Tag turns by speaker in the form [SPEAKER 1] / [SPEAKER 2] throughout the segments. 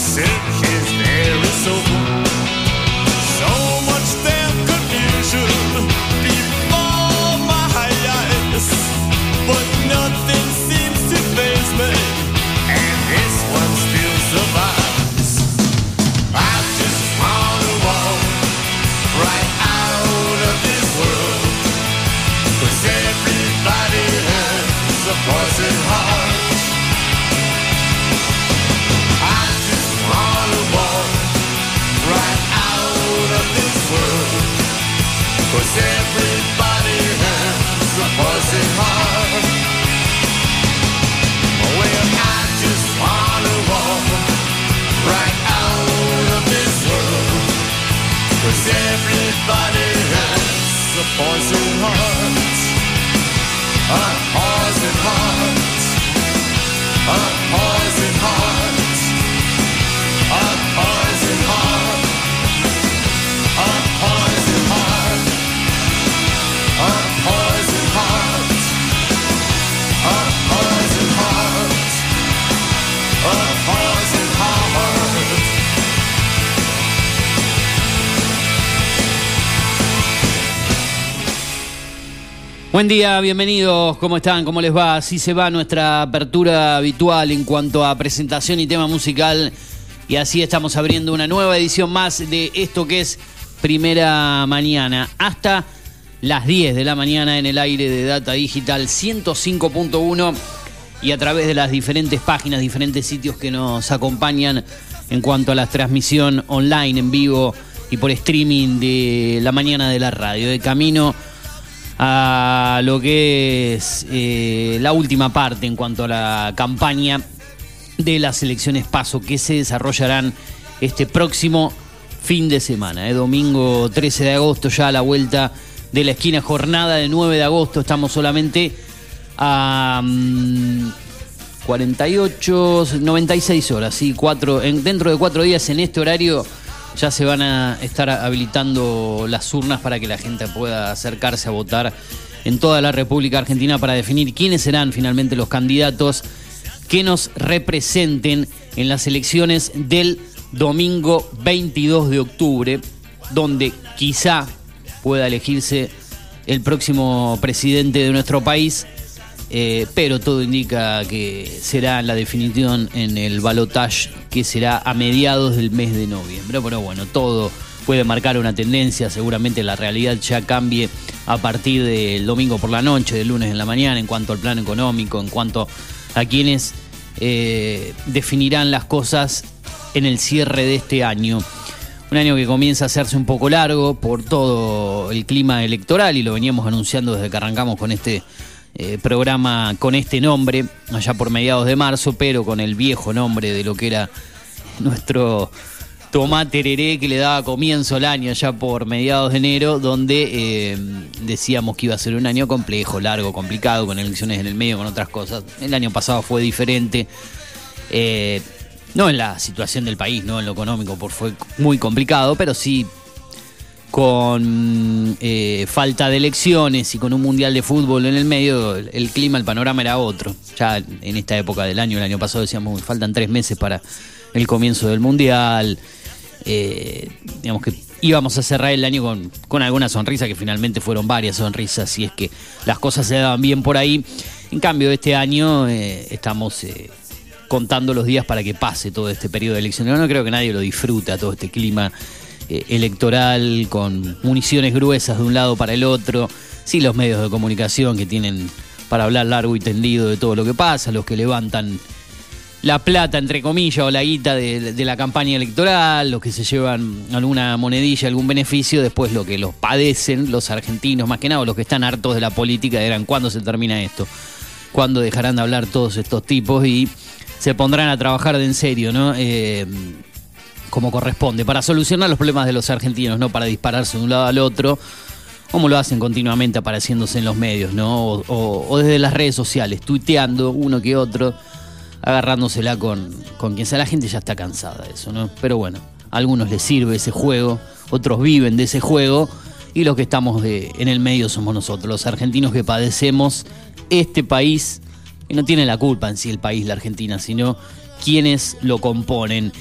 [SPEAKER 1] Silk his very soul. So much damn confusion before my eyes, but nothing seems to faze me, and this one still survives. I just wanna walk right out of this world, 'cause everybody has a poison heart. I just wanna walk right out of this world, 'cause everybody has a poison heart. Well, I just wanna walk right out of this world, 'cause everybody has a poison heart. A poison heart. A poison heart. A poison heart. A poison heart. A poison heart. A poison heart. A poison heart.
[SPEAKER 2] Buen día, bienvenidos, ¿cómo están? ¿Cómo les va? Así se va nuestra apertura habitual en cuanto a presentación y tema musical, y así estamos abriendo una nueva edición más de esto que es Primera Mañana, hasta las 10 de la mañana en el aire de Data Digital 105.1 y a través de las diferentes páginas, diferentes sitios que nos acompañan en cuanto a la transmisión online, en vivo y por streaming de la mañana de la radio, de camino a lo que es la última parte en cuanto a la campaña de las elecciones PASO que se desarrollarán este próximo fin de semana, domingo 13 de agosto, ya a la vuelta de la esquina, jornada de 9 de agosto, estamos solamente a 48, 96 horas, ¿sí? Dentro de 4 días en este horario ya se van a estar habilitando las urnas para que la gente pueda acercarse a votar en toda la República Argentina para definir quiénes serán finalmente los candidatos que nos representen en las elecciones del domingo 22 de octubre, donde quizá pueda elegirse el próximo presidente de nuestro país, pero todo indica que será la definición en el balotaje, que será a mediados del mes de noviembre. Pero bueno, todo puede marcar una tendencia, seguramente la realidad ya cambie a partir del domingo por la noche, del lunes en la mañana, en cuanto al plano económico, en cuanto a quienes definirán las cosas en el cierre de este año. Un año que comienza a hacerse un poco largo por todo el clima electoral, y lo veníamos anunciando desde que arrancamos con este programa con este nombre, allá por mediados de marzo, pero con el viejo nombre de lo que era nuestro tomate tereré, que le daba comienzo al año allá por mediados de enero, donde decíamos que iba a ser un año complejo, largo, complicado, con elecciones en el medio, con otras cosas. El año pasado fue diferente, no en la situación del país, no en lo económico, porque fue muy complicado, pero sí con falta de elecciones y con un mundial de fútbol en el medio, el clima, el panorama era otro. Ya en esta época del año, el año pasado decíamos, faltan 3 meses para el comienzo del mundial. Digamos que íbamos a cerrar el año con alguna sonrisa, que finalmente fueron varias sonrisas, si es que las cosas se daban bien por ahí. En cambio, este año estamos contando los días para que pase todo este periodo de elecciones. No creo que nadie lo disfruta, todo este clima electoral, con municiones gruesas de un lado para el otro. Sí, los medios de comunicación que tienen para hablar largo y tendido de todo lo que pasa, los que levantan la plata, entre comillas, o la guita de la campaña electoral, los que se llevan alguna monedilla, algún beneficio, después lo que los padecen, los argentinos más que nada, los que están hartos de la política, dirán, ¿cuándo se termina esto? ¿Cuándo dejarán de hablar todos estos tipos y se pondrán a trabajar de en serio, ¿no? Como corresponde, para solucionar los problemas de los argentinos, no para dispararse de un lado al otro, como lo hacen continuamente apareciéndose en los medios, ¿no? O desde las redes sociales, tuiteando uno que otro, agarrándosela con quien sea. La gente ya está cansada de eso, ¿no? Pero bueno, a algunos les sirve ese juego, otros viven de ese juego, y los que estamos en el medio somos nosotros, los argentinos que padecemos este país, y no tiene la culpa en sí el país, la Argentina, sino quienes lo componen.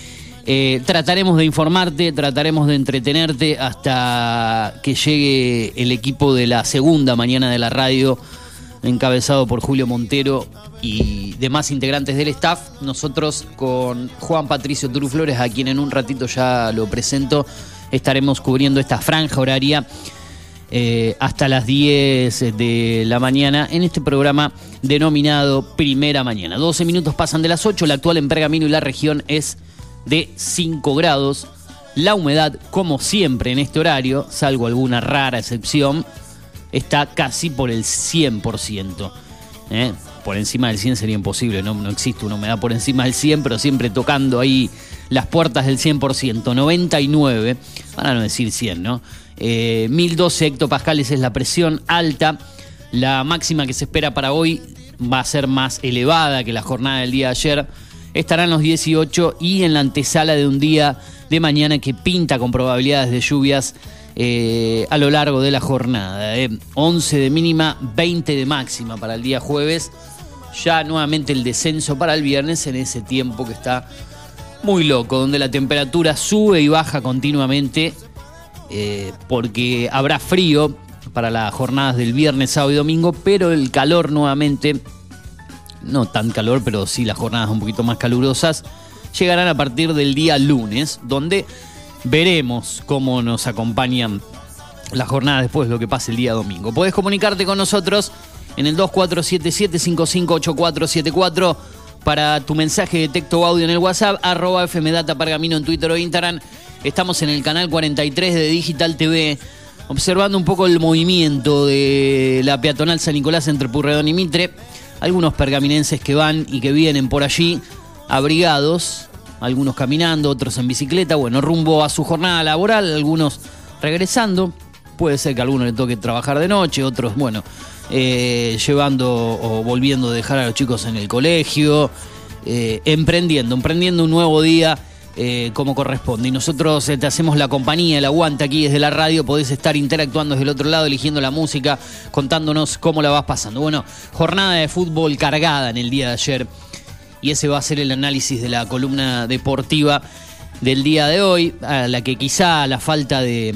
[SPEAKER 2] Trataremos de informarte, trataremos de entretenerte hasta que llegue el equipo de la segunda mañana de la radio, encabezado por Julio Montero y demás integrantes del staff. Nosotros con Juan Patricio Turuflores, a quien en un ratito ya lo presento, estaremos cubriendo esta franja horaria hasta las 10 de la mañana en este programa denominado Primera Mañana. 12 minutos pasan de las 8, la actual en Pergamino y la región es de 5 grados. La humedad, como siempre en este horario, salvo alguna rara excepción, está casi por el 100%. Por encima del 100 sería imposible, no existe una humedad por encima del 100, pero siempre tocando ahí las puertas del 100%. 99, para no decir 100, ¿no? 1012 hectopascales es la presión alta. La máxima que se espera para hoy va a ser más elevada que la jornada del día de ayer. Estarán los 18 y en la antesala de un día de mañana que pinta con probabilidades de lluvias a lo largo de la jornada. 11 de mínima, 20 de máxima para el día jueves. Ya nuevamente el descenso para el viernes en ese tiempo que está muy loco, donde la temperatura sube y baja continuamente, porque habrá frío para las jornadas del viernes, sábado y domingo, pero el calor nuevamente, no tan calor, pero sí las jornadas un poquito más calurosas, llegarán a partir del día lunes, donde veremos cómo nos acompañan las jornadas después de lo que pase el día domingo. Podés comunicarte con nosotros en el 2477-558474 para tu mensaje de texto o audio en el WhatsApp, @FMDataPergamino en Twitter o Instagram. Estamos en el canal 43 de Digital TV, observando un poco el movimiento de la peatonal San Nicolás entre Purredón y Mitre. Algunos pergaminenses que van y que vienen por allí abrigados, algunos caminando, otros en bicicleta, bueno, rumbo a su jornada laboral, algunos regresando. Puede ser que a algunos le toque trabajar de noche, otros, bueno, llevando o volviendo a dejar a los chicos en el colegio, emprendiendo un nuevo día como corresponde. Y nosotros te hacemos la compañía, el aguante aquí desde la radio. Podés estar interactuando desde el otro lado, eligiendo la música, contándonos cómo la vas pasando. Bueno, jornada de fútbol cargada en el día de ayer, y ese va a ser el análisis de la columna deportiva del día de hoy, a la que quizá la falta de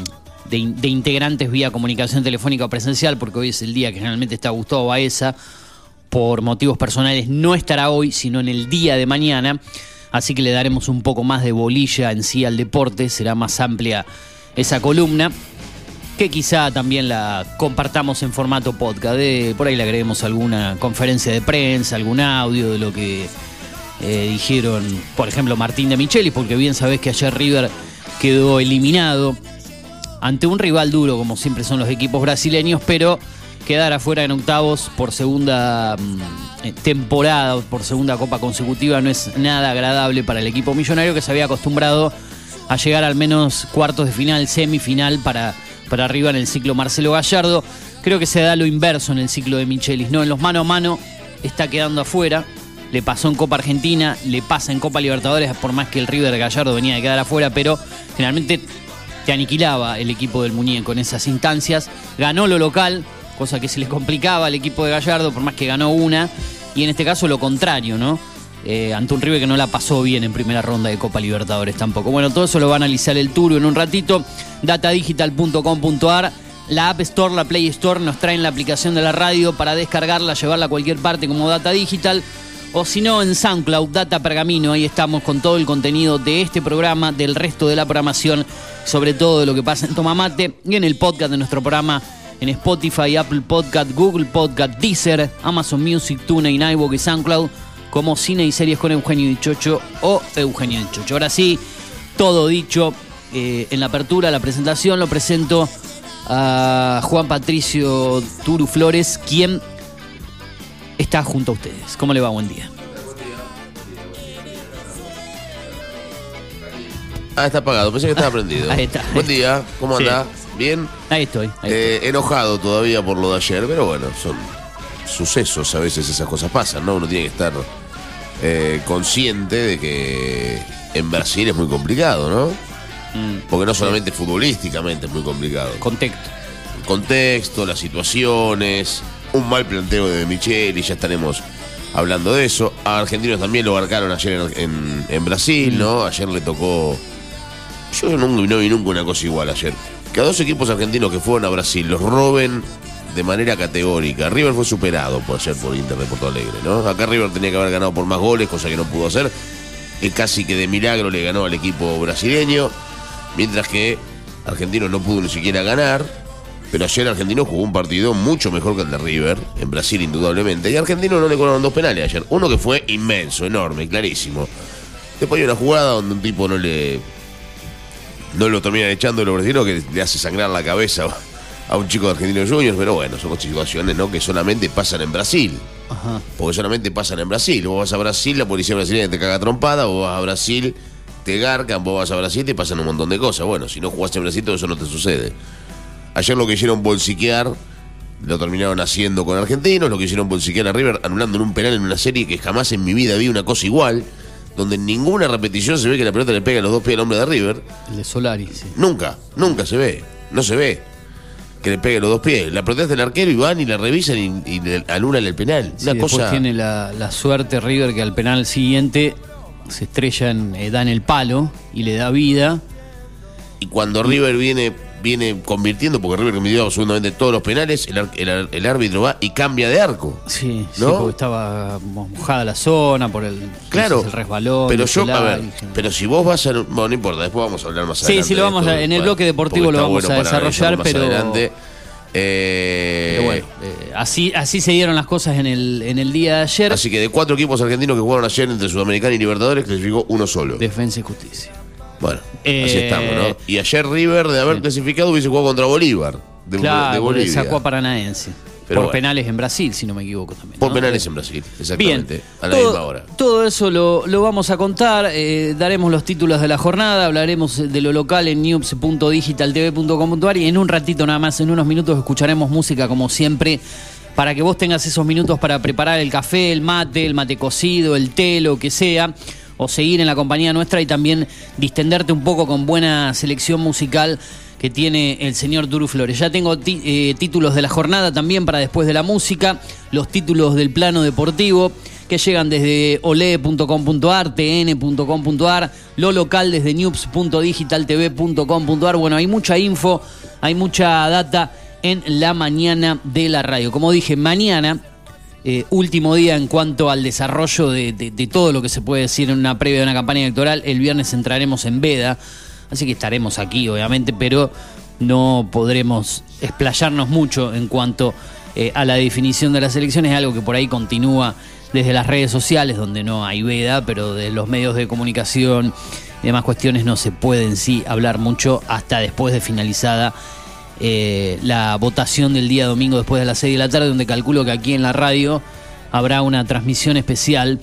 [SPEAKER 2] integrantes vía comunicación telefónica o presencial, porque hoy es el día que generalmente está Gustavo Baeza, por motivos personales no estará hoy, sino en el día de mañana, así que le daremos un poco más de bolilla en sí al deporte, será más amplia esa columna, que quizá también la compartamos en formato podcast, por ahí le agreguemos alguna conferencia de prensa, algún audio de lo que dijeron, por ejemplo, Martín de Michelis, porque bien sabés que ayer River quedó eliminado ante un rival duro, como siempre son los equipos brasileños, pero quedar afuera en octavos por segunda temporada, por segunda copa consecutiva, no es nada agradable para el equipo millonario, que se había acostumbrado a llegar al menos cuartos de final, semifinal para arriba en el ciclo Marcelo Gallardo. Creo que se da lo inverso en el ciclo de Michelis, ¿no? En los mano a mano está quedando afuera, le pasó en Copa Argentina, le pasa en Copa Libertadores, por más que el River Gallardo venía de quedar afuera, pero generalmente te aniquilaba el equipo del muñeco en esas instancias. Ganó lo local, cosa que se le complicaba al equipo de Gallardo, por más que ganó una, y en este caso lo contrario, ¿no? Ante un River que no la pasó bien en primera ronda de Copa Libertadores tampoco. Bueno, todo eso lo va a analizar el Turo en un ratito. Datadigital.com.ar, la App Store, la Play Store, nos traen la aplicación de la radio para descargarla, llevarla a cualquier parte como Data Digital, o si no en SoundCloud, Data Pergamino. Ahí estamos con todo el contenido de este programa, del resto de la programación, sobre todo de lo que pasa en Toma Mate, y en el podcast de nuestro programa en Spotify, Apple Podcast, Google Podcast, Deezer, Amazon Music, TuneIn, iVoox y SoundCloud, como Cine y Series con Eugenio Dichocho o Eugenio Dichocho. Ahora sí, todo dicho, en la apertura, la presentación, lo presento a Juan Patricio Turuflores, quien está junto a ustedes. ¿Cómo le va? Buen día.
[SPEAKER 3] Está apagado, pensé que estaba prendido.
[SPEAKER 2] Ahí está.
[SPEAKER 3] Buen día, ¿cómo andás? ¿Bien?
[SPEAKER 2] Ahí estoy.
[SPEAKER 3] Enojado todavía por lo de ayer, pero bueno, son sucesos, a veces esas cosas pasan, ¿no? Uno tiene que estar consciente de que en Brasil es muy complicado, ¿no? Porque no solamente futbolísticamente es muy complicado.
[SPEAKER 2] Contexto.
[SPEAKER 3] El contexto, las situaciones, un mal planteo de Micheli, ya estaremos hablando de eso. A Argentinos también lo marcaron ayer en Brasil, ¿no? Ayer le tocó... Yo no vi nunca una cosa igual ayer. Que a 2 equipos argentinos que fueron a Brasil los roben de manera categórica. River fue superado ayer por Inter de Porto Alegre, ¿no? Acá River tenía que haber ganado por más goles, cosa que no pudo hacer. Casi que de milagro le ganó al equipo brasileño, mientras que Argentinos no pudo ni siquiera ganar. Pero ayer Argentinos jugó un partido mucho mejor que el de River, en Brasil indudablemente. Y a Argentinos no le cobraron 2 penales ayer. Uno que fue inmenso, enorme, clarísimo. Después hay una jugada donde un tipo no lo terminan echando de los brasileños, que le hace sangrar la cabeza a un chico de Argentinos Juniors. Pero bueno, son situaciones, ¿no?, que solamente pasan en Brasil. Ajá. Porque solamente pasan en Brasil. Vos vas a Brasil, la policía brasileña te caga trompada. Vos vas a Brasil, te garcan. Vos vas a Brasil, te pasan un montón de cosas. Bueno, si no jugaste en Brasil, todo eso no te sucede. Ayer lo que hicieron bolsiquear lo terminaron haciendo con Argentinos. Lo que hicieron bolsiquear a River, anulando en un penal en una serie que jamás en mi vida vi una cosa igual, donde en ninguna repetición se ve que la pelota le pega a los 2 pies al hombre de River.
[SPEAKER 2] El de Solari, sí.
[SPEAKER 3] Nunca se ve. No se ve que le pegue los 2 pies. La protesta del arquero y van y la revisan y le anulan el penal.
[SPEAKER 2] Sí, una cosa. Tiene la suerte River que al penal siguiente se estrella da en el palo y le da vida.
[SPEAKER 3] Y cuando River viene convirtiendo, porque River convirtió absolutamente todos los penales, el árbitro va y cambia de arco.
[SPEAKER 2] Sí,
[SPEAKER 3] ¿no?
[SPEAKER 2] Sí, porque estaba mojada la zona por el resbalón.
[SPEAKER 3] Pero pero si vos vas a... Bueno, no importa, después vamos a hablar más adelante.
[SPEAKER 2] Sí, lo vamos en el bloque deportivo lo vamos a desarrollar, pero...
[SPEAKER 3] Adelante.
[SPEAKER 2] Pero bueno, así se dieron las cosas en el día de ayer.
[SPEAKER 3] Así que de 4 equipos argentinos que jugaron ayer entre Sudamericana y Libertadores, clasificó uno solo.
[SPEAKER 2] Defensa y Justicia.
[SPEAKER 3] Bueno, así estamos, ¿no? Y ayer River, de haber clasificado, hubiese jugado contra Bolívar, de Bolivia.
[SPEAKER 2] Sacó a Paranaense. Pero por penales en Brasil, si no me equivoco también.
[SPEAKER 3] Por penales en Brasil, exactamente.
[SPEAKER 2] Bien,
[SPEAKER 3] a la misma hora.
[SPEAKER 2] Todo eso lo vamos a contar. Daremos los títulos de la jornada. Hablaremos de lo local en news.digitaltv.com.ar. Y en un ratito nada más, en unos minutos, escucharemos música como siempre, para que vos tengas esos minutos para preparar el café, el mate cocido, el té, lo que sea, o seguir en la compañía nuestra y también distenderte un poco con buena selección musical que tiene el señor Duru Flores. Ya tengo títulos de la jornada también para después de la música, los títulos del plano deportivo que llegan desde ole.com.ar, tn.com.ar, lo local desde news.digitaltv.com.ar. Bueno, hay mucha info, hay mucha data en la mañana de la radio. Como dije, mañana... último día en cuanto al desarrollo de todo lo que se puede decir en una previa de una campaña electoral. El viernes entraremos en veda, así que estaremos aquí obviamente, pero no podremos explayarnos mucho en cuanto a la definición de las elecciones, algo que por ahí continúa desde las redes sociales, donde no hay veda, pero de los medios de comunicación y demás cuestiones no se puede en sí hablar mucho hasta después de finalizada la votación del día domingo después de las 6 de la tarde, donde calculo que aquí en la radio habrá una transmisión especial,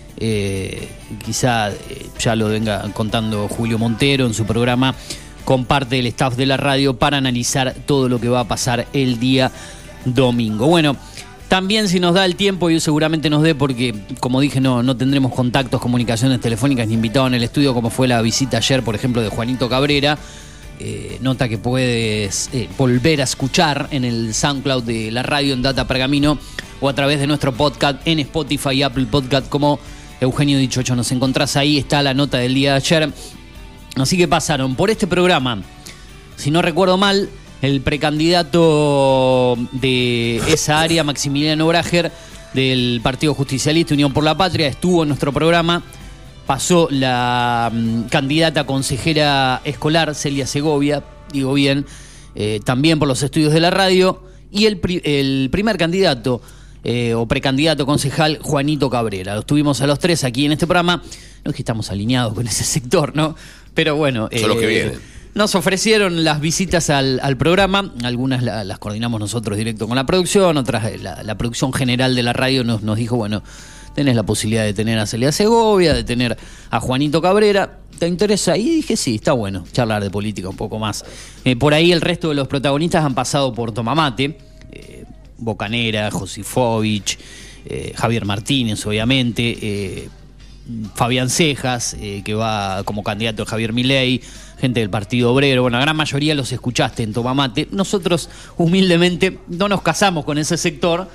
[SPEAKER 2] quizá ya lo venga contando Julio Montero en su programa con parte del staff de la radio para analizar todo lo que va a pasar el día domingo. Bueno, también si nos da el tiempo, y seguramente nos dé, porque como dije no tendremos contactos, comunicaciones telefónicas ni invitados en el estudio, como fue la visita ayer, por ejemplo, de Juanito Cabrera. Nota que puedes volver a escuchar en el SoundCloud de la radio en Data Pergamino o a través de nuestro podcast en Spotify y Apple Podcast como Eugenio Dichocho. Nos encontrás ahí, está la nota del día de ayer. Así que pasaron por este programa, si no recuerdo mal, el precandidato de esa área, Maximiliano Brager, del Partido Justicialista Unión por la Patria, estuvo en nuestro programa. Pasó la candidata consejera escolar, Celia Segovia, digo bien, también por los estudios de la radio, y el primer candidato o precandidato concejal, Juanito Cabrera. Los tuvimos a los 3 aquí en este programa. No es que estamos alineados con ese sector, ¿no? Pero bueno,
[SPEAKER 3] son los que vienen.
[SPEAKER 2] Nos ofrecieron las visitas al programa, algunas las coordinamos nosotros directo con la producción, otras la producción general de la radio nos dijo, bueno, tenés la posibilidad de tener a Celia Segovia, de tener a Juanito Cabrera. ¿Te interesa? Y dije, sí, está bueno charlar de política un poco más. Por ahí el resto de los protagonistas han pasado por Tomamate, Bocanera, Josifovich, Javier Martínez, obviamente, Fabián Cejas, que va como candidato de Javier Milei, gente del Partido Obrero. Bueno, la gran mayoría los escuchaste en Tomamate. Nosotros, humildemente, no nos casamos con ese sector,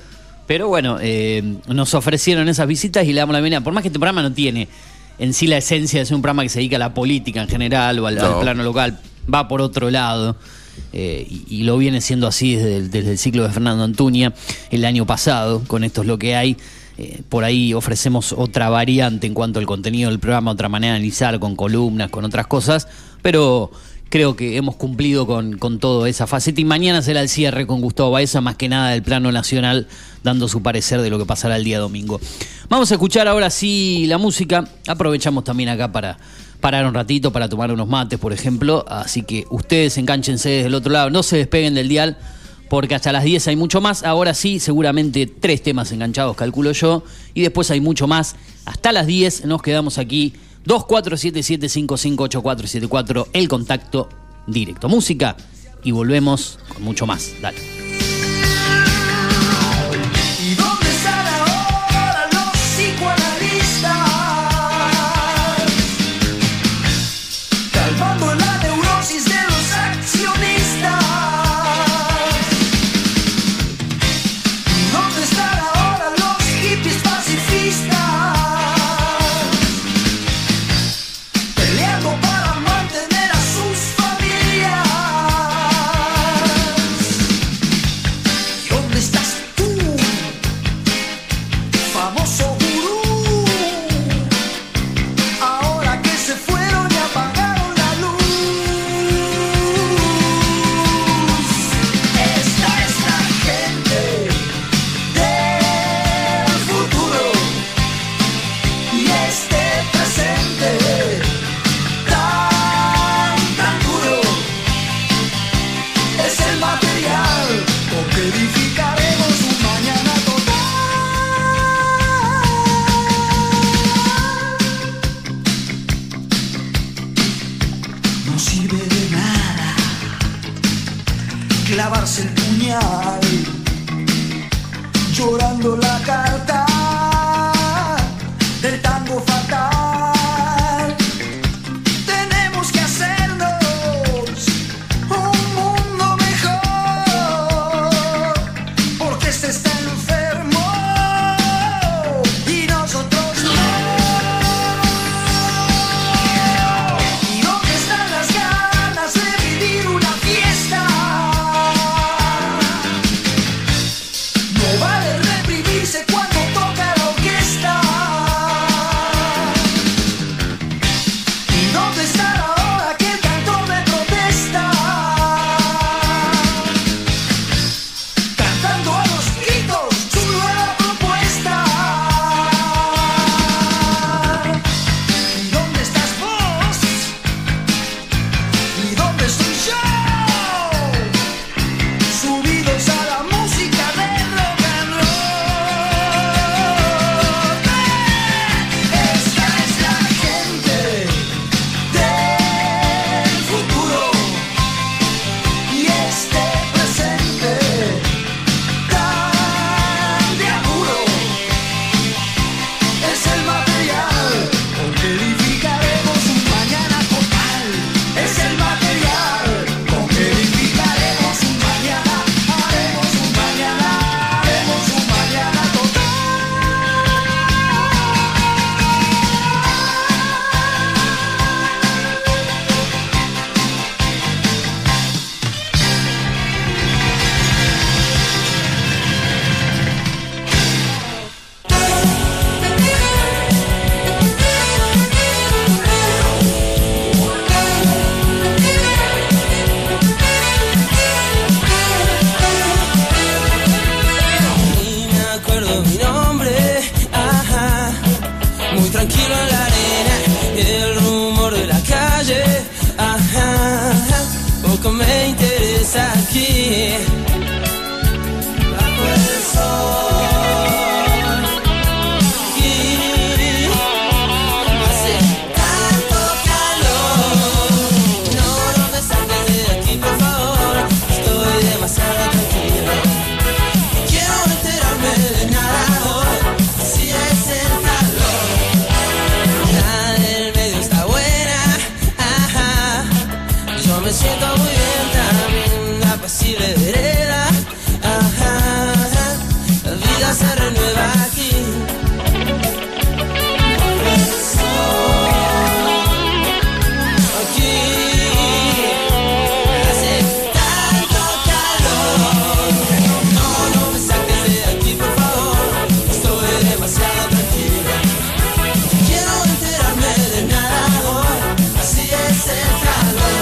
[SPEAKER 2] Pero bueno, nos ofrecieron esas visitas y le damos la bienvenida. Por más que este programa no tiene en sí la esencia de ser un programa que se dedica a la política en general o al plano local, va por otro lado. Y lo viene siendo así desde el ciclo de Fernando Antuña el año pasado. Con Esto es lo que hay. Por ahí ofrecemos otra variante en cuanto al contenido del programa, otra manera de analizar, con columnas, con otras cosas, pero creo que hemos cumplido con toda esa faceta y mañana será el cierre con Gustavo Baeza, más que nada del plano nacional, dando su parecer de lo que pasará el día domingo. Vamos a escuchar ahora sí la música, aprovechamos también acá para parar un ratito, para tomar unos mates, por ejemplo, así que ustedes encánchense desde el otro lado, no se despeguen del dial, porque hasta las 10 hay mucho más. Ahora sí, seguramente 3 temas enganchados, calculo yo, y después hay mucho más. Hasta las 10 nos quedamos aquí. 2477558474, el contacto directo. Música y volvemos con mucho más. Dale.
[SPEAKER 4] ¿Y dónde están ahora los psicoanalistas? Calmando la neurosis de los accionistas. ¿Dónde están ahora los hippies pacifistas? Peleando para mantener a sus familias. ¿Y dónde estás tú, famoso gurú? Ahora que se fueron y apagaron la luz. Esta es la gente del futuro y este presente tan duro. Es el material con que edificaremos un mañana total. No sirve de nada clavarse el puñal llorando la carta del tango fatal. Tenemos que hacernos un mundo mejor, porque este está enfermo y nosotros no. ¿Y dónde están las ganas de vivir una fiesta? No vale reprimirse cuando toca la orquesta. ¿Y dónde está ahora aquel cantor de protesta? Cantando a los gritos su nueva propuesta. ¿Y dónde estás vos? ¿Y dónde estoy yo? Subidos a la música del rock and roll. Esta es la gente del futuro y este presente tan de apuro. Es el material con que edificaremos un mañana total. Es el material con que edificaremos un mañana. Haremos un mañana total.
[SPEAKER 5] Ni me acuerdo mi nombre, ajá. Muy tranquilo en la arena, el rumor de la calle, ajá. Poco me interesa aquí. Bajo el sol. Y hace tanto calor. No me saques de aquí, por favor. Estoy demasiado tranquilo. Quiero enterarme de nada hoy, si es el calor. La del medio está buena, ajá. Yo me siento muy bien también, apacible vereda, ajá. La vida vida se renueva aquí. El sol, aquí hace tanto calor. No me saques de aquí, por favor. Estoy demasiado tranquilo. Quiero enterarme de nada hoy. Así es el calor.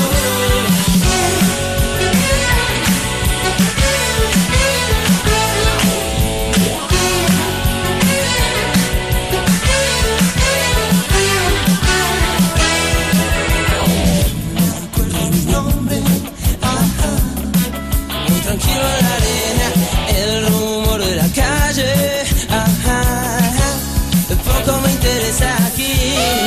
[SPEAKER 5] Tranquilo en la arena, el rumor de la calle, poco me interesa aquí.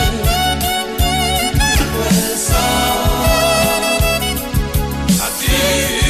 [SPEAKER 5] El sol, aquí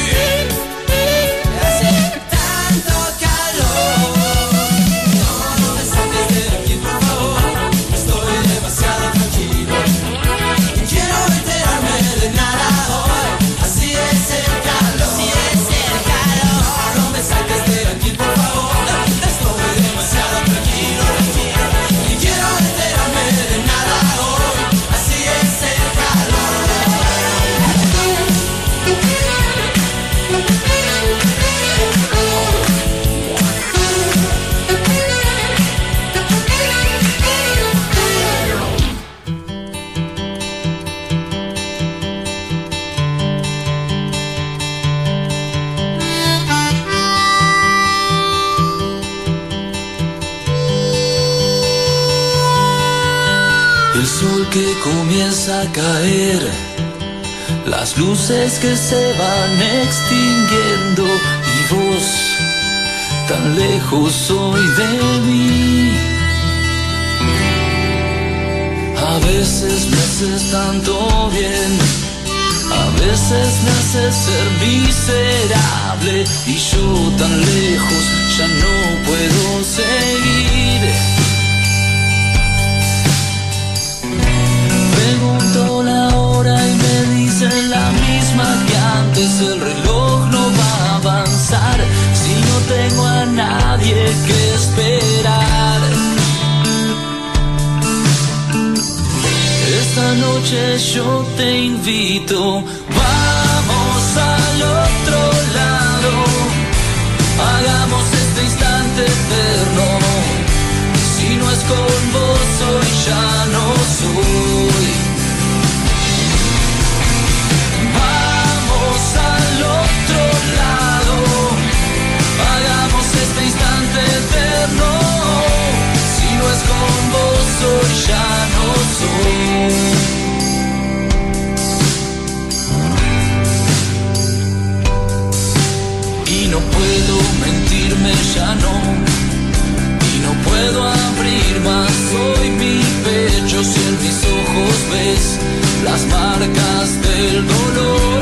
[SPEAKER 5] hace tanto calor. No me saques de aquí, por favor. Estoy demasiado tranquilo. Quiero enterarme de nada hoy. Así es el calor. Así es el calor. No me saques de aquí, por favor. Estoy demasiado tranquilo. Y quiero enterarme de nada hoy. Así es el calor.
[SPEAKER 6] El sol que comienza a caer, las luces que se van extinguiendo y vos tan lejos hoy de mí. A veces me haces tanto bien, a veces me haces ser miserable y yo tan lejos ya no puedo seguir. Pregunto la hora y me dicen la misma que antes. El reloj no va a avanzar si no tengo a nadie que esperar. Esta noche yo te invito, vamos al otro lado, hagamos este instante eterno. Si no es con vos hoy ya no soy. Vamos al otro lado, hagamos este instante eterno. Si no es con vos hoy ya no soy. Y no puedo mentirme, ya no. No puedo abrir más hoy mi pecho si en mis ojos ves las marcas del dolor.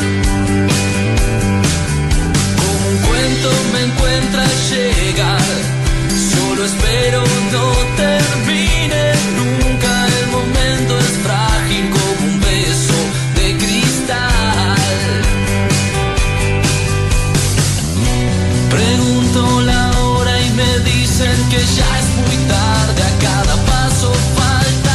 [SPEAKER 6] Como un cuento me encuentra al llegar, solo espero no termine nunca. El momento es frágil como un beso de cristal. Pregunto la hora y me dicen que ya es muy tarde, a cada paso falta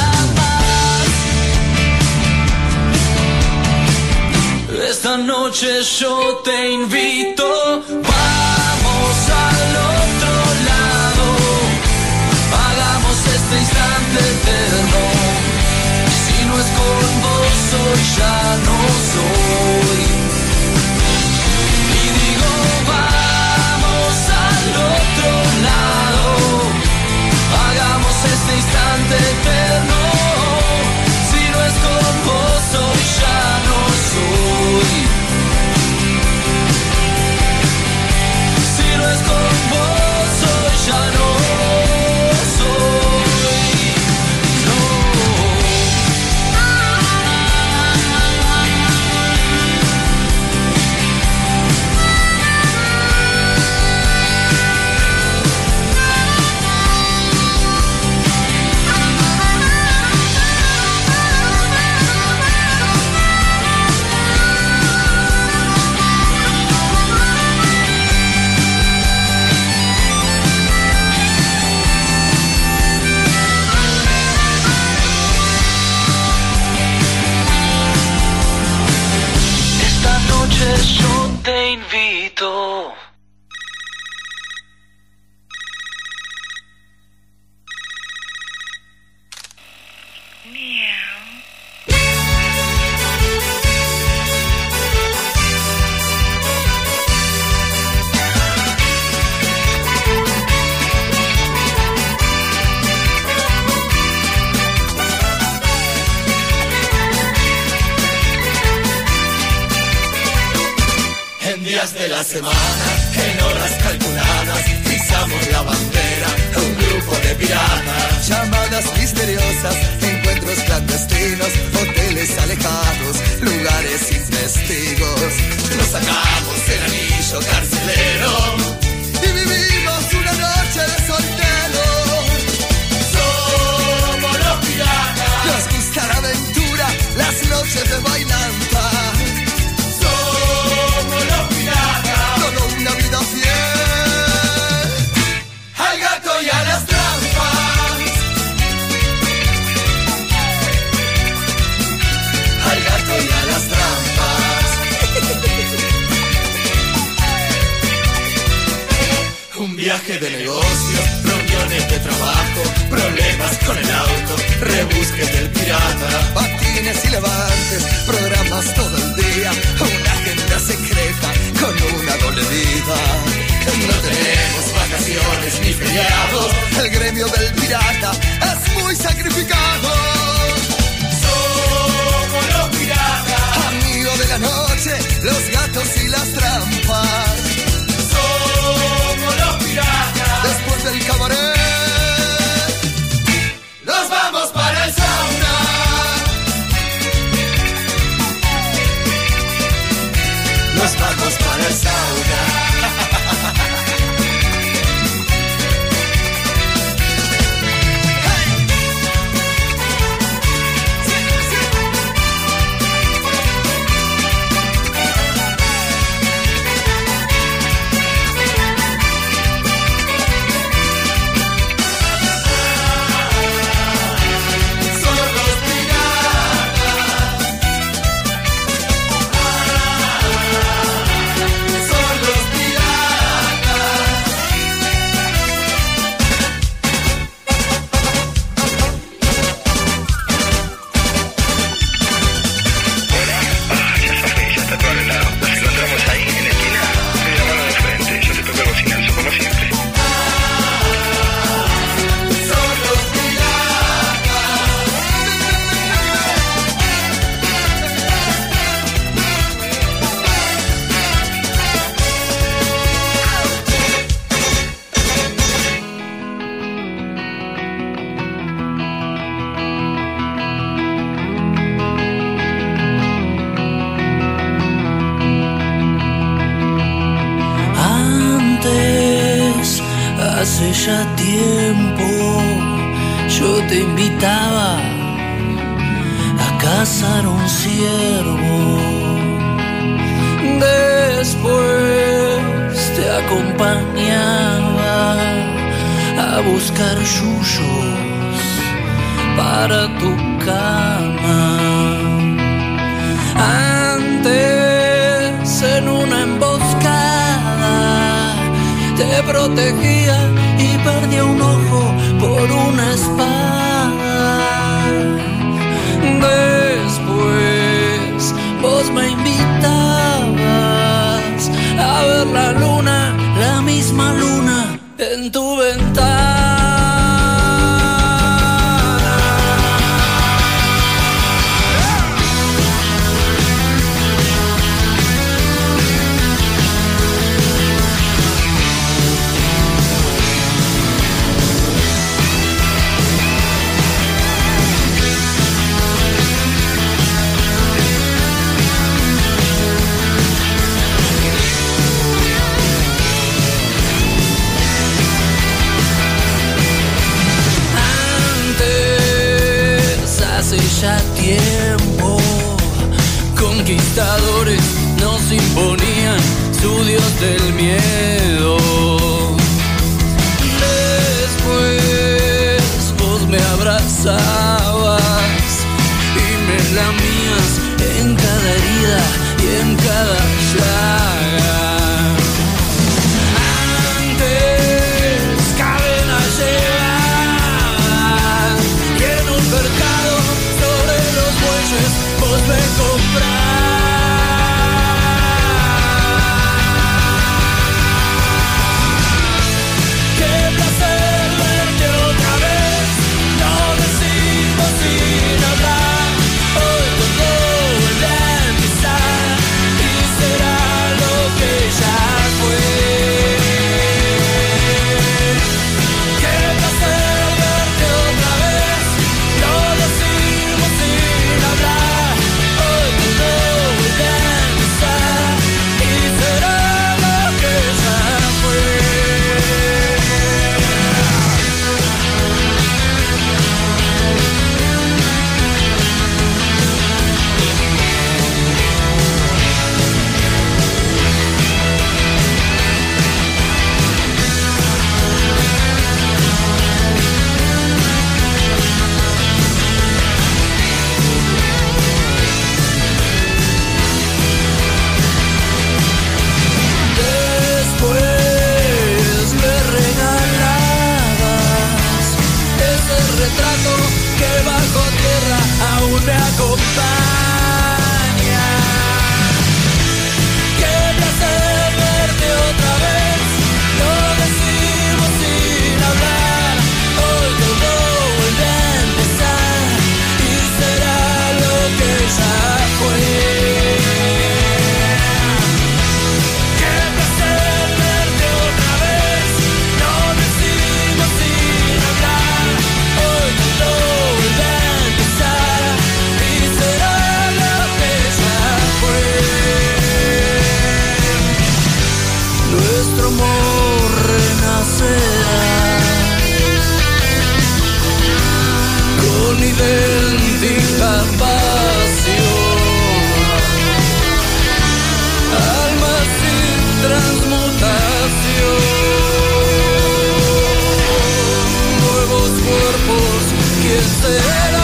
[SPEAKER 6] más. Esta noche yo te invito, vamos al otro lado, hagamos este instante eterno. Si no es con vos hoy ya no soy. Y digo vamos al otro lado, hagamos este instante eterno. Si no es con vos hoy ya no soy. Si no es con vos hoy ya no soy. No. te invito.
[SPEAKER 1] En días de la semana, en horas calculadas, pisamos la bandera, un grupo de piratas. Llamadas misteriosas, encuentros clandestinos, hoteles alejados, lugares sin testigos. Nos sacamos el anillo carcelero y vivimos una noche de solteros. Somos los piratas. Nos gusta la aventura, las noches de bailanta. Una vida fiel al gato y a las trampas, al gato y a las trampas. Un viaje de negocio, reuniones de trabajo, problemas con el auto, rebusques del pirata, patines y levantes, programas todo el día, una agenda secreta con una doble vida. No tenemos vacaciones ni feriados, el gremio del pirata es muy sacrificado. Somos los piratas, amigos de la noche, los gatos y las trampas. Somos los piratas, después del cabaret nos vamos para el sauna. Nos vamos para el sauna.
[SPEAKER 6] Hace ya tiempo yo te invitaba a cazar un ciervo. Después te acompañaba a buscar yuyos para tu cama. Antes en una emboscada te protegía y perdí un ojo por una espada. Después vos me invitabas a ver la luna, la misma luna en tu ventana. Ya tiempo, conquistadores nos imponían su dios del miedo. Después vos me abrazabas y me lamías en cada herida y en cada llaga. de comprar. Qué placer verte otra vez, lo decimos sin hablar. Hoy todo vuelve a empezar y será lo que ya fue. Qué placer verte otra vez, lo decimos sin hablar. Hoy todo vuelve a empezar y será lo que ya fue. Después me regalabas ese retrato que bajo tierra aún me acompaña. Qué placer verte otra vez, lo decimos sin hablar. Hoy todo vuelve a empezar y será lo que ya fue. Qué placer verte otra vez, lo decimos sin hablar. Hoy todo vuelve a empezar y será lo que ya fue. Nuestro amor renacerá con idéntica pasión. Alma sin transmutación, nuevos cuerpos, ¿quién será?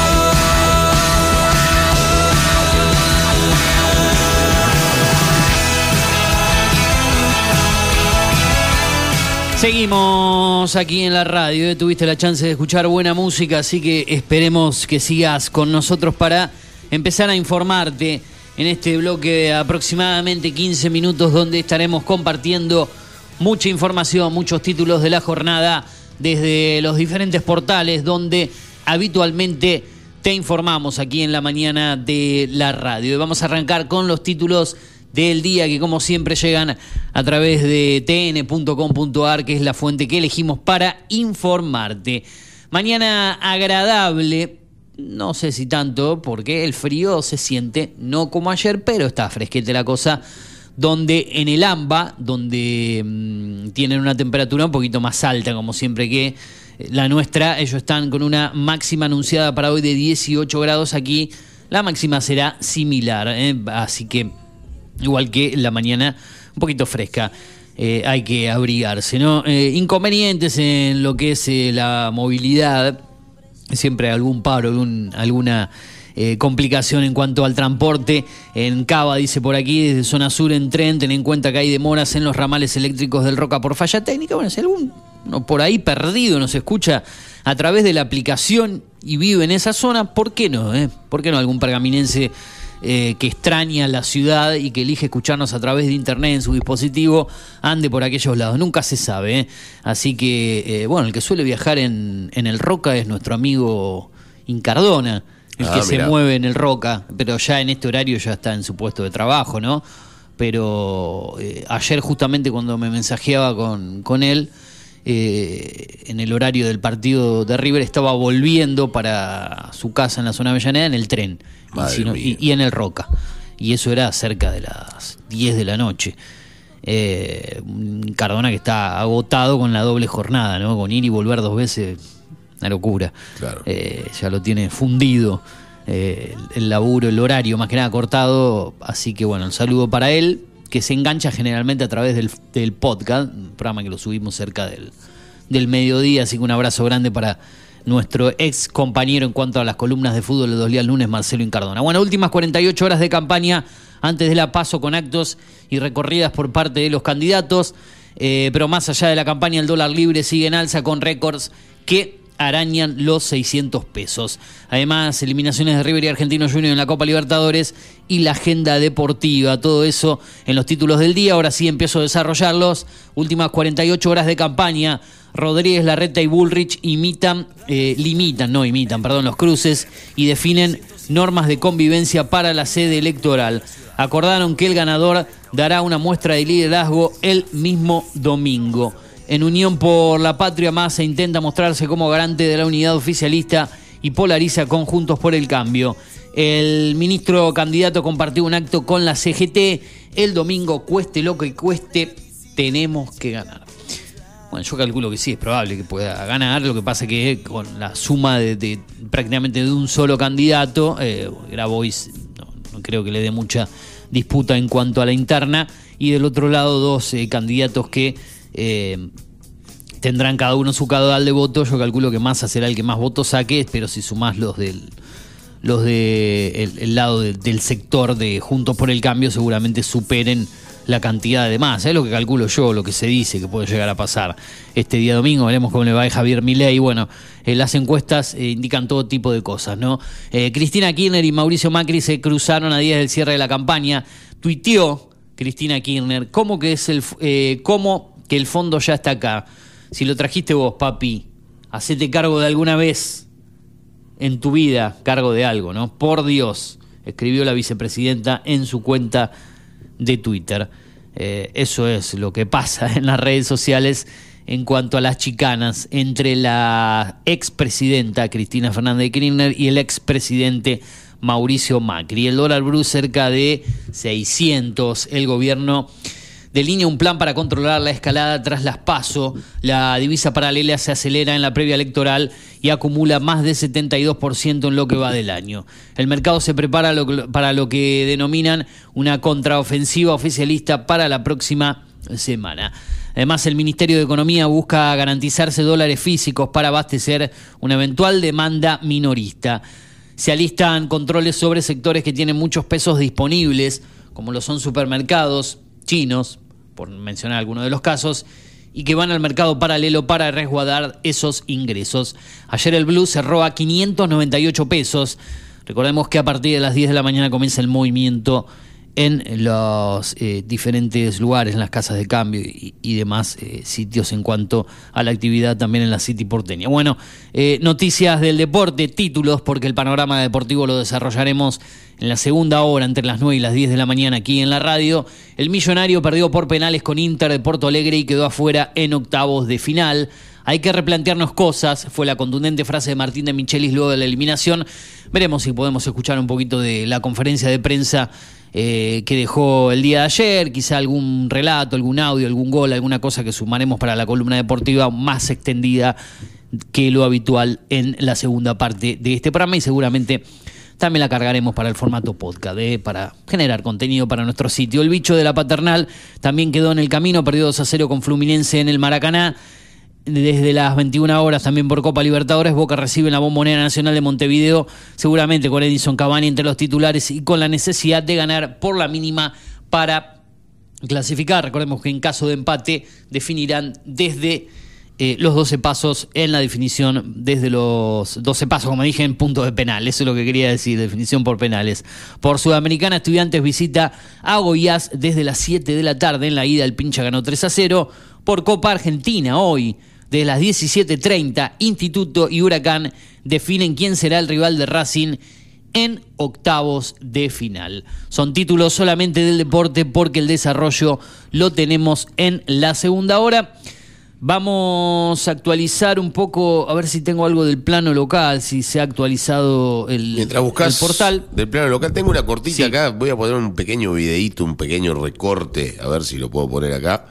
[SPEAKER 2] Seguimos aquí en la radio, tuviste la chance de escuchar buena música, así que esperemos que sigas con nosotros para empezar a informarte en este bloque de aproximadamente 15 minutos donde estaremos compartiendo mucha información, muchos títulos de la jornada desde los diferentes portales donde habitualmente te informamos aquí en la mañana de la radio. Y vamos a arrancar con los títulos del día que como siempre llegan a través de tn.com.ar, que es la fuente que elegimos para informarte. Mañana agradable, no sé si tanto, porque el frío se siente, no como ayer, pero está fresquete la cosa, donde en el AMBA, donde tienen una temperatura un poquito más alta, como siempre que la nuestra, ellos están con una máxima anunciada para hoy de 18 grados, aquí la máxima será similar, así que igual que la mañana, un poquito fresca. Hay que abrigarse, ¿no? Inconvenientes en lo que es la movilidad. Siempre algún paro, alguna complicación en cuanto al transporte. En Cava, dice por aquí, desde zona sur en tren, ten en cuenta que hay demoras en los ramales eléctricos del Roca por falla técnica. Bueno, si alguno por ahí perdido nos escucha a través de la aplicación y vive en esa zona, ¿por qué no? ¿Por qué no algún pergaminense que extraña la ciudad y que elige escucharnos a través de internet en su dispositivo ande por aquellos lados? Nunca se sabe, Así que, bueno, el que suele viajar en el Roca es nuestro amigo Incardona, el que se mueve en el Roca, pero ya en este horario ya está en su puesto de trabajo, ¿no? Pero ayer justamente cuando me mensajeaba con él, en el horario del partido de River, estaba volviendo para su casa en la zona Avellaneda en el tren y en el Roca, y eso era cerca de las 10 de la noche. Cardona que está agotado con la doble jornada, ¿no? Con ir y volver 2 veces, una locura.
[SPEAKER 3] Claro.
[SPEAKER 2] Ya lo tiene fundido el laburo, el horario más que nada cortado, así que bueno, el saludo para él, que se engancha generalmente a través del podcast, un programa que lo subimos cerca del mediodía, así que un abrazo grande para nuestro ex compañero en cuanto a las columnas de fútbol de los días lunes, Marcelo Incardona. Bueno, últimas 48 horas de campaña antes de la PASO, con actos y recorridas por parte de los candidatos, pero más allá de la campaña, el dólar libre sigue en alza con récords que arañan los 600 pesos. Además, eliminaciones de River y Argentinos Juniors en la Copa Libertadores y la agenda deportiva. Todo eso en los títulos del día. Ahora sí empiezo a desarrollarlos. Últimas 48 horas de campaña. Rodríguez, Larreta y Bullrich limitan los cruces y definen normas de convivencia para la sede electoral. Acordaron que el ganador dará una muestra de liderazgo el mismo domingo. En Unión por la Patria, Massa intenta mostrarse como garante de la unidad oficialista y polariza con Juntos por el Cambio. El ministro candidato compartió un acto con la CGT. El domingo, cueste lo que cueste, tenemos que ganar. Bueno, yo calculo que sí, es probable que pueda ganar. Lo que pasa es que con la suma de prácticamente de un solo candidato, Grabois no creo que le dé mucha disputa en cuanto a la interna. Y del otro lado, dos candidatos que tendrán cada uno su caudal de votos. Yo calculo que Massa será el que más votos saque, pero si sumás los del lado del sector de Juntos por el Cambio, seguramente superen la cantidad de Massa. Es lo que calculo yo, lo que se dice que puede llegar a pasar este día domingo. Veremos cómo le va a Javier Milei. Bueno, las encuestas indican todo tipo de cosas, ¿no? Cristina Kirchner y Mauricio Macri se cruzaron a días del cierre de la campaña. Tuiteó Cristina Kirchner, ¿cómo que el fondo ya está acá? Si lo trajiste vos, papi, hacete cargo de alguna vez en tu vida, cargo de algo, ¿no? Por Dios, escribió la vicepresidenta en su cuenta de Twitter. Eso es lo que pasa en las redes sociales en cuanto a las chicanas entre la expresidenta Cristina Fernández de Kirchner y el expresidente Mauricio Macri. El dólar blue cerca de 600. El gobierno delinea un plan para controlar la escalada tras las PASO. La divisa paralela se acelera en la previa electoral y acumula más de 72% en lo que va del año. El mercado se prepara para lo que denominan una contraofensiva oficialista para la próxima semana. Además, el Ministerio de Economía busca garantizarse dólares físicos para abastecer una eventual demanda minorista. Se alistan controles sobre sectores que tienen muchos pesos disponibles, como lo son supermercados chinos, por mencionar algunos de los casos, y que van al mercado paralelo para resguardar esos ingresos. Ayer el blue cerró a 598 pesos. Recordemos que a partir de las 10 de la mañana comienza el movimiento en los diferentes lugares, en las casas de cambio y demás sitios en cuanto a la actividad también en la City porteña. Bueno, noticias del deporte, títulos, porque el panorama deportivo lo desarrollaremos en la segunda hora, entre las 9 y las 10 de la mañana aquí en la radio. El Millonario perdió por penales con Inter de Porto Alegre y quedó afuera en octavos de final. Hay que replantearnos cosas, fue la contundente frase de Martín de Michelis luego de la eliminación. Veremos si podemos escuchar un poquito de la conferencia de prensa que dejó el día de ayer, quizá algún relato, algún audio, algún gol, alguna cosa que sumaremos para la columna deportiva más extendida que lo habitual en la segunda parte de este programa, y seguramente también la cargaremos para el formato podcast, para generar contenido para nuestro sitio. El bicho de la Paternal también quedó en el camino, perdió 2-0 con Fluminense en el Maracaná. Desde las 21 horas también por Copa Libertadores, Boca recibe en la Bombonera Nacional de Montevideo, seguramente con Edinson Cavani entre los titulares y con la necesidad de ganar por la mínima para clasificar. Recordemos que en caso de empate definirán desde los 12 pasos en la definición, desde los 12 pasos, como dije, en puntos de penal. Eso es lo que quería decir, definición por penales. Por Sudamericana, Estudiantes visita a Goiás desde las 7 de la tarde. En la ida el Pincha ganó 3-0. Por Copa Argentina, hoy, desde las 17:30, Instituto y Huracán definen quién será el rival de Racing en octavos de final. Son títulos solamente del deporte porque el desarrollo lo tenemos en la segunda hora. Vamos a actualizar un poco, a ver si tengo algo del plano local, si se ha actualizado
[SPEAKER 3] Mientras buscas
[SPEAKER 2] el portal.
[SPEAKER 3] Del plano local, tengo una cortita
[SPEAKER 2] Sí.
[SPEAKER 3] acá, voy a poner un pequeño videíto, un pequeño recorte, a ver si lo puedo poner acá.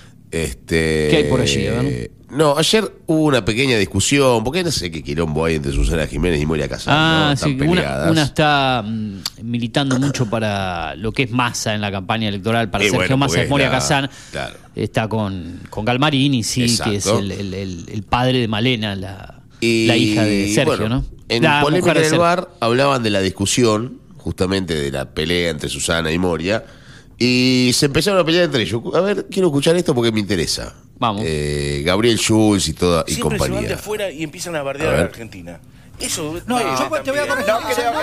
[SPEAKER 2] ¿Qué hay por allí? A ver.
[SPEAKER 3] No, ayer hubo una pequeña discusión, porque no sé qué quilombo hay entre Susana Jiménez y Moria Kazan, ¿no? Están
[SPEAKER 2] Sí,
[SPEAKER 3] peleadas.
[SPEAKER 2] una está militando mucho para lo que es Massa en la campaña electoral, para
[SPEAKER 3] Y
[SPEAKER 2] Sergio
[SPEAKER 3] bueno,
[SPEAKER 2] Massa,
[SPEAKER 3] porque
[SPEAKER 2] es Moria
[SPEAKER 3] es la-
[SPEAKER 2] Kazan.
[SPEAKER 3] claro.
[SPEAKER 2] Está con Galmarini, sí,
[SPEAKER 3] Exacto.
[SPEAKER 2] que es el padre de Malena, la hija de Sergio,
[SPEAKER 3] bueno,
[SPEAKER 2] ¿no?
[SPEAKER 3] En
[SPEAKER 2] La
[SPEAKER 3] Polémica
[SPEAKER 2] mujer de
[SPEAKER 3] en el
[SPEAKER 2] Sergio.
[SPEAKER 3] Bar hablaban de la discusión, justamente de la pelea entre Susana y Moria, y se empezaron a pelear entre ellos. A ver, quiero escuchar esto porque me interesa.
[SPEAKER 2] Vamos.
[SPEAKER 3] Gabriel Schulz y toda y
[SPEAKER 7] Siempre se van de
[SPEAKER 3] compañía.
[SPEAKER 7] afuera y empiezan a bardear
[SPEAKER 3] A
[SPEAKER 7] a la
[SPEAKER 3] ver.
[SPEAKER 7] Argentina. Eso
[SPEAKER 8] No, yo te voy a corregir.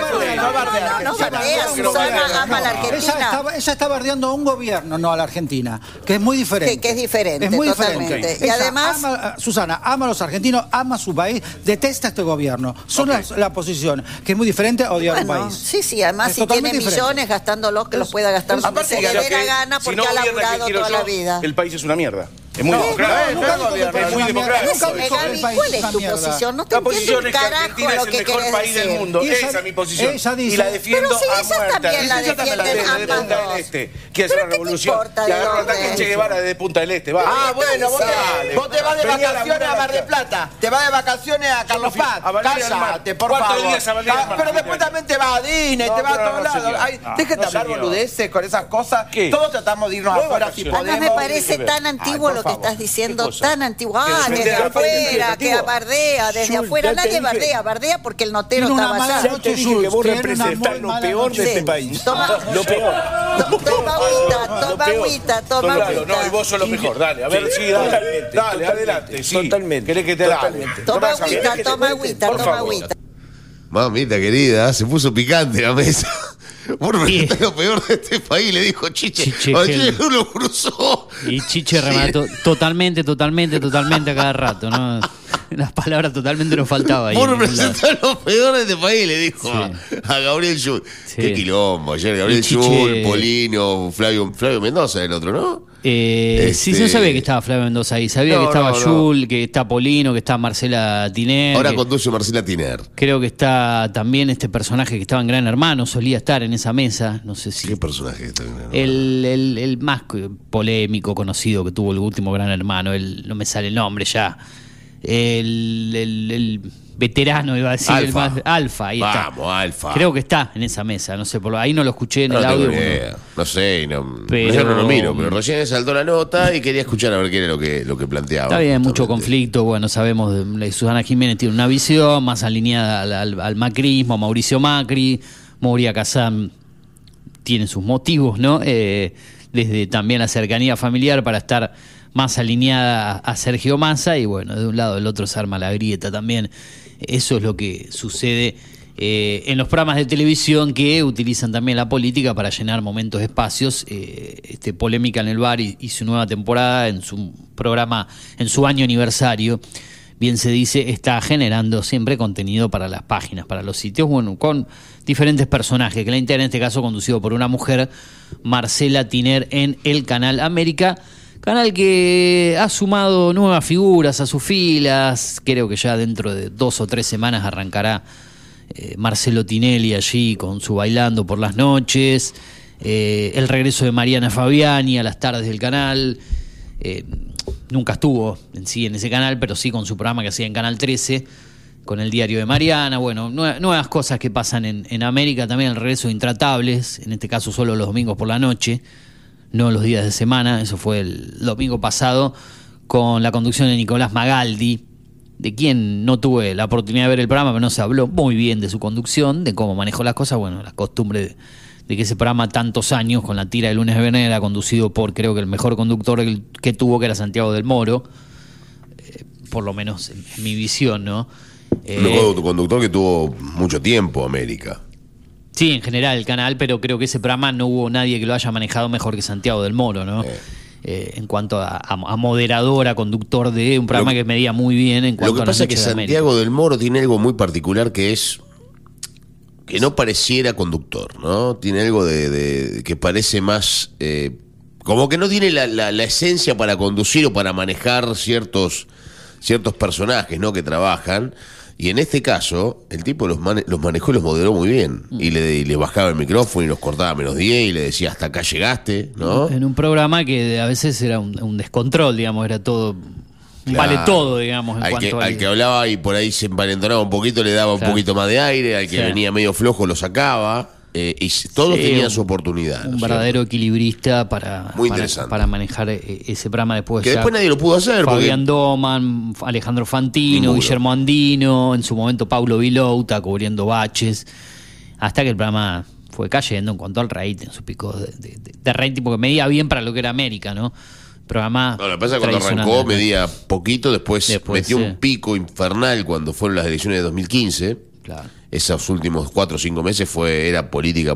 [SPEAKER 8] Ella está bardeando a un gobierno, no a la Argentina, que es muy diferente.
[SPEAKER 9] Que es diferente,
[SPEAKER 8] Es muy
[SPEAKER 9] totalmente.
[SPEAKER 8] diferente.
[SPEAKER 9] Y
[SPEAKER 8] Ella
[SPEAKER 9] además-
[SPEAKER 8] Susana, ama a los argentinos, ama a su país, detesta a este gobierno. Son la posición, que es muy diferente a odiar
[SPEAKER 9] Bueno,
[SPEAKER 8] un país.
[SPEAKER 9] sí, además
[SPEAKER 8] Es
[SPEAKER 9] si tiene
[SPEAKER 8] totalmente diferente.
[SPEAKER 9] millones gastándolos, que los pueda gastar donde
[SPEAKER 7] Aparte
[SPEAKER 9] se
[SPEAKER 7] que
[SPEAKER 9] le
[SPEAKER 7] lo
[SPEAKER 9] dé la
[SPEAKER 7] que-
[SPEAKER 9] gana
[SPEAKER 7] si
[SPEAKER 9] porque
[SPEAKER 7] no
[SPEAKER 9] ha
[SPEAKER 7] gobierna el que
[SPEAKER 9] laburado
[SPEAKER 7] quiero
[SPEAKER 9] toda
[SPEAKER 7] yo,
[SPEAKER 9] la vida.
[SPEAKER 7] el país es una mierda. Es muy democrático.
[SPEAKER 8] nunca
[SPEAKER 7] Es muy democrático.
[SPEAKER 9] Gaby, ¿cuál es tu posición? No te
[SPEAKER 7] La
[SPEAKER 9] entiendo
[SPEAKER 7] posición
[SPEAKER 9] un
[SPEAKER 7] es que
[SPEAKER 9] carajo
[SPEAKER 7] Argentina
[SPEAKER 9] lo
[SPEAKER 7] es el
[SPEAKER 9] que
[SPEAKER 7] mejor
[SPEAKER 9] querés
[SPEAKER 7] país del
[SPEAKER 9] decir.
[SPEAKER 7] mundo.
[SPEAKER 8] Y ella-
[SPEAKER 7] Esa es mi posición.
[SPEAKER 8] ella dice-
[SPEAKER 7] Y la defiendo
[SPEAKER 9] Pero si
[SPEAKER 7] a
[SPEAKER 9] ellas
[SPEAKER 7] muerte.
[SPEAKER 9] también la
[SPEAKER 7] Ella también
[SPEAKER 9] defienden
[SPEAKER 7] desde
[SPEAKER 9] ambas
[SPEAKER 7] Punta del
[SPEAKER 9] dos.
[SPEAKER 7] Este. Quiere hacer
[SPEAKER 9] ¿Pero
[SPEAKER 7] una
[SPEAKER 9] qué te
[SPEAKER 7] revolución.
[SPEAKER 9] importa
[SPEAKER 7] Y
[SPEAKER 9] de
[SPEAKER 7] agarra
[SPEAKER 9] dónde
[SPEAKER 7] ataque
[SPEAKER 9] es?
[SPEAKER 7] Che Guevara desde Punta del Este. Va.
[SPEAKER 10] Bueno,
[SPEAKER 7] Dale.
[SPEAKER 10] vos te vas de
[SPEAKER 7] Vení a
[SPEAKER 10] vacaciones
[SPEAKER 7] laburar
[SPEAKER 10] a Mar del
[SPEAKER 7] acá.
[SPEAKER 10] Plata, te vas de vacaciones a Carlos
[SPEAKER 7] fui
[SPEAKER 10] Paz,
[SPEAKER 7] a Valeria del Mar.
[SPEAKER 10] cállate, por
[SPEAKER 7] 4
[SPEAKER 10] favor.
[SPEAKER 7] días a Valeria del Mar.
[SPEAKER 10] Pero después también te vas a Disney,
[SPEAKER 7] No,
[SPEAKER 10] te vas a
[SPEAKER 7] pero
[SPEAKER 10] todos
[SPEAKER 7] no,
[SPEAKER 10] lados.
[SPEAKER 7] señor.
[SPEAKER 10] Ay,
[SPEAKER 7] No,
[SPEAKER 10] dejen de
[SPEAKER 7] no,
[SPEAKER 10] hablar
[SPEAKER 7] señor.
[SPEAKER 10] boludeces con esas cosas.
[SPEAKER 7] ¿Qué?
[SPEAKER 10] Todos tratamos de irnos
[SPEAKER 7] No,
[SPEAKER 10] afuera si
[SPEAKER 7] vacaciones.
[SPEAKER 10] podemos.
[SPEAKER 9] Además me parece
[SPEAKER 7] Ay,
[SPEAKER 9] tan
[SPEAKER 10] por
[SPEAKER 9] antiguo lo que
[SPEAKER 10] favor.
[SPEAKER 9] estás diciendo,
[SPEAKER 7] ¿Qué cosa?
[SPEAKER 9] tan antiguo.
[SPEAKER 7] Que
[SPEAKER 9] Ah,
[SPEAKER 7] defender
[SPEAKER 9] desde
[SPEAKER 7] al país es
[SPEAKER 9] afuera, que
[SPEAKER 7] antiguo.
[SPEAKER 9] bardea, desde
[SPEAKER 7] Jules,
[SPEAKER 9] afuera
[SPEAKER 7] ya te
[SPEAKER 9] nadie
[SPEAKER 7] dije.
[SPEAKER 9] bardea porque el notero
[SPEAKER 8] Tiene una
[SPEAKER 9] estaba
[SPEAKER 8] mala
[SPEAKER 9] allá.
[SPEAKER 8] noche.
[SPEAKER 7] Te dije que vos
[SPEAKER 8] Tiene una
[SPEAKER 7] representás
[SPEAKER 8] muy
[SPEAKER 7] lo
[SPEAKER 8] mala
[SPEAKER 7] peor de
[SPEAKER 8] noche.
[SPEAKER 7] este país.
[SPEAKER 9] Toma-
[SPEAKER 7] Lo peor.
[SPEAKER 9] Toma agüita,
[SPEAKER 7] Lo
[SPEAKER 9] toma
[SPEAKER 7] peor.
[SPEAKER 9] agüita, toma
[SPEAKER 7] Claro,
[SPEAKER 9] agüita.
[SPEAKER 7] no, y vos sos lo mejor. Dale, a ver,
[SPEAKER 10] Sí,
[SPEAKER 7] sí, dale.
[SPEAKER 10] totalmente,
[SPEAKER 7] Dale,
[SPEAKER 10] totalmente,
[SPEAKER 7] adelante. Sí.
[SPEAKER 10] totalmente,
[SPEAKER 7] ¿Querés que te
[SPEAKER 10] totalmente.
[SPEAKER 9] Toma
[SPEAKER 7] ¿Querés
[SPEAKER 9] agüita,
[SPEAKER 7] que te
[SPEAKER 9] toma
[SPEAKER 7] cuente?
[SPEAKER 9] agüita,
[SPEAKER 7] Por
[SPEAKER 9] toma
[SPEAKER 7] favor.
[SPEAKER 9] agüita.
[SPEAKER 3] Mamita querida, se puso picante la mesa. Vos representás lo peor de este país, le dijo Chiche.
[SPEAKER 2] Chiche,
[SPEAKER 3] Ayer
[SPEAKER 2] Gel.
[SPEAKER 3] lo cruzó.
[SPEAKER 2] Y Chiche remató totalmente a cada rato, ¿no? Las palabras totalmente nos faltaban ahí.
[SPEAKER 3] Vos
[SPEAKER 2] en ningún lado.
[SPEAKER 3] representás lo peor de este país, le dijo
[SPEAKER 2] Sí.
[SPEAKER 3] a Gabriel Schulz.
[SPEAKER 2] Sí.
[SPEAKER 3] Qué quilombo ayer, Gabriel
[SPEAKER 2] Y Chiche-
[SPEAKER 3] Schulz, Polino, Flavio Mendoza, el otro, ¿no?
[SPEAKER 2] Sí, no sabía que estaba Flavio Mendoza ahí. Sabía
[SPEAKER 3] No,
[SPEAKER 2] que estaba
[SPEAKER 3] no, no.
[SPEAKER 2] Yul, que está Polino, que está Marcela Tiner.
[SPEAKER 3] Ahora
[SPEAKER 2] que-
[SPEAKER 3] conduce Marcela Tiner.
[SPEAKER 2] Creo que está también este personaje que estaba en Gran Hermano, solía estar en esa mesa. No sé si.
[SPEAKER 3] ¿Qué personaje está en el-
[SPEAKER 2] El más polémico, conocido que tuvo el último Gran Hermano, no me sale el nombre ya. El veterano, iba a decir.
[SPEAKER 3] Alfa.
[SPEAKER 2] El más, Alfa, ahí está.
[SPEAKER 3] Vamos, Alfa.
[SPEAKER 2] Creo que está en esa mesa, no sé, ahí no lo escuché en
[SPEAKER 3] No
[SPEAKER 2] el
[SPEAKER 3] tengo
[SPEAKER 2] audio.
[SPEAKER 3] ni
[SPEAKER 2] porque-
[SPEAKER 3] idea. No sé,
[SPEAKER 2] Pero-
[SPEAKER 3] yo no lo miro, pero recién saltó la nota y quería escuchar a ver qué era lo que planteaba.
[SPEAKER 2] Está bien, mucho
[SPEAKER 3] justamente.
[SPEAKER 2] conflicto. Bueno, sabemos, Susana Jiménez tiene una visión más alineada al macrismo, a Mauricio Macri. Moria Kazán tiene sus motivos, ¿no? Desde también la cercanía familiar para estar más alineada a Sergio Massa. Y bueno, de un lado del otro se arma la grieta también. Eso es lo que sucede en los programas de televisión que utilizan también la política para llenar momentos, espacios. Polémica en el bar y su nueva temporada en su programa, en su año aniversario, bien se dice, está generando siempre contenido para las páginas, para los sitios, bueno, con diferentes personajes que la integran, en este caso conducido por una mujer, Marcela Tiner, en el Canal América. Canal que ha sumado nuevas figuras a sus filas. Creo que ya dentro de 2 o 3 semanas arrancará Marcelo Tinelli allí con su Bailando por las Noches. El regreso de Mariana Fabiani a las tardes del canal. Nunca estuvo en sí en ese canal, pero sí con su programa que hacía en Canal 13, con el diario de Mariana. Bueno, nuevas cosas que pasan en América. También el regreso de Intratables, en este caso solo los domingos por la noche, no los días de semana. Eso fue el domingo pasado, con la conducción de Nicolás Magaldi, de quien no tuve la oportunidad de ver el programa, pero no se habló muy bien de su conducción, de cómo manejó las cosas. Bueno, la costumbre de que ese programa tantos años, con la tira de lunes de viernes, era conducido por, creo que el mejor conductor que tuvo, que era Santiago del Moro, por lo menos en mi visión, ¿no?
[SPEAKER 3] El mejor conductor que tuvo mucho tiempo América.
[SPEAKER 2] Sí, en general el canal, pero creo que ese programa no hubo nadie que lo haya manejado mejor que Santiago del Moro, ¿no? En cuanto a moderador, a conductor de un programa que medía muy bien en cuanto
[SPEAKER 3] Lo que
[SPEAKER 2] a
[SPEAKER 3] pasa es que
[SPEAKER 2] las noches de América.
[SPEAKER 3] Santiago del Moro tiene algo muy particular que es que no pareciera conductor, ¿no? Tiene algo de que parece más como que no tiene la esencia para conducir o para manejar ciertos personajes, ¿no? Que trabajan. Y en este caso, el tipo los manejó y los moderó muy bien. Y le bajaba el micrófono y los cortaba a menos 10 y le decía hasta acá llegaste, ¿no?
[SPEAKER 2] En un programa que a veces era un descontrol, digamos, era todo.
[SPEAKER 3] Claro.
[SPEAKER 2] Vale todo, digamos, en cuanto
[SPEAKER 3] al que hablaba y por ahí se envalentonaba un poquito, le daba un
[SPEAKER 2] Claro.
[SPEAKER 3] poquito más de aire, al que
[SPEAKER 2] Sí.
[SPEAKER 3] venía medio flojo lo sacaba. Y todos
[SPEAKER 2] Sí,
[SPEAKER 3] tenían su oportunidad. ¿no
[SPEAKER 2] un
[SPEAKER 3] es
[SPEAKER 2] verdadero equilibrista
[SPEAKER 3] Muy interesante.
[SPEAKER 2] para manejar ese programa después.
[SPEAKER 3] Que
[SPEAKER 2] ya
[SPEAKER 3] después nadie lo pudo hacer,
[SPEAKER 2] Fabián Doman, Alejandro Fantino,
[SPEAKER 3] Ninguno.
[SPEAKER 2] Guillermo Andino, en su momento Paulo Vilouta cubriendo baches, hasta que el programa fue cayendo en cuanto al rating, su pico de rating, porque medía bien para lo que era América, ¿no? programa.
[SPEAKER 3] No, lo que pasa es que cuando arrancó medía poquito, después metió
[SPEAKER 2] sí.
[SPEAKER 3] un pico infernal cuando fueron las elecciones de 2015.
[SPEAKER 2] Claro.
[SPEAKER 3] Esos últimos 4 o 5 meses era política.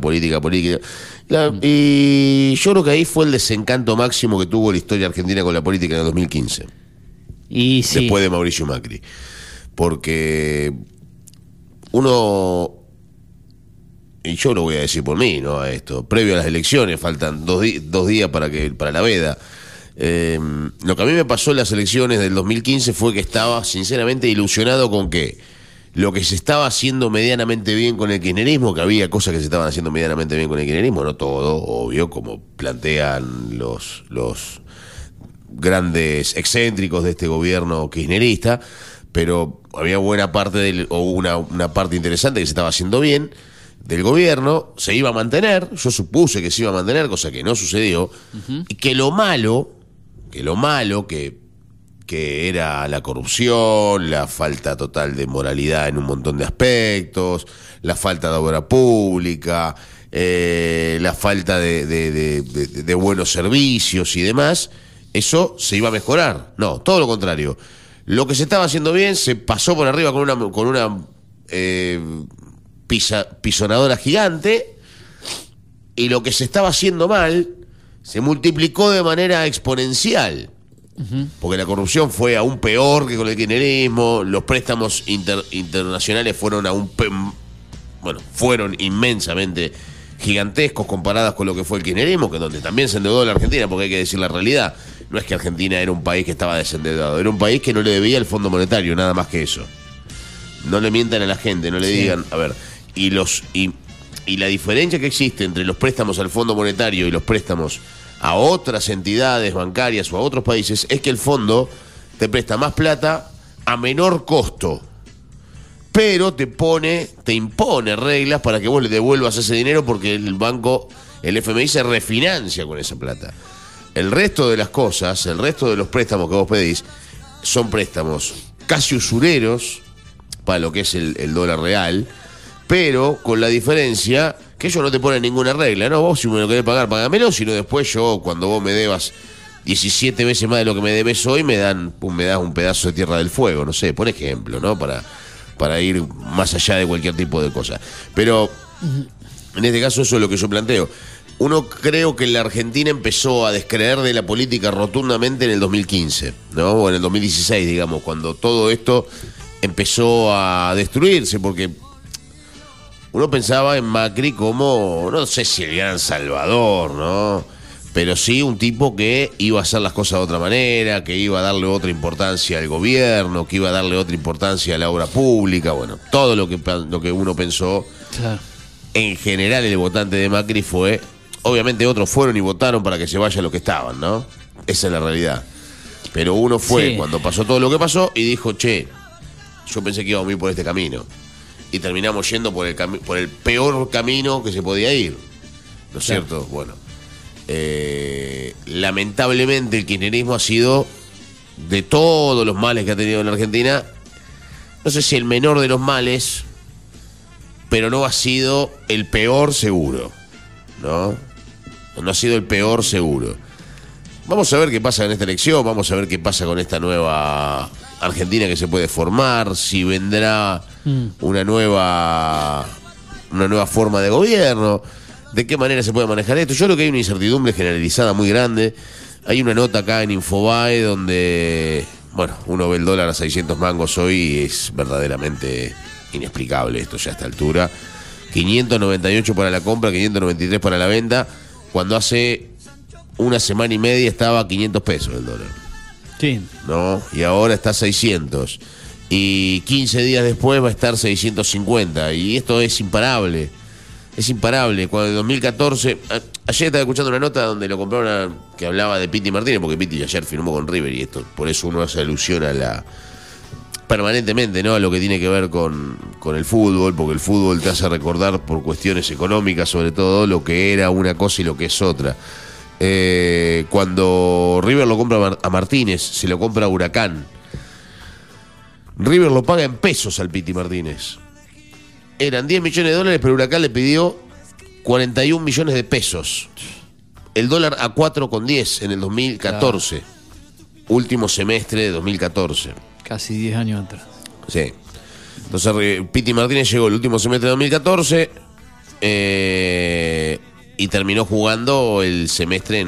[SPEAKER 3] Y yo creo que ahí fue el desencanto máximo que tuvo la historia argentina con la política en el 2015.
[SPEAKER 2] Y sí.
[SPEAKER 3] Después de Mauricio Macri. Porque uno, y yo lo voy a decir por mí, ¿no? A esto, previo a las elecciones, faltan 2 días para la veda. Lo que a mí me pasó en las elecciones del 2015 fue que estaba sinceramente ilusionado con que lo que se estaba haciendo medianamente bien con el kirchnerismo, que había cosas que se estaban haciendo medianamente bien con el kirchnerismo, no todo, obvio, como plantean los grandes excéntricos de este gobierno kirchnerista, pero había buena parte una parte interesante que se estaba haciendo bien del gobierno, se iba a mantener, yo supuse que se iba a mantener, cosa que no sucedió, y que lo malo que era la corrupción, la falta total de moralidad en un montón de aspectos, la falta de obra pública, la falta de buenos servicios y demás, eso se iba a mejorar. No, todo lo contrario. Lo que se estaba haciendo bien se pasó por arriba con una pisonadora gigante, y lo que se estaba haciendo mal se multiplicó de manera exponencial. Porque la corrupción fue aún peor que con el kirchnerismo, los préstamos internacionales fueron inmensamente gigantescos comparados con lo que fue el kirchnerismo, que donde también se endeudó la Argentina, porque hay que decir la realidad, no es que Argentina era un país que estaba desendeudado, era un país que no le debía el Fondo Monetario, nada más que eso. No le mientan a la gente, no le digan, a ver, y la diferencia que existe entre los préstamos al Fondo Monetario y los préstamos a otras entidades bancarias o a otros países es que el fondo te presta más plata a menor costo, pero te impone reglas para que vos le devuelvas ese dinero, porque el banco, el FMI, se refinancia con esa plata. El resto de las cosas, el resto de los préstamos que vos pedís, son préstamos casi usureros para lo que es el dólar real, pero con la diferencia que ellos no te ponen ninguna regla, ¿no? Vos, si me lo querés pagar, pagámelo, sino después yo, cuando vos me debas 17 veces más de lo que me debes hoy, me das un pedazo de Tierra del Fuego, no sé, por ejemplo, ¿no? Para ir más allá de cualquier tipo de cosa. Pero en este caso eso es lo que yo planteo. Uno, creo que la Argentina empezó a descreer de la política rotundamente en el 2015, ¿no? O en el 2016, digamos, cuando todo esto empezó a destruirse, porque uno pensaba en Macri como, no sé si el gran salvador, ¿no? Pero sí un tipo que iba a hacer las cosas de otra manera, que iba a darle otra importancia al gobierno, que iba a darle otra importancia a la obra pública, bueno, todo lo que uno pensó.
[SPEAKER 2] Claro.
[SPEAKER 3] En general el votante de Macri fue, obviamente otros fueron y votaron para que se vaya lo que estaban, ¿no? Esa es la realidad. Pero uno fue cuando pasó todo lo que pasó y dijo, che, yo pensé que íbamos a ir por este camino. Y terminamos yendo por el peor camino que se podía ir, ¿no es cierto? Bueno, lamentablemente el kirchnerismo ha sido, de todos los males que ha tenido en la Argentina, no sé si el menor de los males, pero no ha sido el peor seguro, ¿no? No ha sido el peor seguro. Vamos a ver qué pasa en esta elección, vamos a ver qué pasa con esta nueva Argentina que se puede formar, si vendrá una nueva forma de gobierno, de qué manera se puede manejar esto. Yo creo que hay una incertidumbre generalizada muy grande. Hay una nota acá en Infobae donde, bueno, uno ve el dólar a 600 mangos hoy y es verdaderamente inexplicable esto ya a esta altura. 598 para la compra, 593 para la venta, cuando hace una semana y media estaba a 500 pesos el dólar.
[SPEAKER 2] Sí.
[SPEAKER 3] ¿No? Y ahora está a 600. Y 15 días después va a estar 650. Y esto es imparable. Es imparable. Cuando en 2014... Ayer estaba escuchando una nota donde lo compraron que hablaba de Piti Martínez, porque Piti ayer firmó con River y esto, por eso uno hace alusión a permanentemente, ¿no? A lo que tiene que ver con el fútbol, porque el fútbol te hace recordar por cuestiones económicas, sobre todo, lo que era una cosa y lo que es otra. Cuando River lo compra a Martínez, se lo compra a Huracán. River lo paga en pesos al Piti Martínez. Eran 10 millones de dólares, pero Huracán le pidió 41 millones de pesos. el dólar a 4,10 en el 2014. Claro. Último semestre de 2014.
[SPEAKER 2] Casi 10 años atrás.
[SPEAKER 3] Sí. Entonces, Piti Martínez llegó el último semestre de 2014 y terminó jugando el semestre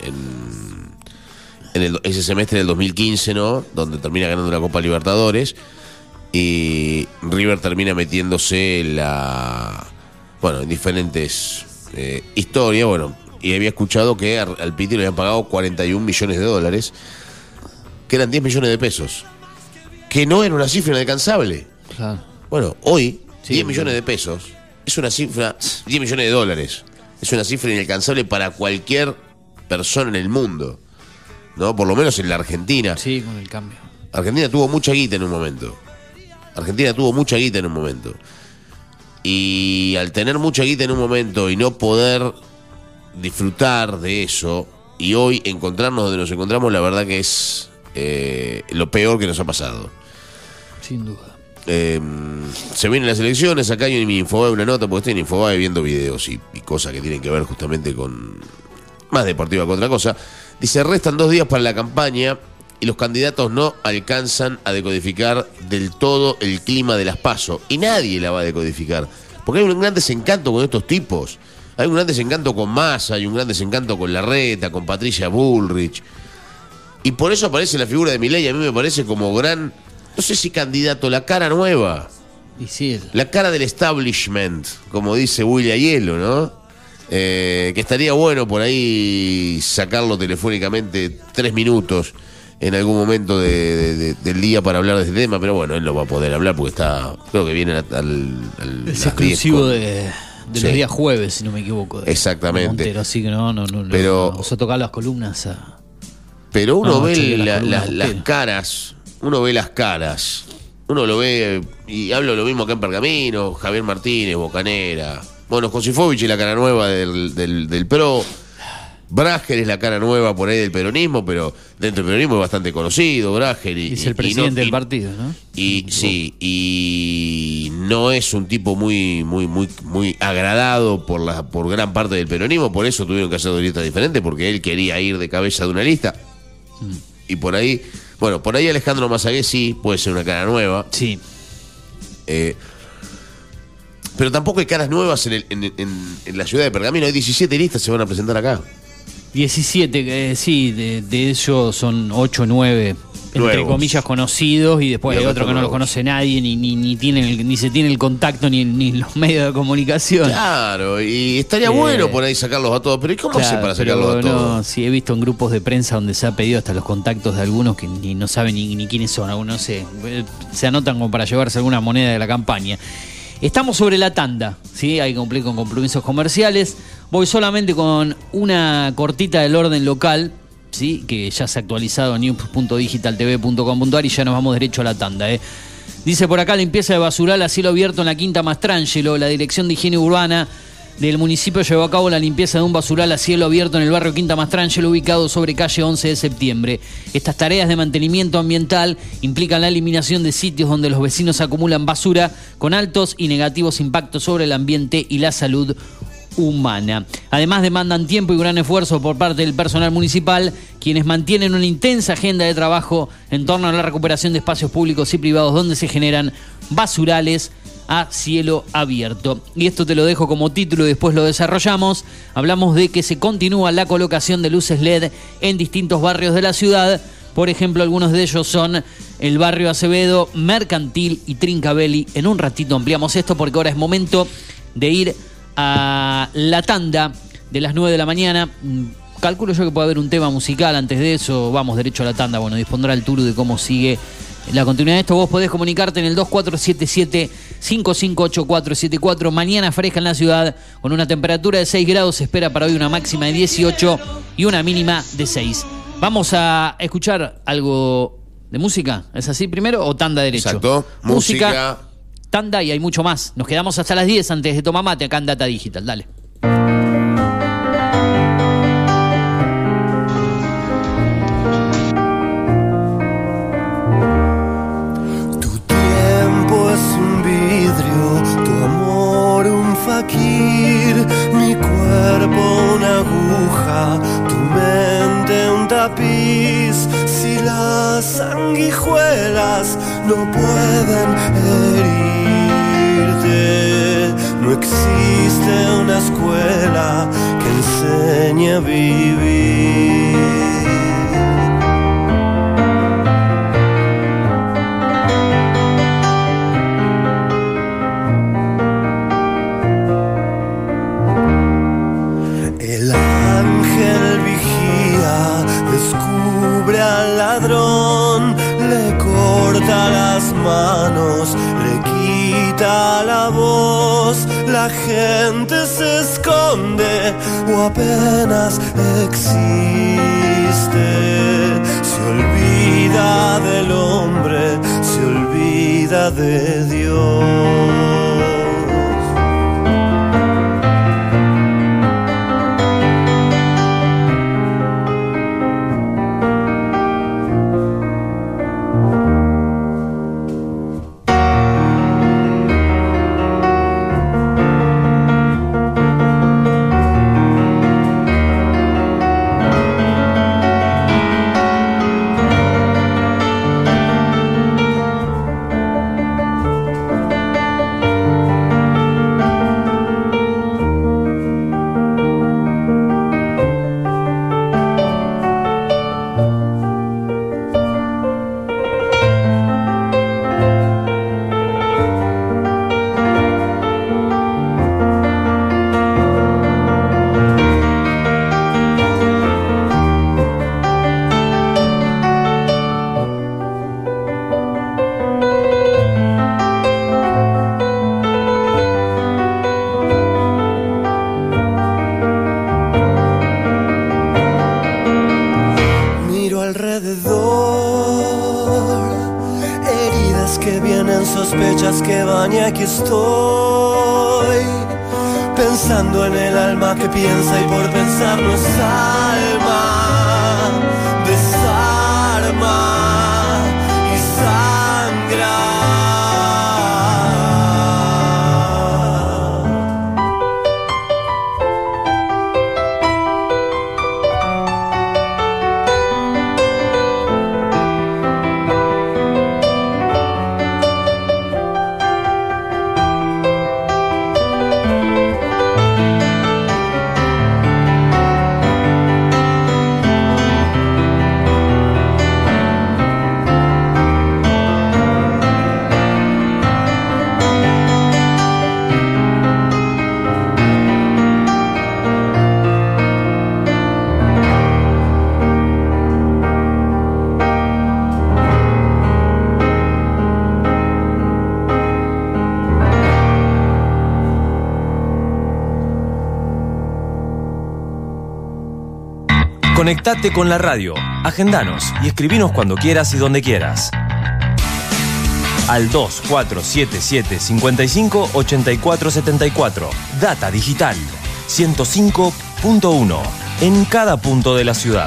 [SPEAKER 3] ese semestre del 2015, ¿no? Donde termina ganando la Copa Libertadores y River termina metiéndose en diferentes historias, y había escuchado que al Piti le habían pagado 41 millones de dólares, que eran 10 millones de pesos, que no era una cifra inalcanzable.
[SPEAKER 2] Claro.
[SPEAKER 3] Bueno, hoy, 10 millones de pesos es una cifra, 10 millones de dólares, es una cifra inalcanzable para cualquier persona en el mundo, ¿no? Por lo menos en la Argentina.
[SPEAKER 2] Sí, con el cambio.
[SPEAKER 3] Argentina tuvo mucha guita en un momento. Y al tener mucha guita en un momento y no poder disfrutar de eso, y hoy encontrarnos donde nos encontramos, la verdad que es lo peor que nos ha pasado.
[SPEAKER 2] Sin duda.
[SPEAKER 3] Se vienen las elecciones. Acá hay en mi Infobae una nota, porque estoy en Infobae viendo videos y cosas que tienen que ver justamente con más deportiva que otra cosa. Dice: restan 2 días para la campaña y los candidatos no alcanzan a decodificar del todo el clima de las PASO, y nadie la va a decodificar, porque hay un gran desencanto con estos tipos. Hay un gran desencanto con Massa, hay un gran desencanto con Larreta, con Patricia Bullrich, y por eso aparece la figura de Milei. A mí me parece como gran, no sé si candidato, la cara nueva,
[SPEAKER 2] y sí,
[SPEAKER 3] la cara del establishment, como dice Willy Aiello, ¿no? Que estaría bueno por ahí sacarlo telefónicamente 3 minutos en algún momento del día para hablar de este tema, pero bueno, él no va a poder hablar porque creo que viene
[SPEAKER 2] es exclusivo de los días jueves, si no me equivoco.
[SPEAKER 3] Exactamente.
[SPEAKER 2] Montero, así que no
[SPEAKER 3] pero,
[SPEAKER 2] vamos a tocar las columnas.
[SPEAKER 3] Pero uno ve las caras, uno lo ve, y hablo lo mismo acá en Pergamino, Javier Martínez, Bocanera, bueno, Josifovich es la cara nueva del PRO. Brager es la cara nueva por ahí del peronismo, pero dentro del peronismo es bastante conocido, Brager.
[SPEAKER 2] Y es el presidente del partido, ¿no?
[SPEAKER 3] Y no es un tipo muy agradado por gran parte del peronismo, por eso tuvieron que hacer 2 listas diferentes, porque él quería ir de cabeza de una lista. Y por ahí Alejandro Mazagué sí puede ser una cara nueva.
[SPEAKER 2] Sí.
[SPEAKER 3] Pero tampoco hay caras nuevas en la ciudad de Pergamino. Hay 17 listas que se van a presentar acá.
[SPEAKER 2] 17, sí, de ellos son 8 o 9, entre comillas, conocidos, y después hay otro que no lo conoce nadie, ni se tiene el contacto, ni los medios de comunicación.
[SPEAKER 3] Claro, y estaría bueno por ahí sacarlos a todos, pero ¿y cómo hace para sacarlos a todos?
[SPEAKER 2] No, sí, he visto en grupos de prensa donde se ha pedido hasta los contactos de algunos que ni no saben ni quiénes son, algunos no sé, se anotan como para llevarse alguna moneda de la campaña. Estamos sobre la tanda, ¿sí? Hay que cumplir con compromisos comerciales. Voy solamente con una cortita del orden local, ¿sí? Que ya se ha actualizado en news.digitaltv.com.ar y ya nos vamos derecho a la tanda, Dice por acá: limpieza de basural a cielo abierto en la Quinta Mastrangelo. La Dirección de Higiene Urbana del municipio llevó a cabo la limpieza de un basural a cielo abierto en el barrio Quinta Mastrangelo, ubicado sobre calle 11 de septiembre. Estas tareas de mantenimiento ambiental implican la eliminación de sitios donde los vecinos acumulan basura con altos y negativos impactos sobre el ambiente y la salud humana. Además, demandan tiempo y gran esfuerzo por parte del personal municipal, quienes mantienen una intensa agenda de trabajo en torno a la recuperación de espacios públicos y privados donde se generan basurales a cielo abierto. Y esto te lo dejo como título y después lo desarrollamos. Hablamos de que se continúa la colocación de luces LED en distintos barrios de la ciudad. Por ejemplo, algunos de ellos son el barrio Acevedo, Mercantil y Trincavelli. En un ratito ampliamos esto porque ahora es momento de ir a la tanda de las 9 de la mañana. Calculo yo que puede haber un tema musical antes de eso. Vamos derecho a la tanda. Bueno, dispondrá el Turu de cómo sigue la continuidad de esto. Vos podés comunicarte en el 2477-558474. Mañana fresca en la ciudad, con una temperatura de 6 grados. Se espera para hoy una máxima de 18 y una mínima de 6. Vamos a escuchar algo de música. ¿Es así primero o tanda derecho?
[SPEAKER 3] Exacto. Música,
[SPEAKER 2] tanda y hay mucho más. Nos quedamos hasta las 10 antes de tomar mate acá en Data Digital. Dale.
[SPEAKER 11] Mi cuerpo una aguja sanguijuelas no pueden herirte. No existe una escuela que enseñe a vivir. El ángel vigía, descubre al ladrón, le corta las manos, le quita la voz. La gente se esconde o apenas existe. Se olvida del hombre, se olvida de Dios. Sospechas que van y aquí estoy, pensando en el alma que piensa y por pensar no es alma, desarma y sangra.
[SPEAKER 12] Conectate con la radio, agendanos y escribinos cuando quieras y donde quieras. Al 2477 55 84 74. Data Digital 105.1 en cada punto de la ciudad.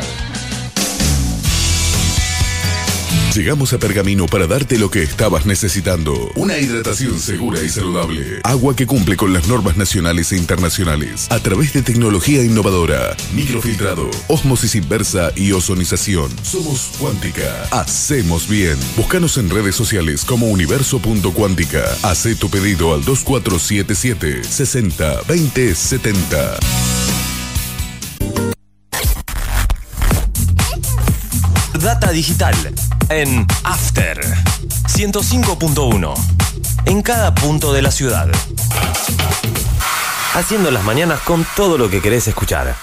[SPEAKER 13] Llegamos a Pergamino para darte lo que estabas necesitando. Una hidratación segura y saludable. Agua que cumple con las normas nacionales e internacionales. A través de tecnología innovadora. Microfiltrado, ósmosis inversa y ozonización. Somos Cuántica. Hacemos bien. Búscanos en redes sociales como universo.cuántica. Hacé tu pedido al 2477 60 20 70.
[SPEAKER 12] Data Digital en After 105.1 en cada punto de la ciudad. Haciendo las mañanas con todo lo que querés escuchar.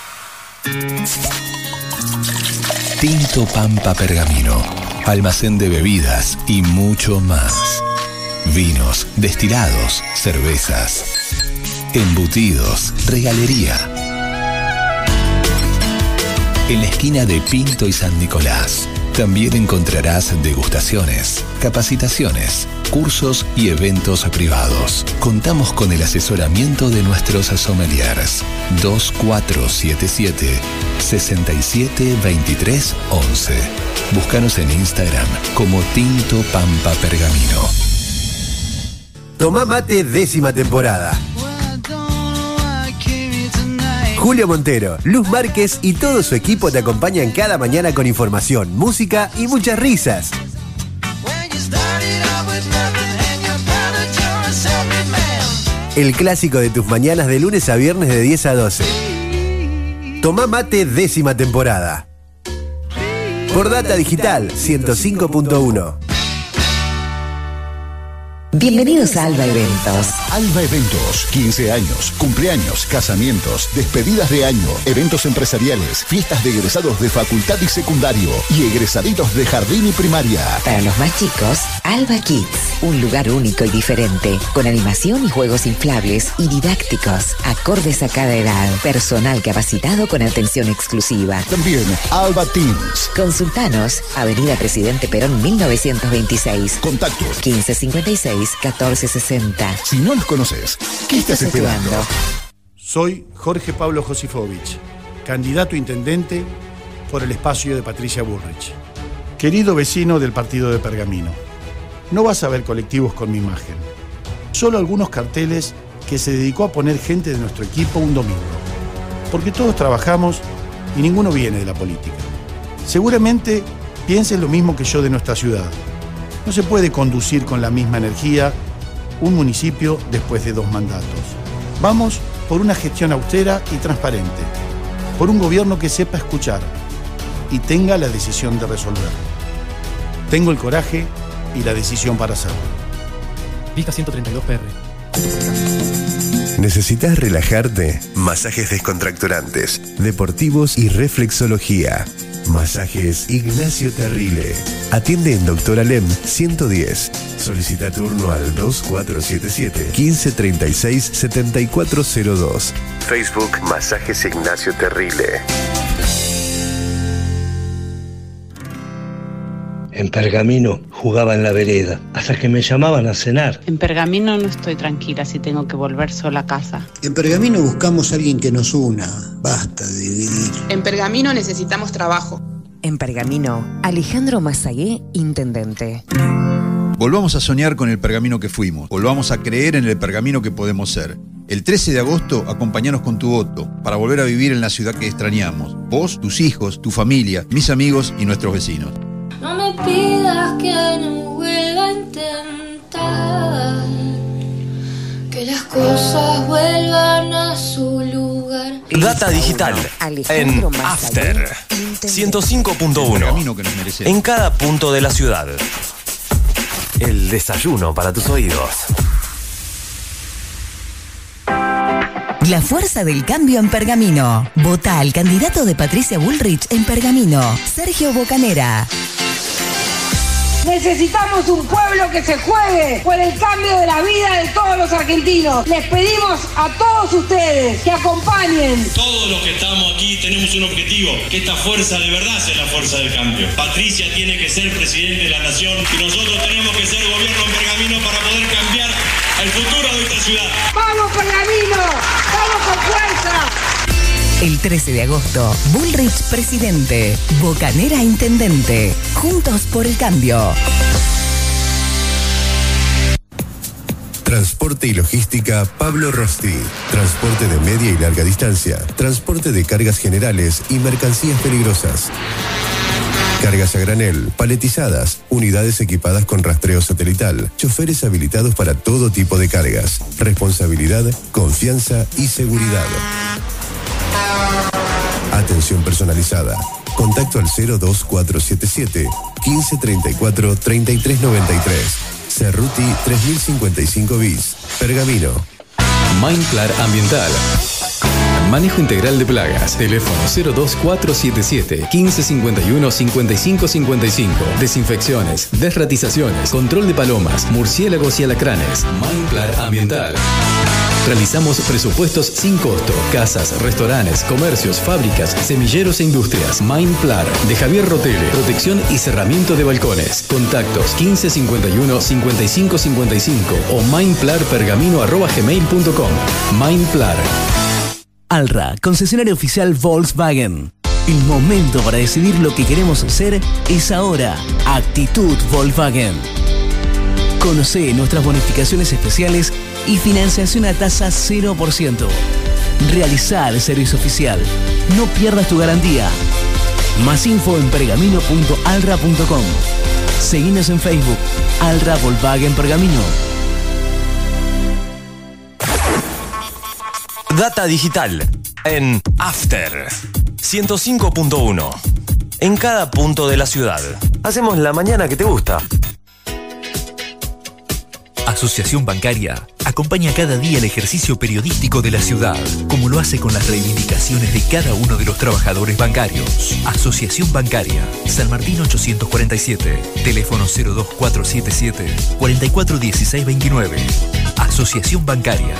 [SPEAKER 14] Tinto Pampa Pergamino, almacén de bebidas y mucho más. Vinos, destilados, cervezas, embutidos, regalería. En la esquina de Pinto y San Nicolás, también encontrarás degustaciones, capacitaciones, cursos y eventos privados. Contamos con el asesoramiento de nuestros sommeliers. 2477 67 23 11. Búscanos en Instagram como Tinto Pampa Pergamino.
[SPEAKER 15] Tomá Mate 10ª temporada. Julio Montero, Luz Márquez y todo su equipo te acompañan cada mañana con información, música y muchas risas. El clásico de tus mañanas de lunes a viernes de 10 a 12. Tomá mate 10ª temporada. Por Data Digital 105.1.
[SPEAKER 16] Bienvenidos a Alba Eventos.
[SPEAKER 17] Alba Eventos, 15 años, cumpleaños, casamientos, despedidas de año, eventos empresariales, fiestas de egresados de facultad y secundario y egresaditos de jardín y primaria.
[SPEAKER 16] Para los más chicos, Alba Kids, un lugar único y diferente, con animación y juegos inflables y didácticos, acordes a cada edad, personal capacitado con atención exclusiva.
[SPEAKER 17] También Alba Teens.
[SPEAKER 16] Consultanos, Avenida Presidente Perón 1926.
[SPEAKER 17] Contactos
[SPEAKER 16] 1556-1460.
[SPEAKER 17] Si no los conoces, ¿qué estás esperando?
[SPEAKER 18] Soy Jorge Pablo Josifovich, candidato a intendente por el espacio de Patricia Bullrich. Querido vecino del partido de Pergamino, no vas a ver colectivos con mi imagen, solo algunos carteles que se dedicó a poner gente de nuestro equipo un domingo, porque todos trabajamos y ninguno viene de la política. Seguramente pienses lo mismo que yo de nuestra ciudad. No se puede conducir con la misma energía un municipio después de 2 mandatos. Vamos por una gestión austera y transparente, por un gobierno que sepa escuchar y tenga la decisión de resolver. Tengo el coraje y la decisión para hacerlo.
[SPEAKER 19] Vista 132 PR.
[SPEAKER 15] ¿Necesitas relajarte? Masajes descontracturantes, deportivos y reflexología. Masajes Ignacio Terrile. Atiende en Doctor Alem 110. Solicita turno al 2477 1536 7402. Facebook Masajes Ignacio Terrile.
[SPEAKER 20] En Pergamino jugaba en la vereda, hasta que me llamaban a cenar.
[SPEAKER 21] En Pergamino no estoy tranquila si tengo que volver sola a casa.
[SPEAKER 22] En Pergamino buscamos a alguien que nos una. Basta de dividir.
[SPEAKER 23] En Pergamino necesitamos trabajo.
[SPEAKER 16] En Pergamino, Alejandro Mazagué, intendente.
[SPEAKER 24] Volvamos a soñar con el Pergamino que fuimos. Volvamos a creer en el Pergamino que podemos ser. El 13 de agosto, acompáñanos con tu voto para volver a vivir en la ciudad que extrañamos. Vos, tus hijos, tu familia, mis amigos y nuestros vecinos.
[SPEAKER 25] No me pidas que no vuelva a intentar, que las cosas vuelvan a su lugar.
[SPEAKER 12] Data Digital en After 105.1 en cada punto de la ciudad. El desayuno para tus oídos.
[SPEAKER 26] La fuerza del cambio en Pergamino. Vota al candidato de Patricia Bullrich en Pergamino, Sergio Bocanera.
[SPEAKER 27] Necesitamos un pueblo que se juegue por el cambio de la vida de todos los argentinos. Les pedimos a todos ustedes que acompañen.
[SPEAKER 28] Todos los que estamos aquí tenemos un objetivo, que esta fuerza de verdad sea la fuerza del cambio. Patricia tiene que ser presidente de la nación y nosotros tenemos que ser gobierno en Pergamino para poder cambiar el futuro de esta ciudad.
[SPEAKER 27] ¡Vamos Pergamino! ¡Vamos con fuerza!
[SPEAKER 26] El 13 de agosto, Bullrich presidente, Bocanera intendente. Juntos por el cambio.
[SPEAKER 15] Transporte y logística Pablo Rosti. Transporte de media y larga distancia. Transporte de cargas generales y mercancías peligrosas. Cargas a granel, paletizadas, unidades equipadas con rastreo satelital, choferes habilitados para todo tipo de cargas. Responsabilidad, confianza y seguridad. Atención personalizada. Contacto al 02477 1534 3393. Cerruti 3055 bis. Pergamino.
[SPEAKER 29] Mindclar Ambiental. Manejo integral de plagas. Teléfono 02477 1551 5555. Desinfecciones, desratizaciones, control de palomas, murciélagos y alacranes. Mindclar Ambiental. Realizamos presupuestos sin costo. Casas, restaurantes, comercios, fábricas, semilleros e industrias. Mindplar de Javier Rotele. Protección y cerramiento de balcones. Contactos 1551 5555 o mindplarpergamino@gmail.com. Mindplar.
[SPEAKER 30] Alra, concesionario oficial Volkswagen. El momento para decidir lo que queremos hacer es ahora. Actitud Volkswagen. Conoce nuestras bonificaciones especiales y financiación a tasa 0%. Realizar el servicio oficial. No pierdas tu garantía. Más info en pergamino.alra.com. Seguinos en Facebook, Alra Volkswagen Pergamino.
[SPEAKER 12] Data digital en After 105.1. En cada punto de la ciudad. Hacemos la mañana que te gusta.
[SPEAKER 1] Asociación Bancaria acompaña cada día el ejercicio periodístico de la ciudad, como lo hace con las reivindicaciones de cada uno de los trabajadores bancarios. Asociación Bancaria, San Martín 847, teléfono 02477 441629. Asociación Bancaria.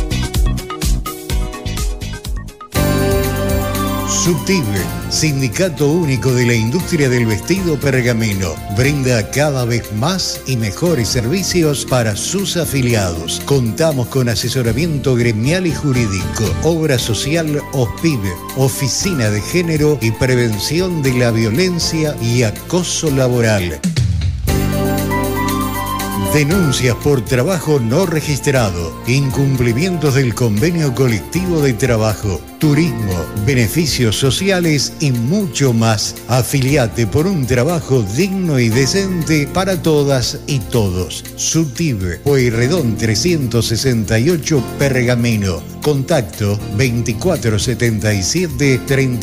[SPEAKER 15] Subtiv, Sindicato Único de la Industria del Vestido Pergamino, brinda cada vez más y mejores servicios para sus afiliados. Contamos con asesoramiento gremial y jurídico, obra social OSPIB, Oficina de Género y Prevención de la Violencia y Acoso Laboral. Denuncias por trabajo no registrado, incumplimientos del convenio colectivo de trabajo, turismo, beneficios sociales y mucho más. Afiliate por un trabajo digno y decente para todas y todos. Subtiv, Pueyrredón 368 Pergamino. Contacto 2477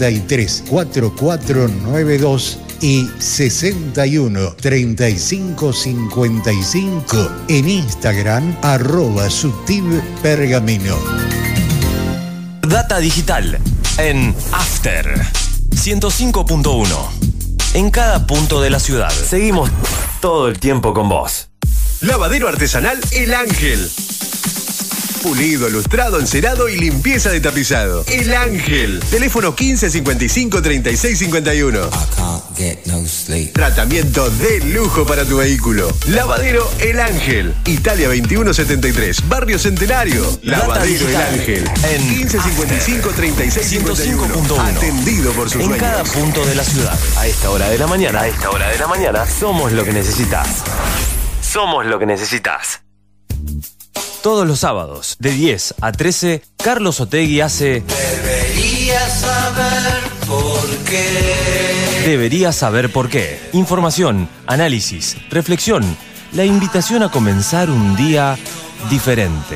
[SPEAKER 15] 334492 y 61 35 55 en Instagram @Subtiv Pergamino.
[SPEAKER 12] Data digital en After 105.1. En cada punto de la ciudad. Seguimos todo el tiempo con vos.
[SPEAKER 2] Lavadero artesanal El Ángel. Pulido, lustrado, encerado y limpieza de tapizado. El Ángel. Teléfono 1555-3651. Tratamiento de lujo para tu vehículo. Lavadero El Ángel. Italia 2173. Barrio Centenario. Lavadero El Ángel.
[SPEAKER 12] En
[SPEAKER 2] 1555-3651. Atendido por sus
[SPEAKER 12] en
[SPEAKER 2] dueños.
[SPEAKER 12] cada punto de la ciudad. A esta hora de la mañana. Somos lo que necesitas. Somos lo que necesitas. Todos los sábados, de 10 a 13, Carlos Otegui hace...
[SPEAKER 11] Deberías saber por qué.
[SPEAKER 12] Deberías saber por qué. Información, análisis, reflexión. La invitación a comenzar un día diferente.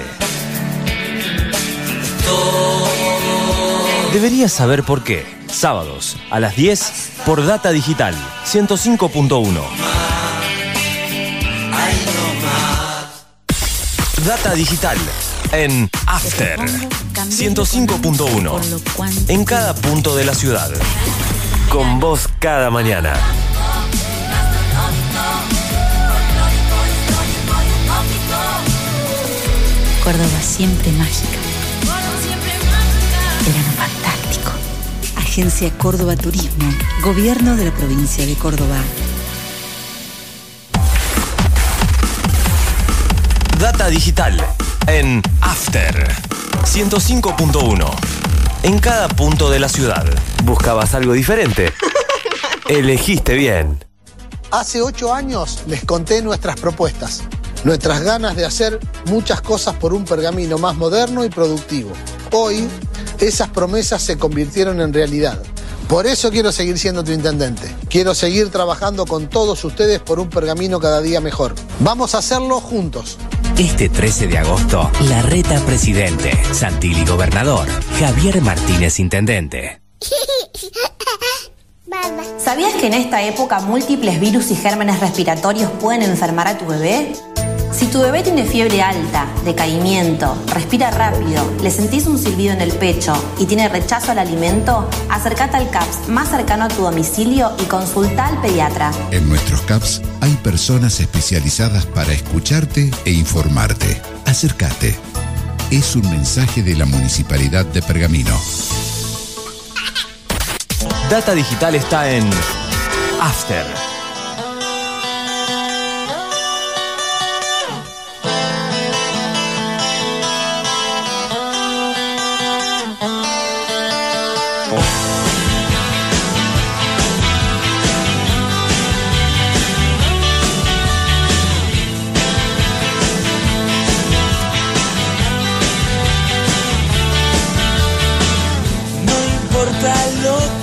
[SPEAKER 12] Deberías saber por qué. Sábados, a las 10, por Data Digital, 105.1. Data digital en After 105.1. En cada punto de la ciudad. Con vos cada mañana.
[SPEAKER 3] Córdoba siempre mágica. Verano fantástico. Agencia Córdoba Turismo. Gobierno de la provincia de Córdoba.
[SPEAKER 12] Data digital en After 105.1. En cada punto de la ciudad. ¿Buscabas algo diferente? Elegiste bien.
[SPEAKER 4] Hace 8 años les conté nuestras propuestas, nuestras ganas de hacer muchas cosas por un Pergamino más moderno y productivo. Hoy, esas promesas se convirtieron en realidad. Por eso quiero seguir siendo tu intendente. Quiero seguir trabajando con todos ustedes por un Pergamino cada día mejor. Vamos a hacerlo juntos.
[SPEAKER 5] Este 13 de agosto, Larreta presidente, Santilli gobernador, Javier Martínez intendente.
[SPEAKER 6] ¿Sabías que en esta época múltiples virus y gérmenes respiratorios pueden enfermar a tu bebé? Si tu bebé tiene fiebre alta, decaimiento, respira rápido, le sentís un silbido en el pecho y tiene rechazo al alimento, acércate al CAPS más cercano a tu domicilio y consulta al pediatra.
[SPEAKER 7] En nuestros CAPS hay personas especializadas para escucharte e informarte. Acércate. Es un mensaje de la Municipalidad de Pergamino.
[SPEAKER 12] Data digital está en After.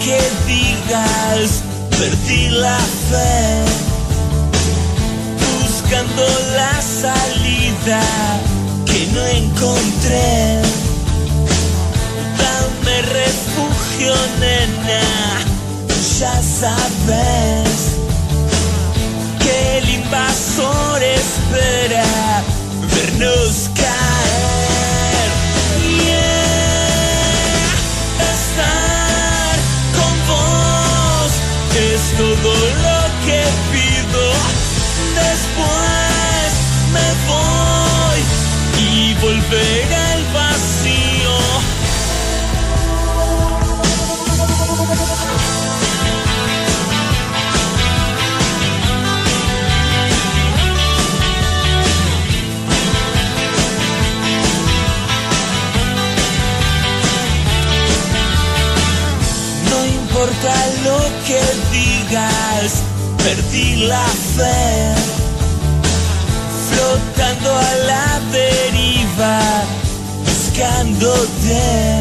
[SPEAKER 8] que digas, perdí la fe, buscando la salida que no encontré. Dame refugio, nena, ya sabes que el invasor espera vernos caer. Yeah. Estar con vos es todo lo que pido. Después me voy y volveré al vacío. No importa lo que digas, perdí la fe, flotando a la deriva, buscándote.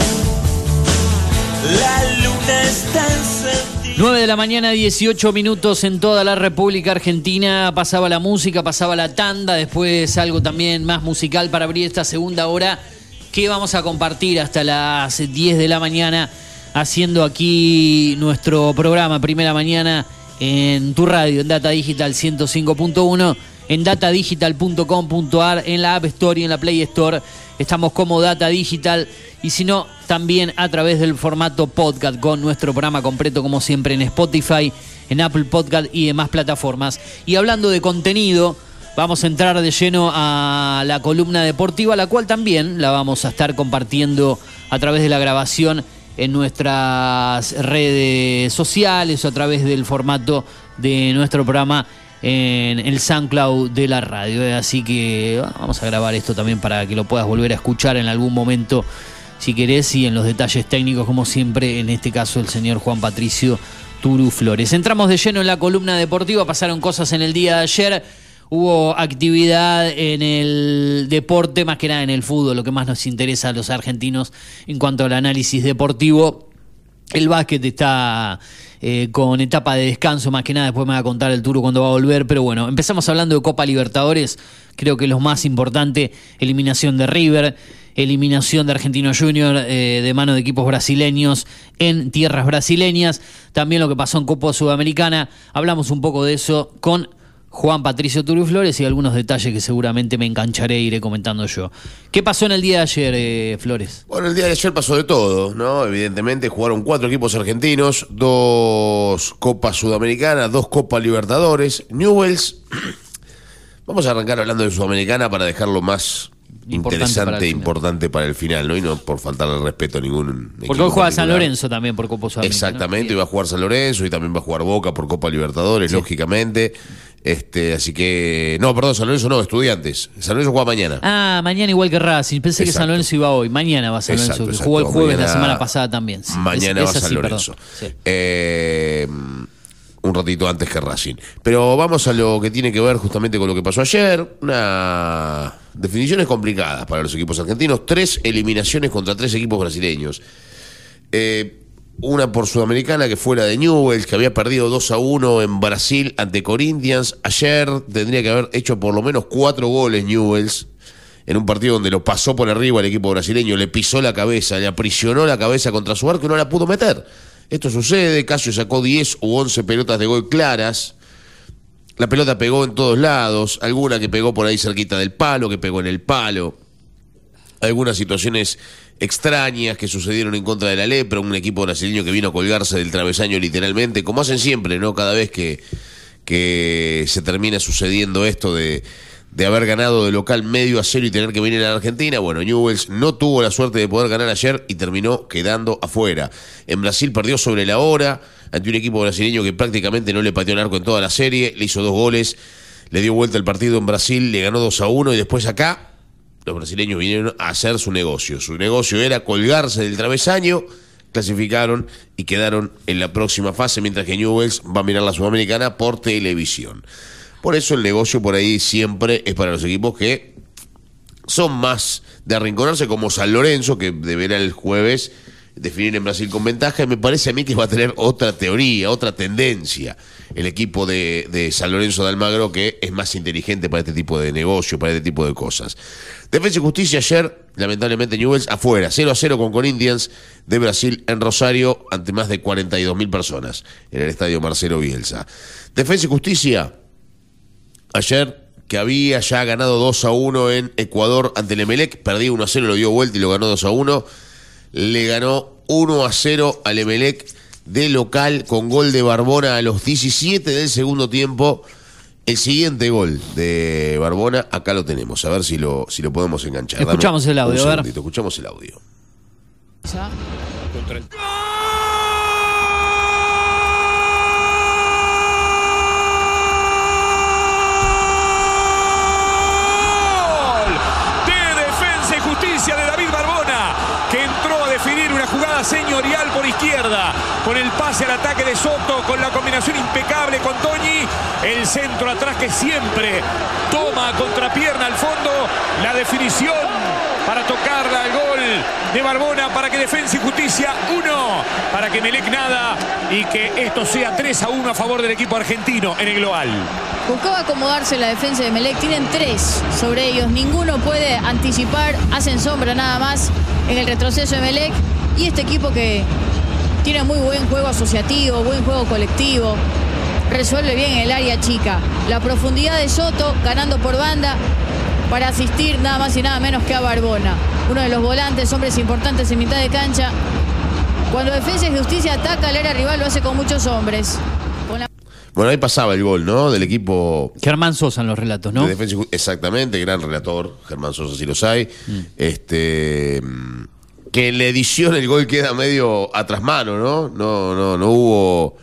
[SPEAKER 8] La luna está encendida.
[SPEAKER 9] 9 de la mañana, 18 minutos en toda la República Argentina. Pasaba la música, pasaba la tanda, después algo también más musical para abrir esta segunda hora que vamos a compartir hasta las 10 de la mañana, haciendo aquí nuestro programa Primera Mañana en tu radio, en Data Digital 105.1, en datadigital.com.ar, en la App Store y en la Play Store. Estamos como Data Digital, y si no, también a través del formato podcast, con nuestro programa completo, como siempre, en Spotify, en Apple Podcast y demás plataformas. Y hablando de contenido, vamos a entrar de lleno a la columna deportiva, la cual también la vamos a estar compartiendo a través de la grabación en nuestras redes sociales o a través del formato de nuestro programa en el SoundCloud de la radio. Así que vamos a grabar esto también para que lo puedas volver a escuchar en algún momento, si querés, y en los detalles técnicos, como siempre, en este caso el señor Juan Patricio Turu Flores. Entramos de lleno en la columna deportiva. Pasaron cosas en el día de ayer. Hubo actividad en el deporte, más que nada en el fútbol, lo que más nos interesa a los argentinos en cuanto al análisis deportivo. El básquet está con etapa de descanso, más que nada. Después me va a contar el Turu cuando va a volver. Pero bueno, empezamos hablando de Copa Libertadores. Creo que lo más importante, eliminación de River, eliminación de Argentino Junior de mano de equipos brasileños en tierras brasileñas. También lo que pasó en Copa Sudamericana. Hablamos un poco de eso con Juan Patricio Turu Flores y algunos detalles que seguramente me engancharé e iré comentando yo. ¿Qué pasó en el día de ayer, Flores?
[SPEAKER 10] Bueno, el día de ayer pasó de todo, ¿no? Evidentemente jugaron 4 equipos argentinos, 2 Copas Sudamericanas, 2 Copas Libertadores. Newell's, vamos a arrancar hablando de Sudamericana para dejarlo más interesante e importante para el final, ¿no? Y no por faltarle el respeto a ningún equipo.
[SPEAKER 9] Porque hoy juega San Lorenzo también por Copa Sudamericana.
[SPEAKER 10] Exactamente, ¿no? Y va a jugar San Lorenzo y también va a jugar Boca por Copa Libertadores, sí, lógicamente. Así que... No, perdón, San Lorenzo no, Estudiantes. San Lorenzo juega mañana.
[SPEAKER 9] Ah, mañana igual que Racing. Pensé que San Lorenzo iba hoy. Mañana va San Lorenzo, que jugó el jueves mañana, la semana pasada también. Sí,
[SPEAKER 10] mañana va San Lorenzo. Sí. Un ratito antes que Racing. Pero vamos a lo que tiene que ver justamente con lo que pasó ayer. Definiciones complicadas para los equipos argentinos. 3 eliminaciones contra 3 equipos brasileños. Una por Sudamericana, que fue la de Newell's, que había perdido 2-1 en Brasil ante Corinthians. Ayer tendría que haber hecho por lo menos 4 goles Newell's, en un partido donde lo pasó por arriba el equipo brasileño, le pisó la cabeza, le aprisionó la cabeza contra su arco y no la pudo meter. Esto sucede. Casio sacó 10 u 11 pelotas de gol claras. La pelota pegó en todos lados, alguna que pegó por ahí cerquita del palo, que pegó en el palo. Algunas situaciones extrañas que sucedieron en contra de la Lepra, un equipo brasileño que vino a colgarse del travesaño literalmente, como hacen siempre, ¿no? Cada vez que se termina sucediendo esto de haber ganado de local medio a 0 y tener que venir a la Argentina. Bueno, Newell's no tuvo la suerte de poder ganar ayer y terminó quedando afuera. En Brasil perdió sobre la hora ante un equipo brasileño que prácticamente no le pateó el arco en toda la serie, le hizo 2 goles, le dio vuelta el partido en Brasil, le ganó 2-1 y después acá los brasileños vinieron a hacer su negocio. Su negocio era colgarse del travesaño, clasificaron y quedaron en la próxima fase, mientras que Newell's va a mirar la Sudamericana por televisión. Por eso el negocio por ahí siempre es para los equipos que son más de arrinconarse, como San Lorenzo, que deberá el jueves definir en Brasil con ventaja, y me parece a mí que va a tener otra teoría, otra tendencia el equipo de San Lorenzo de Almagro, que es más inteligente para este tipo de negocio, para este tipo de cosas. Defensa y Justicia ayer, lamentablemente Newell's afuera, 0-0 con Corinthians de Brasil en Rosario, ante más de 42.000 personas en el estadio Marcelo Bielsa. Defensa y Justicia ayer, que había ya ganado 2-1 en Ecuador ante el Emelec, perdió 1-0, lo dio vuelta y lo ganó 2-1, le ganó 1-0 al Emelec de local con gol de Barbona a los 17 del segundo tiempo. El siguiente gol de Barbona, acá lo tenemos, a ver si lo podemos enganchar.
[SPEAKER 9] Escuchamos el audio, a ver.
[SPEAKER 10] Escuchamos el audio.
[SPEAKER 13] Contra el... de David Barbona, que entró a definir una jugada señorial por izquierda, con el pase al ataque de Soto, con la combinación impecable con Toñi, el centro atrás que siempre toma a contrapierna al fondo, la definición para tocarla al gol de Barbona, para que Defensa y Justicia 1, para que Emelec nada, y que esto sea 3-1 a favor del equipo argentino en el global.
[SPEAKER 14] Buscaba acomodarse la defensa de Emelec, tienen 3 sobre ellos, ninguno puede anticipar, hacen sombra nada más en el retroceso de Emelec, y este equipo que tiene muy buen juego asociativo, buen juego colectivo, resuelve bien en el área chica. La profundidad de Soto ganando por banda para asistir nada más y nada menos que a Barbona, uno de los volantes, hombres importantes en mitad de cancha. Cuando Defensa y Justicia ataca al área rival lo hace con muchos hombres.
[SPEAKER 10] Bueno, ahí pasaba el gol, ¿no? Del equipo...
[SPEAKER 9] Germán Sosa en los relatos, ¿no?
[SPEAKER 10] Exactamente, gran relator, Germán Sosa, si los hay. Que en la edición el gol queda medio a trasmano, ¿no? No hubo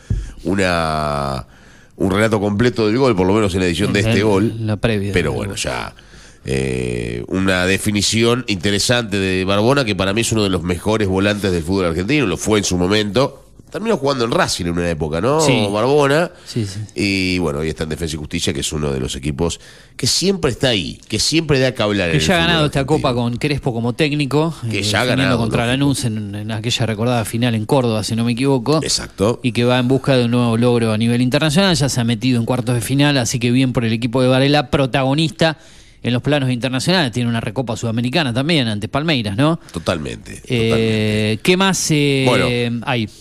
[SPEAKER 10] un relato completo del gol, por lo menos en la edición de este gol.
[SPEAKER 9] La previa.
[SPEAKER 10] Pero bueno, ya... una definición interesante de Barbona, que para mí es uno de los mejores volantes del fútbol argentino, lo fue en su momento. Terminó jugando en Racing en una época, ¿no?
[SPEAKER 9] Sí.
[SPEAKER 10] Barbona.
[SPEAKER 9] Sí, sí.
[SPEAKER 10] Y bueno, hoy está en Defensa y Justicia, que es uno de los equipos que siempre está ahí, que siempre da que hablar.
[SPEAKER 9] Que ya ha ganado esta copa con Crespo como técnico.
[SPEAKER 10] Que ya ha ganado.
[SPEAKER 9] Contra Lanús en aquella recordada final en Córdoba, si no me equivoco.
[SPEAKER 10] Exacto.
[SPEAKER 9] Y que va en busca de un nuevo logro a nivel internacional. Ya se ha metido en cuartos de final, así que bien por el equipo de Varela, protagonista en los planos internacionales. Tiene una recopa sudamericana también ante Palmeiras, ¿no?
[SPEAKER 10] Totalmente.
[SPEAKER 9] ¿Qué más hay?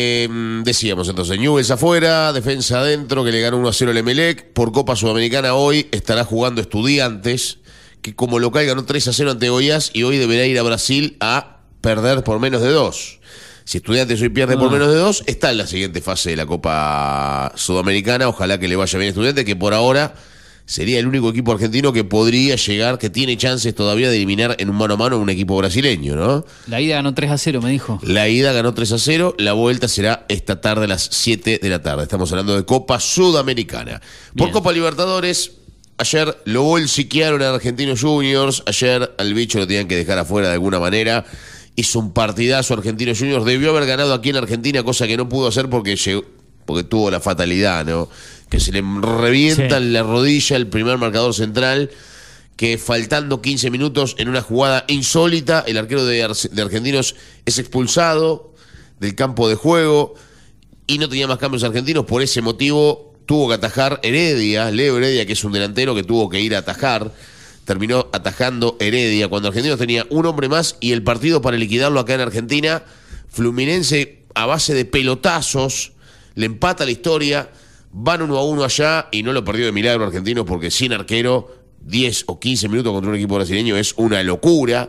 [SPEAKER 10] Decíamos entonces, Newell's afuera, Defensa adentro, que le ganó 1-0 al Emelec. Por Copa Sudamericana hoy estará jugando Estudiantes, que como local ganó 3-0 ante Goiás, y hoy deberá ir a Brasil a perder por menos de 2. Si Estudiantes hoy pierde por menos de 2, está en la siguiente fase de la Copa Sudamericana. Ojalá que le vaya bien a Estudiantes, que por ahora sería el único equipo argentino que podría llegar, que tiene chances todavía de eliminar en un mano a mano a un equipo brasileño, ¿no?
[SPEAKER 9] La ida ganó 3-0, me dijo.
[SPEAKER 10] La ida ganó 3-0, la vuelta será esta tarde a las 7 de la tarde. Estamos hablando de Copa Sudamericana. Por Copa Libertadores, ayer lo bolsiquearon a Argentinos Juniors, ayer al bicho lo tenían que dejar afuera de alguna manera. Hizo un partidazo Argentinos Juniors, debió haber ganado aquí en Argentina, cosa que no pudo hacer porque tuvo la fatalidad, ¿no? Que se le revienta la rodilla el primer marcador central, que faltando 15 minutos en una jugada insólita, el arquero de Argentinos es expulsado del campo de juego y no tenía más cambios argentinos. Por ese motivo tuvo que atajar Leo Heredia, que es un delantero que tuvo que ir a atajar. Terminó atajando Heredia cuando Argentinos tenía un hombre más y el partido para liquidarlo acá en Argentina. Fluminense, a base de pelotazos, le empata la historia. Van 1-1 allá y no lo perdió de milagro Argentinos, porque sin arquero 10 o 15 minutos contra un equipo brasileño es una locura.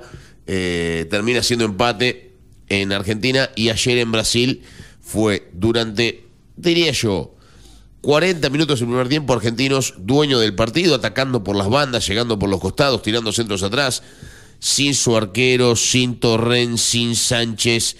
[SPEAKER 10] Termina siendo empate en Argentina, y ayer en Brasil fue durante, diría yo, 40 minutos el primer tiempo, Argentinos dueño del partido, atacando por las bandas, llegando por los costados, tirando centros atrás, sin su arquero, sin Torrent, sin Sánchez,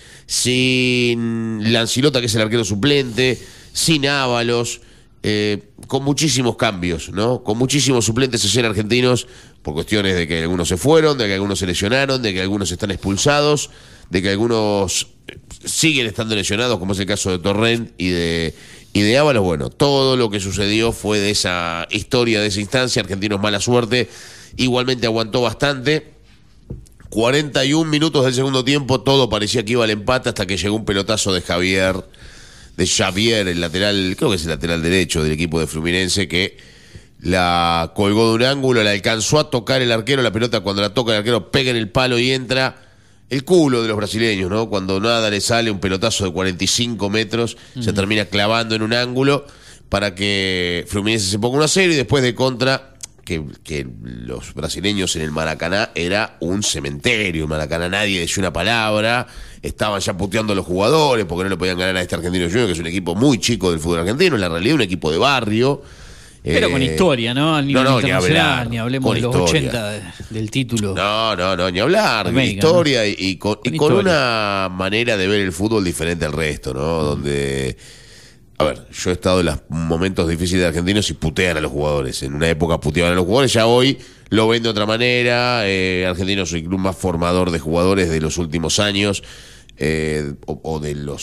[SPEAKER 10] sin Lancilota, que es el arquero suplente, sin Ábalos, con muchísimos cambios, ¿no? Con muchísimos suplentes ayer Argentinos, por cuestiones de que algunos se fueron, de que algunos se lesionaron, de que algunos están expulsados, de que algunos siguen estando lesionados, como es el caso de Torrent y de Ábalos. Bueno, todo lo que sucedió fue de esa historia, de esa instancia. Argentinos mala suerte, igualmente aguantó bastante. 41 minutos del segundo tiempo, todo parecía que iba al empate hasta que llegó un pelotazo de Javier, el lateral, creo que es el lateral derecho del equipo de Fluminense, que la colgó de un ángulo, la alcanzó a tocar el arquero, la pelota cuando la toca el arquero pega en el palo y entra el culo de los brasileños, ¿no? Cuando nada le sale, un pelotazo de 45 metros, se termina clavando en un ángulo para que Fluminense se ponga 1-0 y después de contra... Que los brasileños en el Maracaná era un cementerio. En Maracaná nadie decía una palabra, estaban ya puteando a los jugadores porque no le podían ganar a este Argentino Junior, que es un equipo muy chico del fútbol argentino, en la realidad un equipo de barrio.
[SPEAKER 9] Pero con historia, ¿no? Al nivel internacional, ni hablemos de los
[SPEAKER 10] historia.
[SPEAKER 9] 80 del título.
[SPEAKER 10] No, ni hablar.
[SPEAKER 9] América,
[SPEAKER 10] historia,
[SPEAKER 9] ¿no?
[SPEAKER 10] y con una manera de ver el fútbol diferente al resto, ¿no? Donde... A ver, yo he estado en los momentos difíciles de Argentinos y putean a los jugadores. En una época puteaban a los jugadores, ya hoy lo ven de otra manera. Argentinos es el club más formador de jugadores de los últimos años, o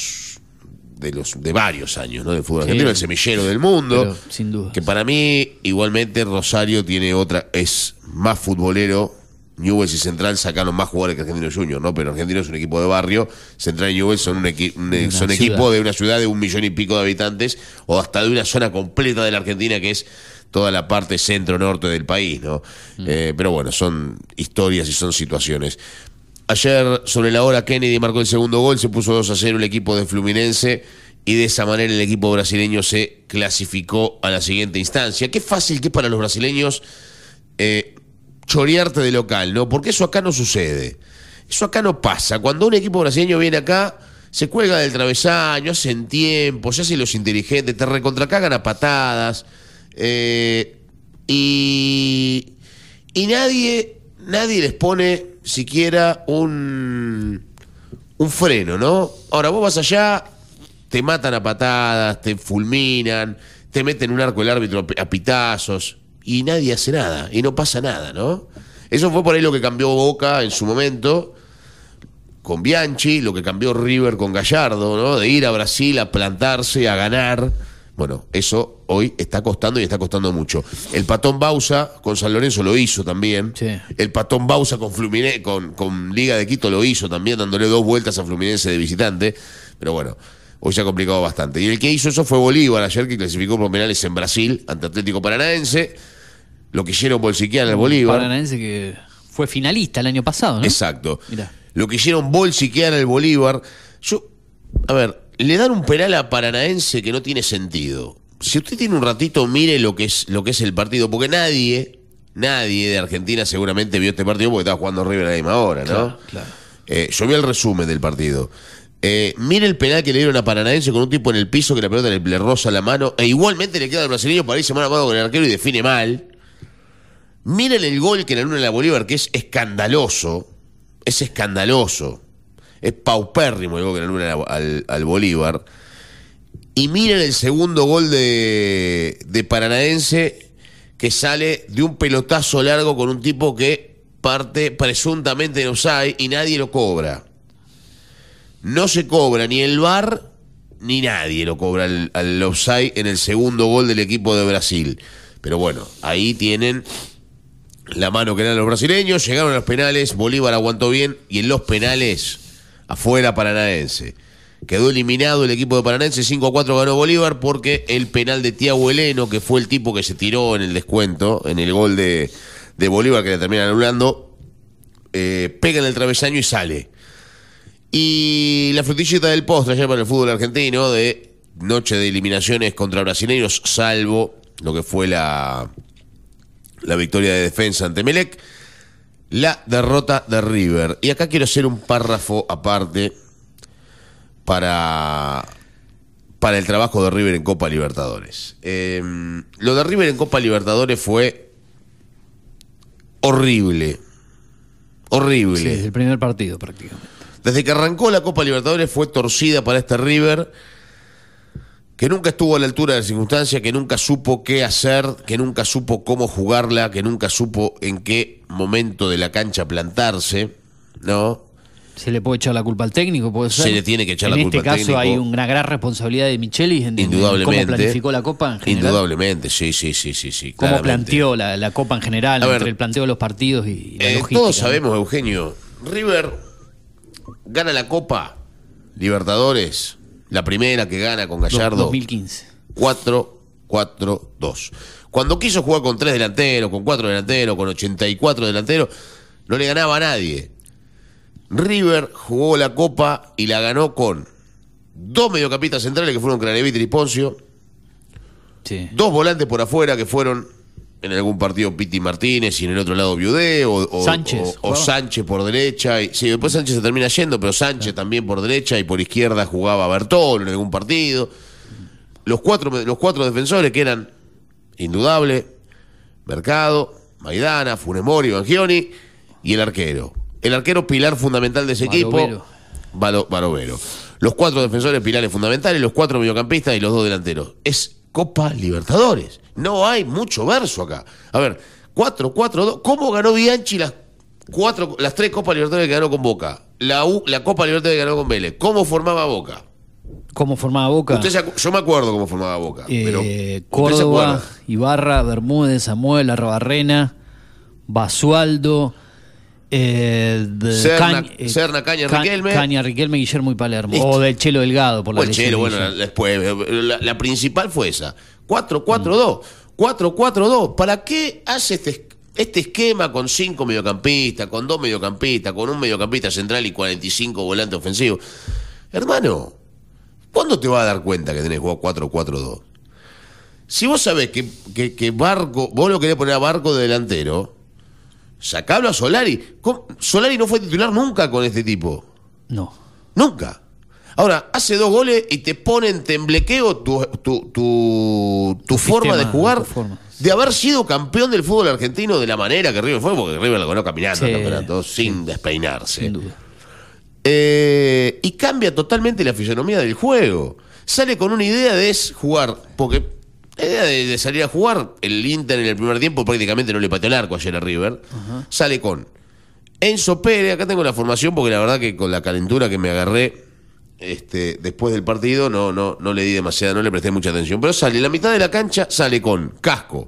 [SPEAKER 10] de varios años, ¿no? Del fútbol argentino, el semillero del mundo.
[SPEAKER 9] Pero, sin duda.
[SPEAKER 10] Que para mí, igualmente, Rosario tiene es más futbolero. Newell's y Central sacaron más jugadores que Argentinos Junior, ¿no? Pero Argentinos es un equipo de barrio, Central y Newell's son son equipos de una ciudad de 1 millón y pico de habitantes, o hasta de una zona completa de la Argentina que es toda la parte centro-norte del país, ¿no? Pero bueno, son historias y son situaciones. Ayer, sobre la hora, Kennedy marcó el segundo gol, se puso 2-0 el equipo de Fluminense, y de esa manera el equipo brasileño se clasificó a la siguiente instancia. Qué fácil que es para los brasileños chorearte de local, ¿no? Porque eso acá no sucede. Eso acá no pasa. Cuando un equipo brasileño viene acá, se cuelga del travesaño, hacen tiempo, se hacen los inteligentes, te recontracagan a patadas, y nadie les pone siquiera un freno, ¿no? Ahora, vos vas allá, te matan a patadas, te fulminan, te meten un arco el árbitro a pitazos, y nadie hace nada, y no pasa nada, ¿no? Eso fue por ahí lo que cambió Boca en su momento con Bianchi, lo que cambió River con Gallardo, ¿no? De ir a Brasil a plantarse, a ganar. Bueno, eso hoy está costando y está costando mucho. El Patón Bausa con San Lorenzo lo hizo también. Sí. El Patón Bausa con Fluminense, con Liga de Quito lo hizo también, dándole 2 vueltas a Fluminense de visitante. Pero bueno, hoy se ha complicado bastante. Y el que hizo eso fue Bolívar ayer, que clasificó por penales en Brasil ante Atlético Paranaense. Lo que hicieron bolsiquear al Bolívar.
[SPEAKER 9] Paranaense que fue finalista el año pasado, ¿no?
[SPEAKER 10] Exacto. Mirá. Lo que hicieron bolsiquear al Bolívar. Le dan un penal a Paranaense que no tiene sentido. Si usted tiene un ratito, mire lo que es el partido, porque nadie de Argentina seguramente vio este partido porque estaba jugando River a la misma hora, ¿no?
[SPEAKER 9] Claro.
[SPEAKER 10] Yo vi el resumen del partido. Mire el penal que le dieron a Paranaense con un tipo en el piso que la pelota le roza la mano, e igualmente le queda al brasileño para irse mano a mano con el arquero y define mal. Miren el gol que le anulan a Bolívar, que es escandaloso. Es escandaloso. Es paupérrimo el gol que le anulan al Bolívar. Y miren el segundo gol de Paranaense, que sale de un pelotazo largo con un tipo que parte presuntamente en offside y nadie lo cobra. No se cobra ni el VAR ni nadie lo cobra al offside en el segundo gol del equipo de Brasil. Pero bueno, ahí tienen la mano que dan los brasileños. Llegaron a los penales, Bolívar aguantó bien y en los penales afuera Paranaense. Quedó eliminado el equipo de Paranaense, 5-4 ganó Bolívar porque el penal de Thiago Heleno, que fue el tipo que se tiró en el descuento, en el gol de Bolívar que le terminan anulando, pega en el travesaño y sale. Y la frutillita del postre ayer para el fútbol argentino, de noche de eliminaciones contra brasileños, salvo lo que fue la victoria de Defensa ante Emelec, la derrota de River. Y acá quiero hacer un párrafo aparte para el trabajo de River en Copa Libertadores. Lo de River en Copa Libertadores fue horrible. Horrible.
[SPEAKER 9] Sí, desde el primer partido prácticamente.
[SPEAKER 10] Desde que arrancó la Copa Libertadores fue torcida para este River, que nunca estuvo a la altura de la circunstancia, que nunca supo qué hacer, que nunca supo cómo jugarla, que nunca supo en qué momento de la cancha plantarse, ¿no?
[SPEAKER 9] ¿Se le puede echar la culpa al técnico? ¿Puede ser?
[SPEAKER 10] Se le tiene que echar la culpa al técnico.
[SPEAKER 9] En este caso hay una gran responsabilidad de Michelis en cómo planificó la Copa en general.
[SPEAKER 10] Indudablemente, sí.
[SPEAKER 9] Cómo planteó la Copa en general, entre el planteo de los partidos y la logística.
[SPEAKER 10] Todos sabemos, Eugenio, River gana la Copa Libertadores, la primera que gana con Gallardo.
[SPEAKER 9] 2015.
[SPEAKER 10] 4-4-2. Cuando quiso jugar con 3 delanteros, con 4 delanteros, con 84 delanteros, no le ganaba a nadie. River jugó la Copa y la ganó con 2 mediocampistas centrales que fueron Craneviter y Poncio.
[SPEAKER 9] Sí.
[SPEAKER 10] 2 volantes por afuera que fueron en algún partido Piti Martínez y en el otro lado Viudé o
[SPEAKER 9] Sánchez,
[SPEAKER 10] o Sánchez por derecha. Sí, después Sánchez se termina yendo, pero Sánchez también por derecha y por izquierda jugaba Bertolo en algún partido. Los cuatro defensores que eran indudable, Mercado, Maidana, Funes Mori, Bangioni y el arquero. El arquero pilar fundamental de ese equipo, Barovero. Los 4 defensores pilares fundamentales, los 4 mediocampistas y los 2 delanteros. Es Copa Libertadores. No hay mucho verso acá. A ver, 4-4-2. ¿Cómo ganó Bianchi las 3 Copas Libertadores que ganó con Boca? La Copa Libertadores que ganó con Vélez. ¿Cómo formaba Boca?
[SPEAKER 9] ¿Cómo formaba Boca?
[SPEAKER 10] Yo me acuerdo cómo formaba Boca. Pero
[SPEAKER 9] Córdoba, Ibarra, Bermúdez, Samuel, Arrobarrena, Basualdo,
[SPEAKER 10] Serna, Caña, Riquelme.
[SPEAKER 9] Caña, Riquelme, Guillermo y Palermo. O del Chelo Delgado, por la lesión.
[SPEAKER 10] Chelo, bueno, después. La principal fue esa. 4-4-2. 4-4-2. ¿Para qué hace este esquema con 5 mediocampistas, con 2 mediocampistas, con un mediocampista central y 45 volantes ofensivos? Hermano, ¿cuándo te vas a dar cuenta que tenés jugado 4-4-2? Si vos sabés que Barco, vos lo querés poner a Barco de delantero, sacalo a Solari. Solari no fue titular nunca con este tipo.
[SPEAKER 9] No.
[SPEAKER 10] Nunca. Ahora, hace 2 goles y te pone en temblequeo tu forma de jugar, de haber sido campeón del fútbol argentino de la manera que River fue, porque River lo ganó caminando al campeonato, sin despeinarse.
[SPEAKER 9] Sin duda.
[SPEAKER 10] Y cambia totalmente la fisonomía del juego. Sale con una idea de jugar, porque la idea de salir a jugar, el Inter en el primer tiempo prácticamente no le pateó el arco ayer a River. Sale con Enzo Pérez, acá tengo la formación porque la verdad que con la calentura que me agarré después del partido no le di demasiada, no le presté mucha atención, pero sale, la mitad de la cancha sale con Casco,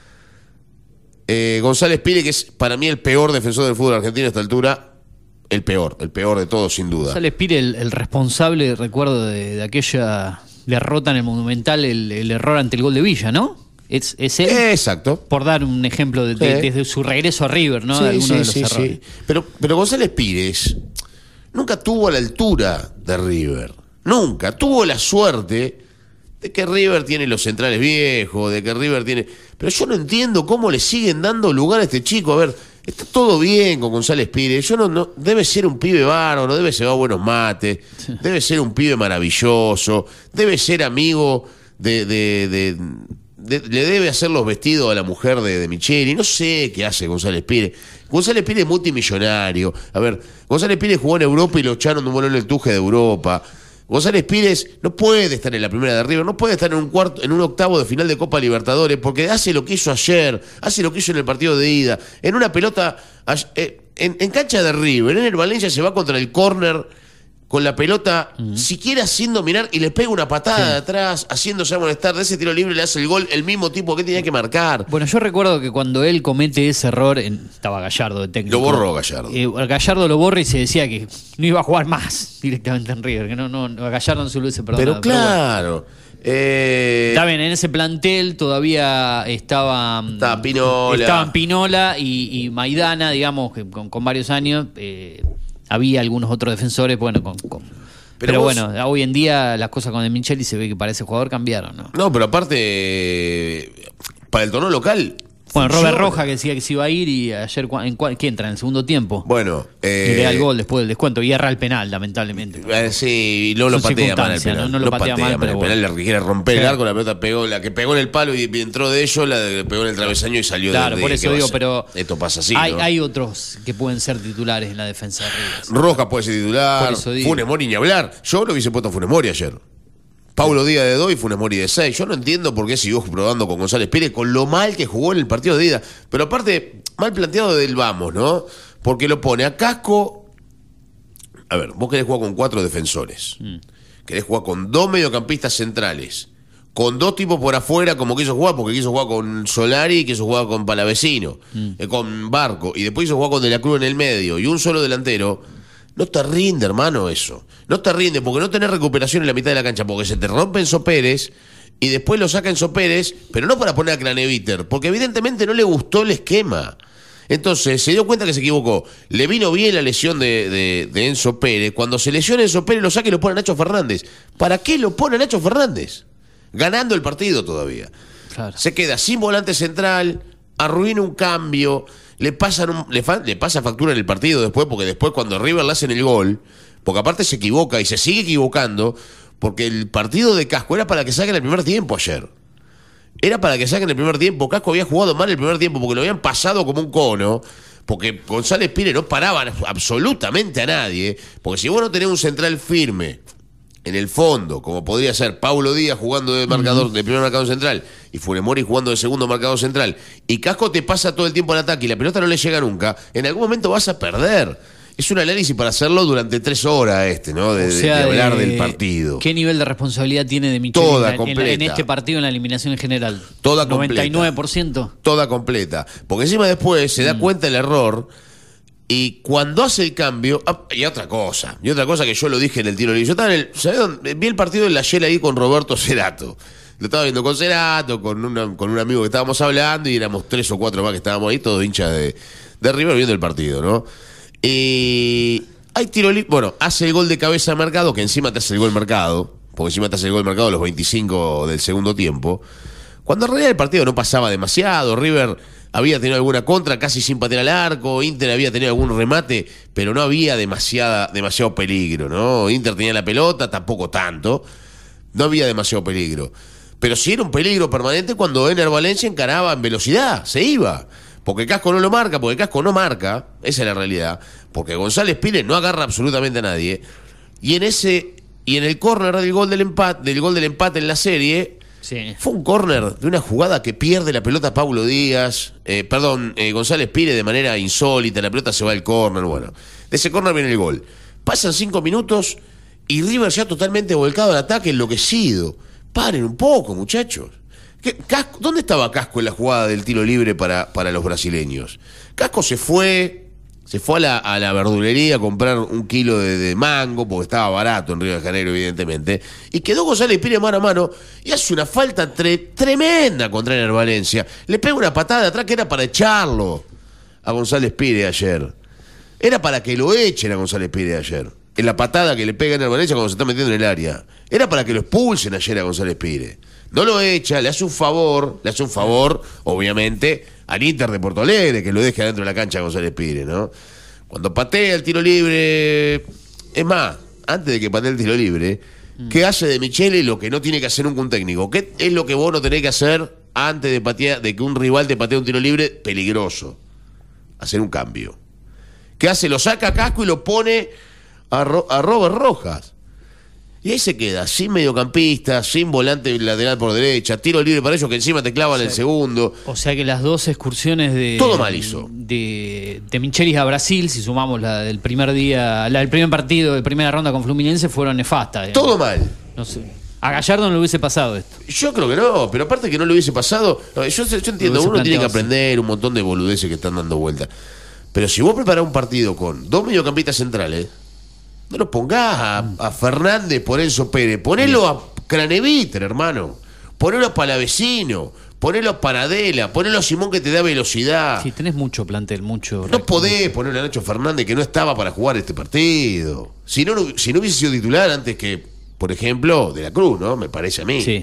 [SPEAKER 10] González Pire, que es para mí el peor defensor del fútbol argentino a esta altura. El peor de todos, sin duda.
[SPEAKER 9] González Pire, el responsable, recuerdo, de aquella derrota en el Monumental, el error ante el gol de Villa, ¿no? ¿Es él?
[SPEAKER 10] Exacto.
[SPEAKER 9] Por dar un ejemplo desde su regreso a River, ¿no? De alguno de los errores.
[SPEAKER 10] Pero González Pires nunca tuvo a la altura de River. Nunca. Tuvo la suerte de que River tiene los centrales viejos, de que River tiene... Pero yo no entiendo cómo le siguen dando lugar a este chico. A ver, está todo bien con González Pires. Debe ser un pibe bárbaro, debe ser buenos mates, debe ser un pibe maravilloso, debe ser amigo le debe hacer los vestidos a la mujer de Micheli. No sé qué hace González Pires. González Pires es multimillonario. A ver, González Pires jugó en Europa y lo echaron de un bolón el Tuje de Europa. González Pires no puede estar en la primera de River, no puede estar en un octavo de final de Copa Libertadores, porque hace lo que hizo ayer, hace lo que hizo en el partido de ida, en una pelota, en cancha de River, en el Valencia se va contra el córner con la pelota, siquiera sin dominar, y le pega una patada de atrás, haciéndose amonestar. De ese tiro libre le hace el gol el mismo tipo que tenía que marcar.
[SPEAKER 9] Bueno, yo recuerdo que cuando él comete ese error, estaba Gallardo de técnico.
[SPEAKER 10] Lo borró Gallardo.
[SPEAKER 9] Gallardo lo borra y se decía que no iba a jugar más directamente en River, que a Gallardo no se lo hubiese perdonado.
[SPEAKER 10] Pero claro.
[SPEAKER 9] Está bien, en ese plantel todavía estaban Pinola y Maidana, digamos, que con varios años. Había algunos otros defensores, bueno, pero bueno, hoy en día las cosas con el Micheli se ve que para ese jugador cambiaron, ¿no?
[SPEAKER 10] No, pero aparte, para el torneo local...
[SPEAKER 9] Bueno, Robert Roja que decía que se iba a ir y ayer, ¿qué entra? En el segundo tiempo.
[SPEAKER 10] Bueno.
[SPEAKER 9] Y le da el gol después del descuento y erra el penal, lamentablemente.
[SPEAKER 10] Sí, y no lo patea mal el penal.
[SPEAKER 9] No lo patea mal, pero
[SPEAKER 10] el penal le quiere romper el arco, la pelota pegó, la que pegó en el palo y entró de ellos, la que pegó en el travesaño y salió
[SPEAKER 9] Claro, por eso digo, pero
[SPEAKER 10] esto pasa así,
[SPEAKER 9] hay otros que pueden ser titulares en la defensa de River.
[SPEAKER 10] Rojas puede ser titular, Funes Mori ni hablar. Yo lo hubiese puesto a Funes Mori ayer. Paulo Díaz de 2 y Funes Mori de 6. Yo no entiendo por qué siguió probando con González Pires con lo mal que jugó en el partido de ida. Pero aparte, mal planteado del vamos, ¿no? Porque lo pone a Casco. A ver, vos querés jugar con 4 defensores. Querés jugar con 2 mediocampistas centrales, con 2 tipos por afuera como quiso jugar, porque quiso jugar con Solari y quiso jugar con Palavecino, con Barco, y después quiso jugar con De la Cruz en el medio y un solo delantero, no te rinde, hermano, eso. No te rinde, porque no tenés recuperación en la mitad de la cancha, porque se te rompe Enzo Pérez y después lo saca Enzo Pérez, pero no para poner a Craneviter, porque evidentemente no le gustó el esquema. Entonces se dio cuenta que se equivocó. Le vino bien la lesión de Enzo Pérez. Cuando se lesiona Enzo Pérez lo saca y lo pone a Nacho Fernández. ¿Para qué lo pone a Nacho Fernández? Ganando el partido todavía. Claro. Se queda sin volante central, arruina un cambio, le pasa factura en el partido después, porque después cuando River le hacen el gol, porque aparte se equivoca y se sigue equivocando, porque el partido de Casco era para que saquen el primer tiempo ayer. Era para que saquen el primer tiempo. Casco había jugado mal el primer tiempo porque lo habían pasado como un cono, porque González Pires no paraba absolutamente a nadie, porque si vos no tenés un central firme en el fondo, como podría ser Paulo Díaz jugando de marcador, de primer marcador central, y Funes Mori jugando de segundo marcador central, y Casco te pasa todo el tiempo al ataque y la pelota no le llega nunca, en algún momento vas a perder. Es un análisis para hacerlo durante 3 horas ¿no? De hablar del partido.
[SPEAKER 9] ¿Qué nivel de responsabilidad tiene de Micheli
[SPEAKER 10] toda completa.
[SPEAKER 9] En este partido, en la eliminación en general?
[SPEAKER 10] Toda completa.
[SPEAKER 9] 99%.
[SPEAKER 10] Toda completa. Porque encima después se da cuenta del error y cuando hace el cambio... Y otra cosa que yo lo dije en el tiro libre. Yo estaba vi el partido de la Yela ahí con Roberto Cerato. Lo estaba viendo con Cerato, con un amigo que estábamos hablando y éramos 3 o 4 más que estábamos ahí, todos hinchas de River viendo el partido, ¿no? Y hay tiro libre. Bueno, hace el gol de cabeza marcado, que encima te hace el gol marcado, porque encima te hace el gol marcado a los 25 del segundo tiempo. Cuando en realidad el partido no pasaba demasiado, River había tenido alguna contra casi sin patear al arco, Inter había tenido algún remate, pero no había demasiado peligro, ¿no? Inter tenía la pelota, tampoco tanto, no había demasiado peligro. Pero sí era un peligro permanente cuando Ener Valencia encaraba en velocidad, se iba. Porque Casco no lo marca, porque Casco no marca, esa es la realidad, porque González Pires no agarra absolutamente a nadie, y en el córner del gol del empate en la serie, sí. Fue un córner de una jugada que pierde la pelota Paulo Díaz, González Pires de manera insólita, la pelota se va al córner, bueno, de ese córner viene el gol. Pasan 5 minutos y River ya totalmente volcado al ataque, enloquecido. Paren un poco, muchachos. ¿Dónde estaba Casco en la jugada del tiro libre para los brasileños? Casco se fue a la verdulería a comprar 1 kilo de mango, porque estaba barato en Río de Janeiro, evidentemente, y quedó González Pires mano a mano, y hace una falta tremenda contra Ener Valencia. Le pega una patada de atrás que era para echarlo a González Pires ayer. Era para que lo echen a González Pires ayer. En la patada que le pega a Ener Valencia cuando se está metiendo en el área. Era para que lo expulsen ayer a González Pires. No lo echa, le hace un favor, obviamente, al Inter de Porto Alegre, que lo deje adentro de la cancha a González Pires, ¿no? Cuando patea el tiro libre, es más, antes de que patee el tiro libre, ¿qué hace de Micheli lo que no tiene que hacer nunca un técnico? ¿Qué es lo que vos no tenés que hacer antes de que un rival te patee un tiro libre peligroso? Hacer un cambio. ¿Qué hace? Lo saca a Casco y lo pone a Robert Rojas. Y ahí se queda, sin mediocampista, sin volante lateral por derecha, tiro libre para ellos que encima te clavan el segundo.
[SPEAKER 9] O sea que las 2 excursiones
[SPEAKER 10] todo mal hizo.
[SPEAKER 9] De Michelis a Brasil, si sumamos la del primer día, la del primer partido de primera ronda con Fluminense, fueron nefastas.
[SPEAKER 10] Todo mal.
[SPEAKER 9] No sé. A Gallardo no le hubiese pasado esto.
[SPEAKER 10] Yo creo que no, pero aparte que no le hubiese pasado, yo entiendo, uno tiene que aprender un montón de boludeces que están dando vuelta. Pero si vos preparás un partido con 2 mediocampistas centrales, no lo pongás a Fernández por Enzo Pérez. Ponelo a Craneviter, hermano. Ponelo a Palavecino. Ponelo a Paradela. Ponelo a Simón, que te da velocidad.
[SPEAKER 9] Sí, tenés mucho plantel, mucho.
[SPEAKER 10] No podés ponerle a Nacho Fernández, que no estaba para jugar este partido. Si no hubiese sido titular antes que, por ejemplo, De la Cruz, ¿no? Me parece a mí.
[SPEAKER 9] Sí.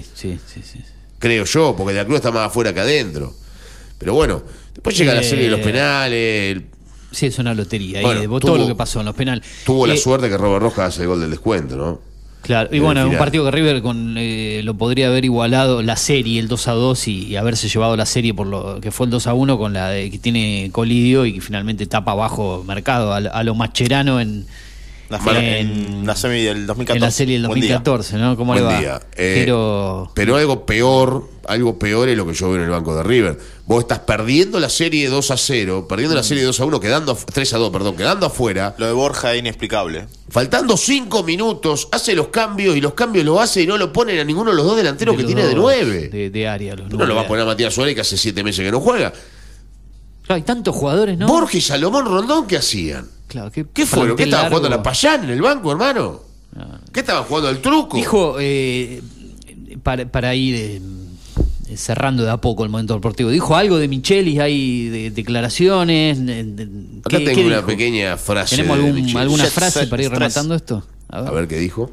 [SPEAKER 10] Creo yo, porque De la Cruz está más afuera que adentro. Pero bueno, después llega la serie de los penales.
[SPEAKER 9] Sí, es una lotería. Bueno, todo lo que pasó en los penales.
[SPEAKER 10] Tuvo la suerte que Robert Rojas hace el gol del descuento, ¿no?
[SPEAKER 9] Claro, y bueno, un partido que River lo podría haber igualado la serie, el 2-2, y haberse llevado la serie por lo que fue el 2-1 con la de que tiene Colidio y que finalmente tapa abajo Mercado a lo Mascherano en
[SPEAKER 16] En la semi del 2014.
[SPEAKER 9] En la serie del 2014, ¿no? ¿Cómo le va?
[SPEAKER 10] Buen día. Pero algo peor es lo que yo veo en el banco de River. Vos estás perdiendo la serie 2-0, perdiendo la serie 2-1, 3-2, perdón, quedando afuera.
[SPEAKER 16] Lo de Borja es inexplicable.
[SPEAKER 10] Faltando 5 minutos, hace los cambios y los cambios lo hace y no lo ponen a ninguno de los dos delanteros que tiene de 9.
[SPEAKER 9] De área,
[SPEAKER 10] no lo va a poner a Matías Suárez, que hace 7 meses que no juega.
[SPEAKER 9] Claro, hay tantos jugadores, ¿no?
[SPEAKER 10] Borja y Salomón Rondón, ¿qué hacían?
[SPEAKER 9] Claro,
[SPEAKER 10] ¿Qué fueron? ¿Qué estaban jugando la Payán en el banco, hermano? ¿Qué estaban jugando al truco?
[SPEAKER 9] Dijo, para ir cerrando de a poco el momento deportivo, dijo algo de Michelis, hay de declaraciones.
[SPEAKER 10] Acá tengo una pequeña frase.
[SPEAKER 9] ¿Tenemos alguna frase para ir rematando esto?
[SPEAKER 10] A ver qué dijo.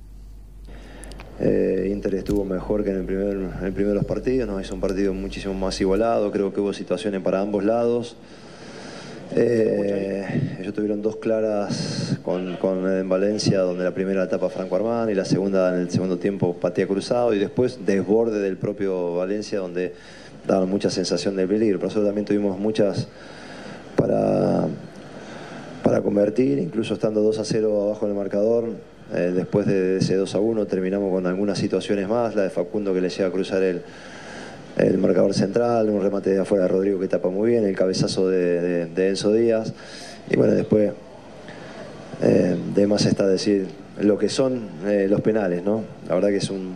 [SPEAKER 17] Inter estuvo mejor que en el primer de los partidos, ¿no? Es un partido muchísimo más igualado, creo que hubo situaciones para ambos lados. Ellos tuvieron 2 claras en Valencia, donde la primera la tapa Franco Armán y la segunda en el segundo tiempo patea cruzado y después desborde del propio Valencia, donde daban mucha sensación de peligro. Pero nosotros también tuvimos muchas para convertir, incluso estando 2-0 abajo en el marcador. Después de ese 2-1 terminamos con algunas situaciones más, la de Facundo que le llega a cruzar el marcador central, un remate de afuera de Rodrigo que tapa muy bien, el cabezazo de Enzo Díaz, y bueno, después de más está decir lo que son los penales, ¿no? La verdad que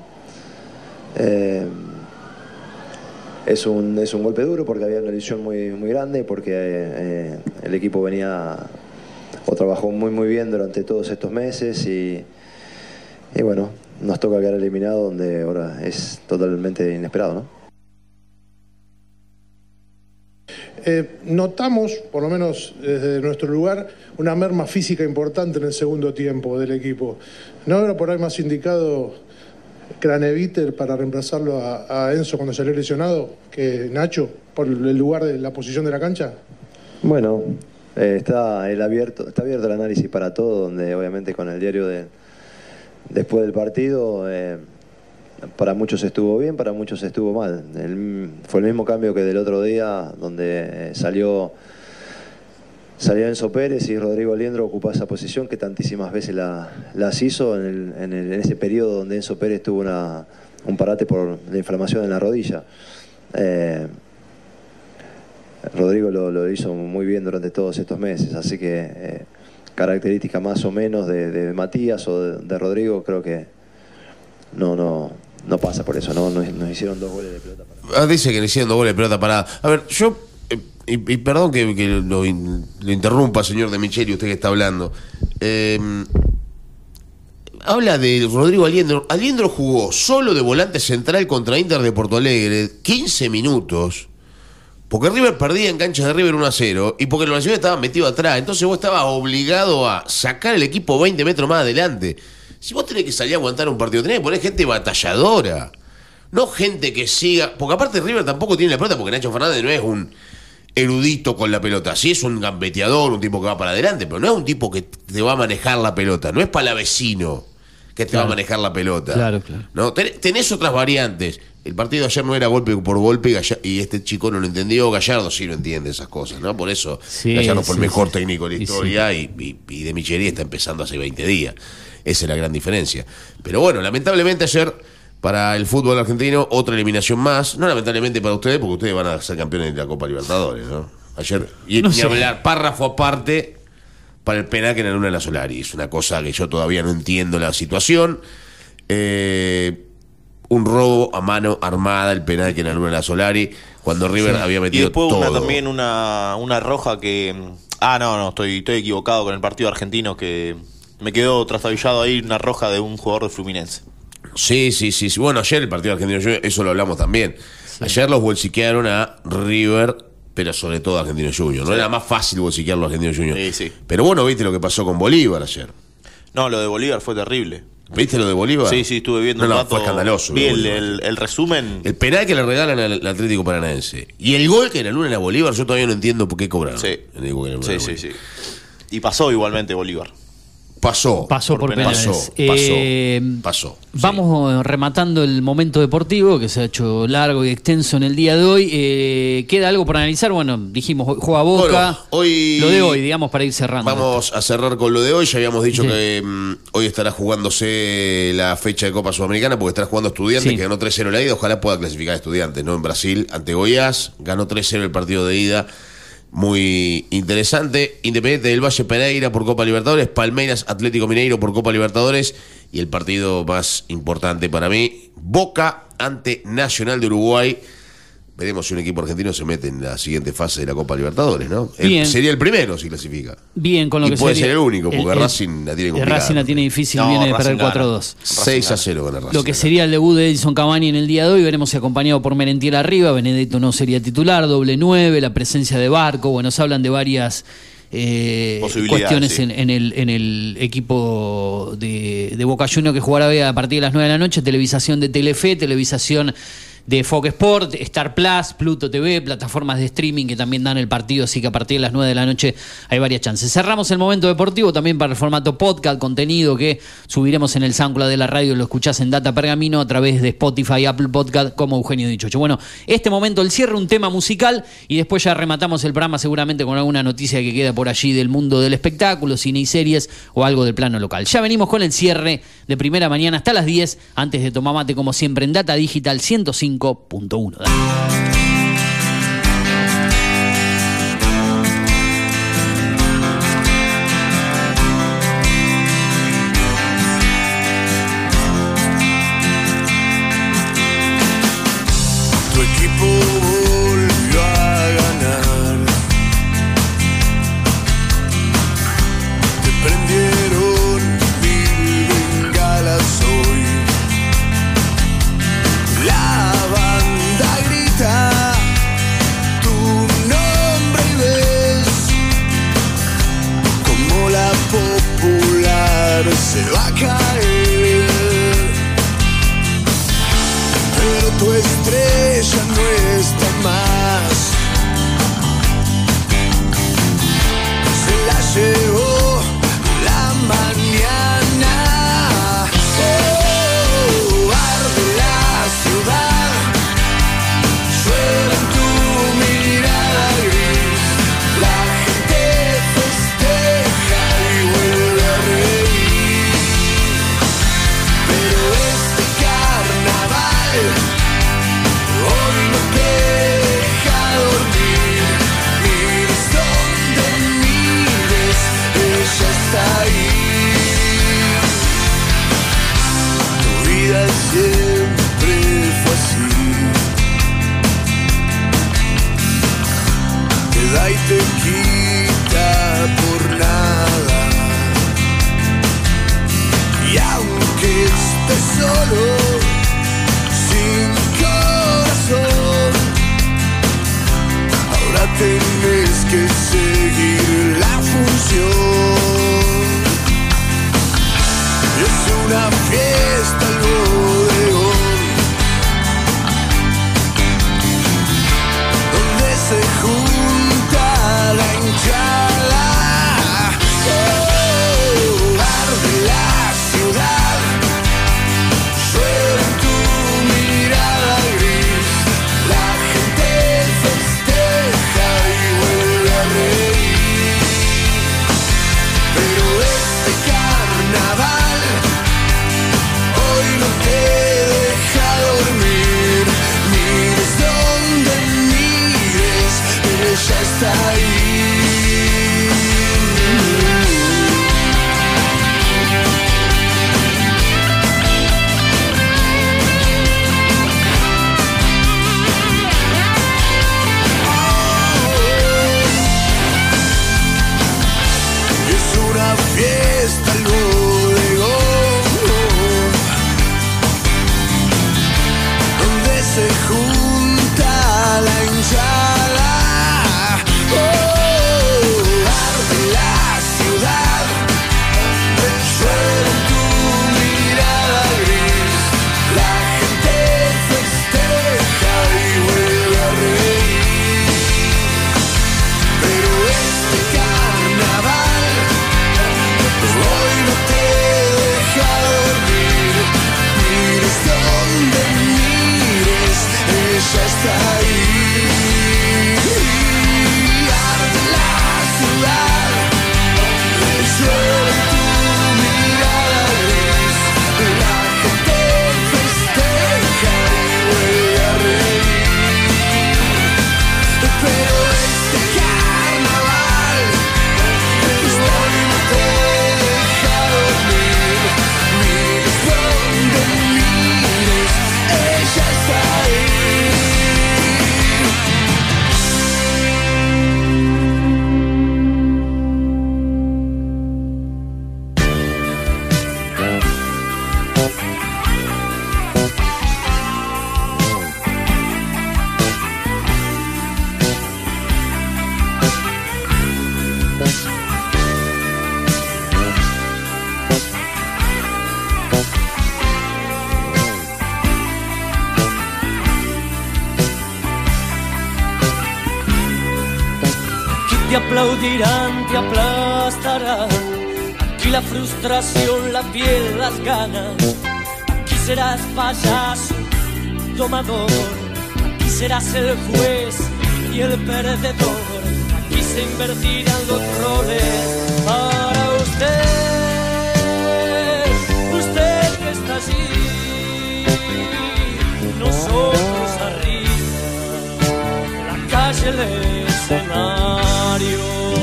[SPEAKER 17] es un golpe duro porque había una lesión muy, muy grande, porque el equipo venía o trabajó muy muy bien durante todos estos meses y bueno, nos toca quedar eliminado, donde ahora es totalmente inesperado, ¿no?
[SPEAKER 18] Notamos, por lo menos desde nuestro lugar, una merma física importante en el segundo tiempo del equipo. ¿No era por ahí más indicado Craneviter para reemplazarlo a Enzo cuando salió lesionado que Nacho, por el lugar de la posición de la cancha?
[SPEAKER 17] Bueno, está abierto el análisis para todo, donde obviamente con el diario después del partido, para muchos estuvo bien, para muchos estuvo mal. Fue el mismo cambio que del otro día, donde salió Enzo Pérez y Rodrigo Aliendro ocupó esa posición que tantísimas veces las hizo en ese periodo donde Enzo Pérez tuvo un parate por la inflamación en la rodilla. Rodrigo lo hizo muy bien durante todos estos meses, así que característica más o menos de Matías o de Rodrigo, creo que no pasa por eso, ¿no? Nos hicieron 2 goles de pelota parada.
[SPEAKER 10] Dice que le hicieron 2 goles de pelota parada. A ver, yo, y perdón que lo interrumpa, señor De Micheli, usted que está hablando. Habla de Rodrigo Aliendro. Aliendro jugó solo de volante central contra Inter de Porto Alegre 15 minutos. Porque River perdía en cancha de River 1-0 y porque los nacionales estaban metidos atrás. Entonces vos estabas obligado a sacar el equipo 20 metros más adelante. Si vos tenés que salir a aguantar un partido, tenés que poner gente batalladora. No gente que siga. Porque aparte River tampoco tiene la pelota, porque Nacho Fernández no es un erudito con la pelota. Sí es un gambeteador, un tipo que va para adelante, pero no es un tipo que te va a manejar la pelota. No es palavecino que te va a manejar la pelota.
[SPEAKER 9] Claro.
[SPEAKER 10] ¿No? Tenés otras variantes. El partido de ayer no era golpe por golpe y este chico no lo entendió. Gallardo sí lo entiende esas cosas, ¿no? Por eso Gallardo fue el mejor técnico de la historia y De Micheli está empezando hace 20 días. Esa es la gran diferencia. Pero bueno, lamentablemente ayer para el fútbol argentino otra eliminación más. No lamentablemente para ustedes, porque ustedes van a ser campeones de la Copa Libertadores, ¿no? Ayer, ni hablar, párrafo aparte para el penal que en la Luna de la Solari. Es una cosa que yo todavía no entiendo la situación. Un robo a mano armada, el penal que en la Luna de la Solari, cuando River había metido
[SPEAKER 16] y después
[SPEAKER 10] todo.
[SPEAKER 16] También una roja que... estoy equivocado con el partido argentino, que me quedó trastabillado ahí una roja de un jugador de Fluminense.
[SPEAKER 10] Sí. Bueno, ayer el partido argentino, eso lo hablamos también. Sí. Ayer los bolsiquearon a River, pero sobre todo a Argentino Junior. No era más fácil bolsiquearlo a Argentino Junior.
[SPEAKER 16] Sí.
[SPEAKER 10] Pero bueno, viste lo que pasó con Bolívar ayer.
[SPEAKER 16] No, lo de Bolívar fue terrible.
[SPEAKER 10] ¿Viste lo de Bolívar?
[SPEAKER 16] Sí, estuve viendo un rato.
[SPEAKER 10] Fue escandaloso.
[SPEAKER 16] Vi el resumen.
[SPEAKER 10] El penal que le regalan al Atlético Paranaense. Y el gol que en la Luna era Bolívar, yo todavía no entiendo por qué cobraron.
[SPEAKER 16] Sí. Y pasó igualmente Bolívar.
[SPEAKER 10] pasó
[SPEAKER 9] por penales.
[SPEAKER 10] Pasó.
[SPEAKER 9] Vamos rematando el momento deportivo que se ha hecho largo y extenso en el día de hoy. ¿Queda algo por analizar? Bueno, dijimos, juega Boca.
[SPEAKER 10] Bueno, hoy,
[SPEAKER 9] lo de hoy, digamos, para ir cerrando.
[SPEAKER 10] Vamos a cerrar con lo de hoy. Ya habíamos dicho que hoy estará jugándose la fecha de Copa Sudamericana porque estará jugando Estudiantes, que ganó 3-0 la ida. Ojalá pueda clasificar Estudiantes, ¿no? En Brasil, ante Goiás, ganó 3-0 el partido de ida. Muy interesante. Independiente del Valle Pereira por Copa Libertadores, Palmeiras Atlético Mineiro por Copa Libertadores y el partido más importante para mí, Boca ante Nacional de Uruguay. Veremos si un equipo argentino se mete en la siguiente fase de la Copa Libertadores, ¿no? Sería el primero si clasifica.
[SPEAKER 9] Bien, con lo que
[SPEAKER 10] puede ser el único, porque Racing la tiene complicada.
[SPEAKER 9] Racing la tiene difícil, viene de perder 4-2.
[SPEAKER 10] 6-0 gana Racing.
[SPEAKER 9] Lo que sería el debut de Edison Cavani en el día de hoy, veremos si acompañado por Merentiel arriba, Benedetto no sería titular, doble 9, la presencia de Barco, bueno, se hablan de varias cuestiones en el equipo de Boca Juniors que jugará hoy a partir de las 9 de la noche, televisación de Telefe, televisación de Fox Sport, Star Plus, Pluto TV, plataformas de streaming que también dan el partido, así que a partir de las 9 de la noche hay varias chances. Cerramos el momento deportivo también para el formato podcast, contenido que subiremos en el SoundCloud de la radio, lo escuchás en Data Pergamino a través de Spotify, Apple Podcast, como Eugenio Dichocho. Bueno, este momento el cierre, un tema musical y después ya rematamos el programa seguramente con alguna noticia que queda por allí del mundo del espectáculo, cine y series o algo del plano local. Ya venimos con el cierre de primera mañana hasta las 10, antes de tomar mate como siempre en Data Digital 105.1.
[SPEAKER 8] Tu equipo volvió a ganar. Te prendieron 1000 bengalas hoy. La banda grita tu nombre y ves como la popular se va a caer. Pero tu estrella no está más. Se la llevó la mañana. Oh, arde la ciudad. Llueve en tu mirada gris. La gente festeja y vuelve a reír. Pero este carnaval hoy no te deja dormir. Mires donde mires, ella está ahí. Tu vida siempre fue así. Te da y te quita por nada. Y aunque estés solo, sin corazón, ahora tenés que seguir la función. Es una fiesta el bodegón, donde se junta la hinchada. Oh, arde la ciudad. Llueve en tu mirada gris. La gente festeja y vuelve a reír. Pero este carnaval hoy no te deja dormir. Mires donde mires, ella está ahí. Es una fiesta el bodegón, donde se junta la hinchada. Oh, arde la ciudad. Llueve en tu mirada gris. La gente festeja y vuelve a reír. Pero este carnaval hoy no
[SPEAKER 11] te aplaudirán, te aplastarán. Aquí la frustración, la piel, las ganas. Aquí serás payaso, domador. Aquí serás el juez y el perdedor. Aquí se invertirán los roles para usted. Usted que está allí, nosotros arriba, la calle, el escenario.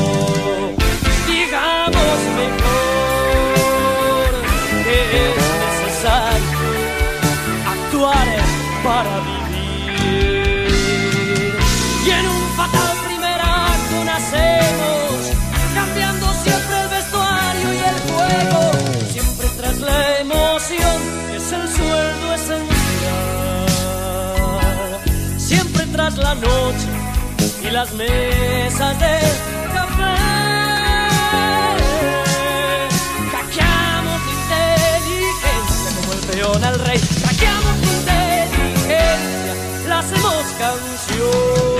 [SPEAKER 11] Digamos mejor que es necesario actuar para vivir. Y en un fatal primer acto nacemos, cambiando siempre el vestuario y el juego. Siempre tras la emoción es el sueldo esencial. Siempre tras la noche y las mesas de café. Hackeamos la inteligencia como el peón al rey. Hackeamos la inteligencia, la hacemos canción.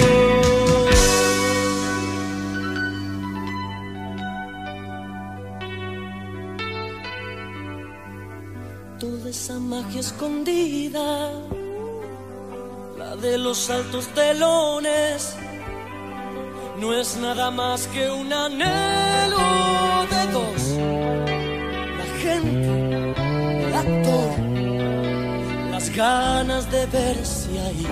[SPEAKER 11] Toda esa magia escondida, la de los altos telones, no es nada más que un anhelo de dos. La gente, el actor, las ganas de verse ahí.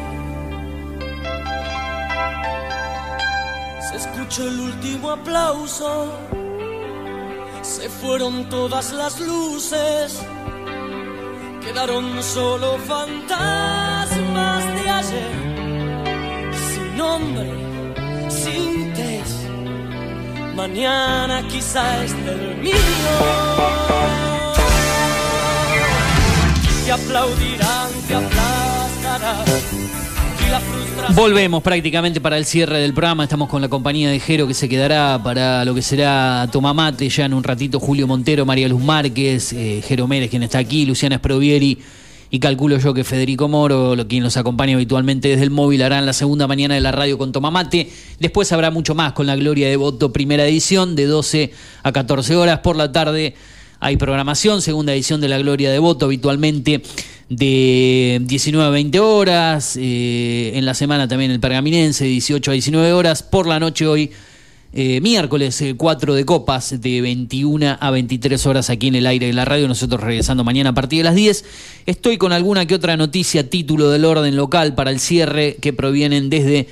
[SPEAKER 11] Se escuchó el último aplauso, se fueron todas las luces, quedaron solo fantasmas de ayer, sin nombre, sin test. Mañana quizá es del mío. Te aplaudirán, te aplastarán.
[SPEAKER 9] Volvemos prácticamente para el cierre del programa. Estamos con la compañía de Jero, que se quedará para lo que será Tomamate ya en un ratito. Julio Montero, María Luz Márquez, Jero Mérez, quien está aquí, Luciana Sprovieri, y calculo yo que Federico Moro, quien los acompaña habitualmente desde el móvil, harán la segunda mañana de la radio con Tomamate. Después habrá mucho más con La Gloria de Voto, primera edición, de 12 a 14 horas. Por la tarde hay programación, segunda edición de La Gloria de Voto, habitualmente de 19 a 20 horas. En la semana también el Pergaminense, de 18 a 19 horas. Por la noche hoy, miércoles 4 de Copas, de 21 a 23 horas aquí en el aire de la radio. Nosotros regresando mañana a partir de las 10. Estoy con alguna que otra noticia, título del orden local para el cierre, que provienen desde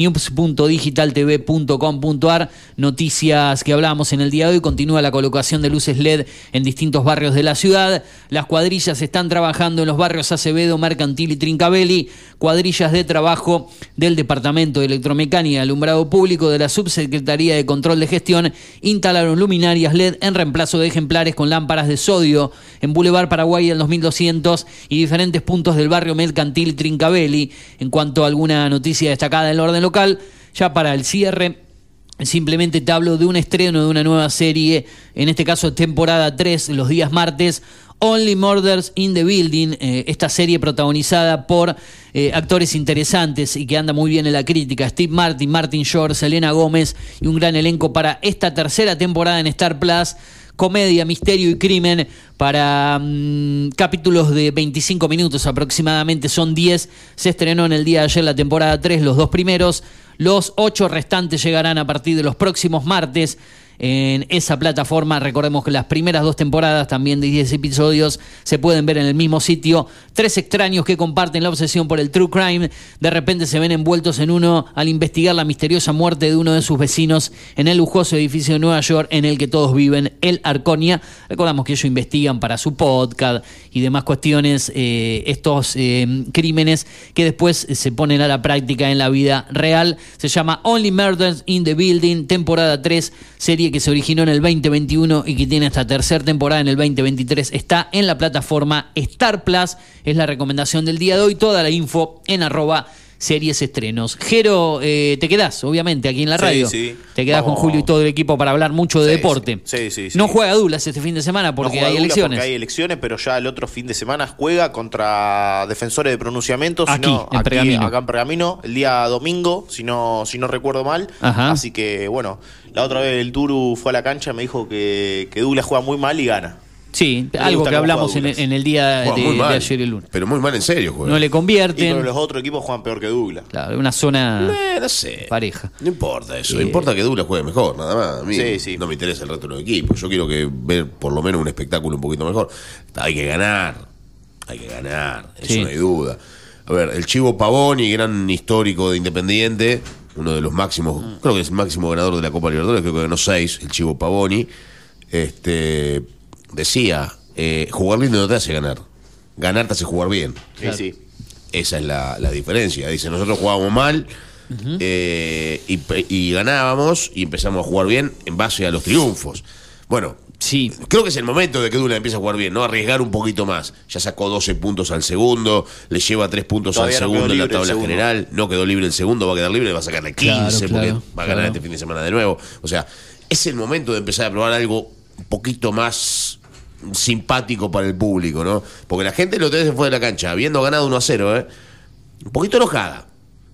[SPEAKER 9] news.digitaltv.com.ar. Noticias que hablábamos en el día de hoy. Continúa la colocación de luces LED en distintos barrios de la ciudad. Las cuadrillas están trabajando en los barrios Acevedo, Mercantil y Trincavelli. Cuadrillas de trabajo del Departamento de Electromecánica y Alumbrado Público de la Subsecretaría de Control de Gestión instalaron luminarias LED en reemplazo de ejemplares con lámparas de sodio en Boulevard Paraguay al 2200 y diferentes puntos del barrio Mercantil y Trincavelli. En cuanto a alguna noticia destacada del orden local, ya para el cierre, simplemente te hablo de un estreno de una nueva serie, en este caso temporada 3, los días martes, Only Murders in the Building, esta serie protagonizada por actores interesantes y que anda muy bien en la crítica, Steve Martin, Martin Short, Selena Gómez, y un gran elenco para esta tercera temporada en Star Plus. Comedia, misterio y crimen para capítulos de 25 minutos aproximadamente, son 10. Se estrenó en el día de ayer la temporada 3, los 2 primeros. Los 8 restantes llegarán a partir de los próximos martes en esa plataforma. Recordemos que las primeras 2 temporadas, también de 10 episodios, se pueden ver en el mismo sitio. 3 extraños que comparten la obsesión por el true crime de repente se ven envueltos en uno al investigar la misteriosa muerte de uno de sus vecinos en el lujoso edificio de Nueva York en el que todos viven, el Arconia. Recordamos que ellos investigan para su podcast y demás cuestiones estos crímenes que después se ponen a la práctica en la vida real. Se llama Only Murders in the Building, temporada 3, serie que se originó en el 2021 y que tiene esta tercera temporada en el 2023. Está en la plataforma Star Plus, es la recomendación del día de hoy. Toda la info en series, estrenos. Jero, te quedás, obviamente, aquí en la radio.
[SPEAKER 16] Sí.
[SPEAKER 9] Te quedás con Julio y todo el equipo para hablar mucho de deporte.
[SPEAKER 16] Sí.
[SPEAKER 9] No juega Douglas este fin de semana porque hay elecciones.
[SPEAKER 16] Porque hay elecciones, pero ya el otro fin de semana juega contra Defensores de Pronunciamiento.
[SPEAKER 9] En Pergamino.
[SPEAKER 16] Acá en Pergamino, el día domingo, si no recuerdo mal.
[SPEAKER 9] Ajá.
[SPEAKER 16] Así que, bueno, la otra vez el Turu fue a la cancha y me dijo que Douglas juega muy mal y gana.
[SPEAKER 9] Sí, algo que hablamos en el día de ayer y el lunes.
[SPEAKER 10] Pero muy mal en serio, juega.
[SPEAKER 9] No le convierten.
[SPEAKER 16] Pero los otros equipos juegan peor que Douglas.
[SPEAKER 9] Claro, una zona
[SPEAKER 10] no sé.
[SPEAKER 9] pareja.
[SPEAKER 10] No importa eso. Importa que Douglas juegue mejor, nada más. A mí no me interesa el resto de los equipos. Yo quiero ver por lo menos un espectáculo un poquito mejor. Hay que ganar. Eso no hay duda. A ver, el Chivo Pavoni, gran histórico de Independiente, uno de los máximos, creo que es el máximo ganador de la Copa Libertadores, creo que ganó 6, el Chivo Pavoni. Decía, jugar lindo no te hace ganar te hace jugar bien.
[SPEAKER 16] Sí.
[SPEAKER 10] Esa es la diferencia. Dice, nosotros jugábamos mal y ganábamos y empezamos a jugar bien en base a los triunfos. Bueno,
[SPEAKER 9] sí,
[SPEAKER 10] creo que es el momento de que Douglas empiece a jugar bien, ¿no? Arriesgar un poquito más. Ya sacó 12 puntos al segundo, le lleva 3 puntos al segundo en la tabla general, no quedó libre el segundo, va a quedar libre, va a sacarle 15 porque va a ganar este fin de semana de nuevo. O sea, es el momento de empezar a probar algo un poquito más simpático para el público, ¿no? Porque la gente lo tenés después de la cancha, habiendo ganado 1-0, un poquito enojada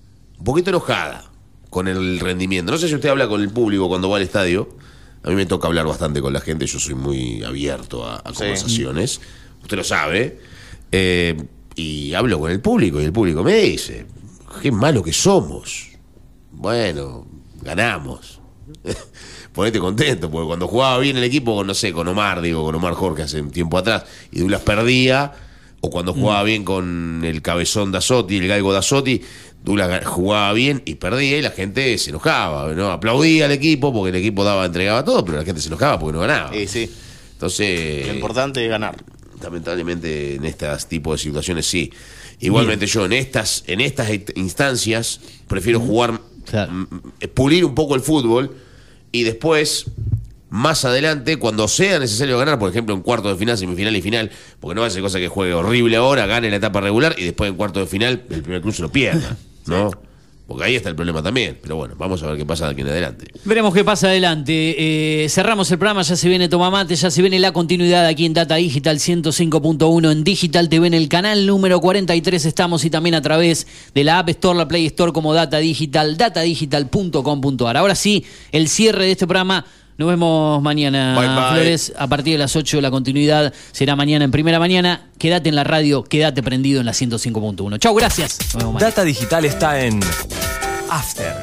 [SPEAKER 10] con el rendimiento. No sé si usted habla con el público cuando va al estadio. A mí me toca hablar bastante con la gente, yo soy muy abierto a conversaciones, usted lo sabe, y hablo con el público y el público me dice, qué malo que somos. Bueno, ganamos. Ponete contento, porque cuando jugaba bien el equipo, con Omar Jorge hace un tiempo atrás, y Douglas perdía, o cuando jugaba bien con el cabezón Dazotti, el galgo Dazotti, Douglas jugaba bien y perdía y la gente se enojaba, ¿no? Aplaudía al equipo porque el equipo entregaba todo, pero la gente se enojaba porque no ganaba.
[SPEAKER 16] Sí.
[SPEAKER 10] Entonces,
[SPEAKER 16] lo importante es ganar.
[SPEAKER 10] Lamentablemente en estos tipos de situaciones sí. Igualmente yo en estas instancias prefiero jugar, pulir un poco el fútbol y después, más adelante, cuando sea necesario ganar, por ejemplo en cuartos de final, semifinal y final, porque no va a ser cosa que juegue horrible ahora, gane la etapa regular y después en cuartos de final el primer cruce lo pierda, ¿no? Porque ahí está el problema también. Pero bueno, vamos a ver qué pasa de aquí en adelante.
[SPEAKER 9] Veremos qué pasa adelante. Cerramos el programa, ya se viene Tomamate, ya se viene la continuidad aquí en Data Digital 105.1 en Digital TV, en el canal número 43 estamos, y también a través de la App Store, la Play Store como Data Digital, datadigital.com.ar. Ahora sí, el cierre de este programa. Nos vemos mañana,
[SPEAKER 10] bye.
[SPEAKER 9] Flores, a partir de las 8. La continuidad será mañana en Primera Mañana. Quédate en la radio, quédate prendido en la 105.1. Chau, gracias. Nos vemos mañana.
[SPEAKER 12] Data Digital está en After.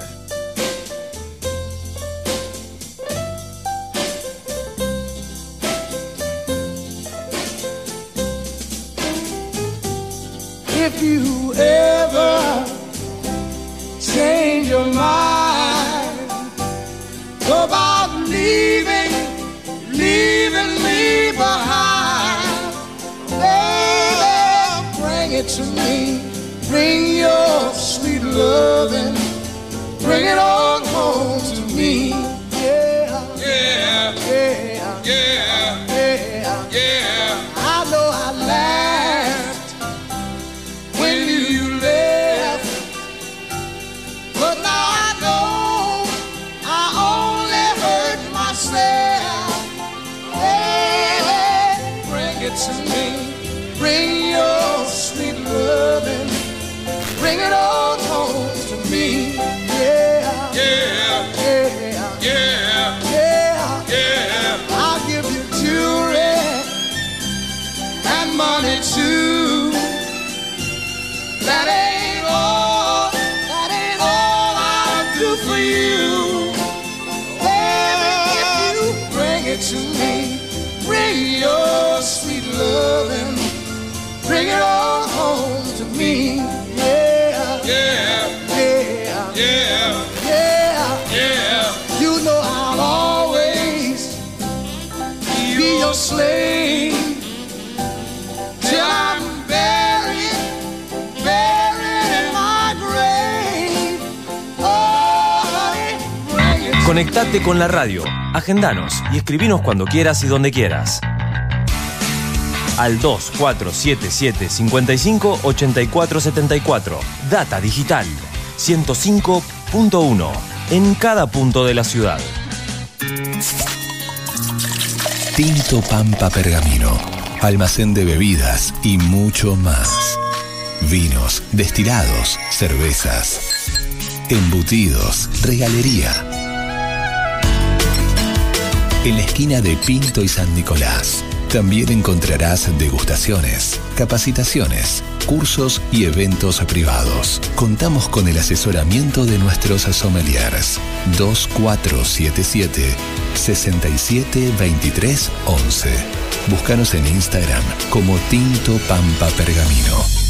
[SPEAKER 8] If you ever change your mind about leaving me behind, baby, bring it to me. Bring your sweet loving, bring it on home to me. Yeah, yeah, yeah, yeah, yeah, yeah. I know I laughed when you left, but now I know I only hurt myself. Hey, bring it to me. Bring your sweet loving, bring it on home to me. Yeah, yeah, yeah, yeah, yeah, yeah. I'll give you jewelry and money too. That ain't all I'll do for you. Baby, if you bring it to me, bring your sweet loving, bring it all home to me. Yeah, yeah, yeah, yeah, yeah, yeah. You know I'll always be your slave till I'm buried in my grave. Oh, honey, bring it.
[SPEAKER 12] Conectate con la radio, agendanos y escribinos cuando quieras y donde quieras. al 2477-558474. Data Digital 105.1 en cada punto de la ciudad.
[SPEAKER 7] Tinto Pampa Pergamino, almacén de bebidas y mucho más. Vinos, destilados, cervezas, embutidos, regalería. En la esquina de Pinto y San Nicolás también encontrarás degustaciones, capacitaciones, cursos y eventos privados. Contamos con el asesoramiento de nuestros sommeliers. 2477-672311. Búscanos en Instagram como Tinto Pampa Pergamino.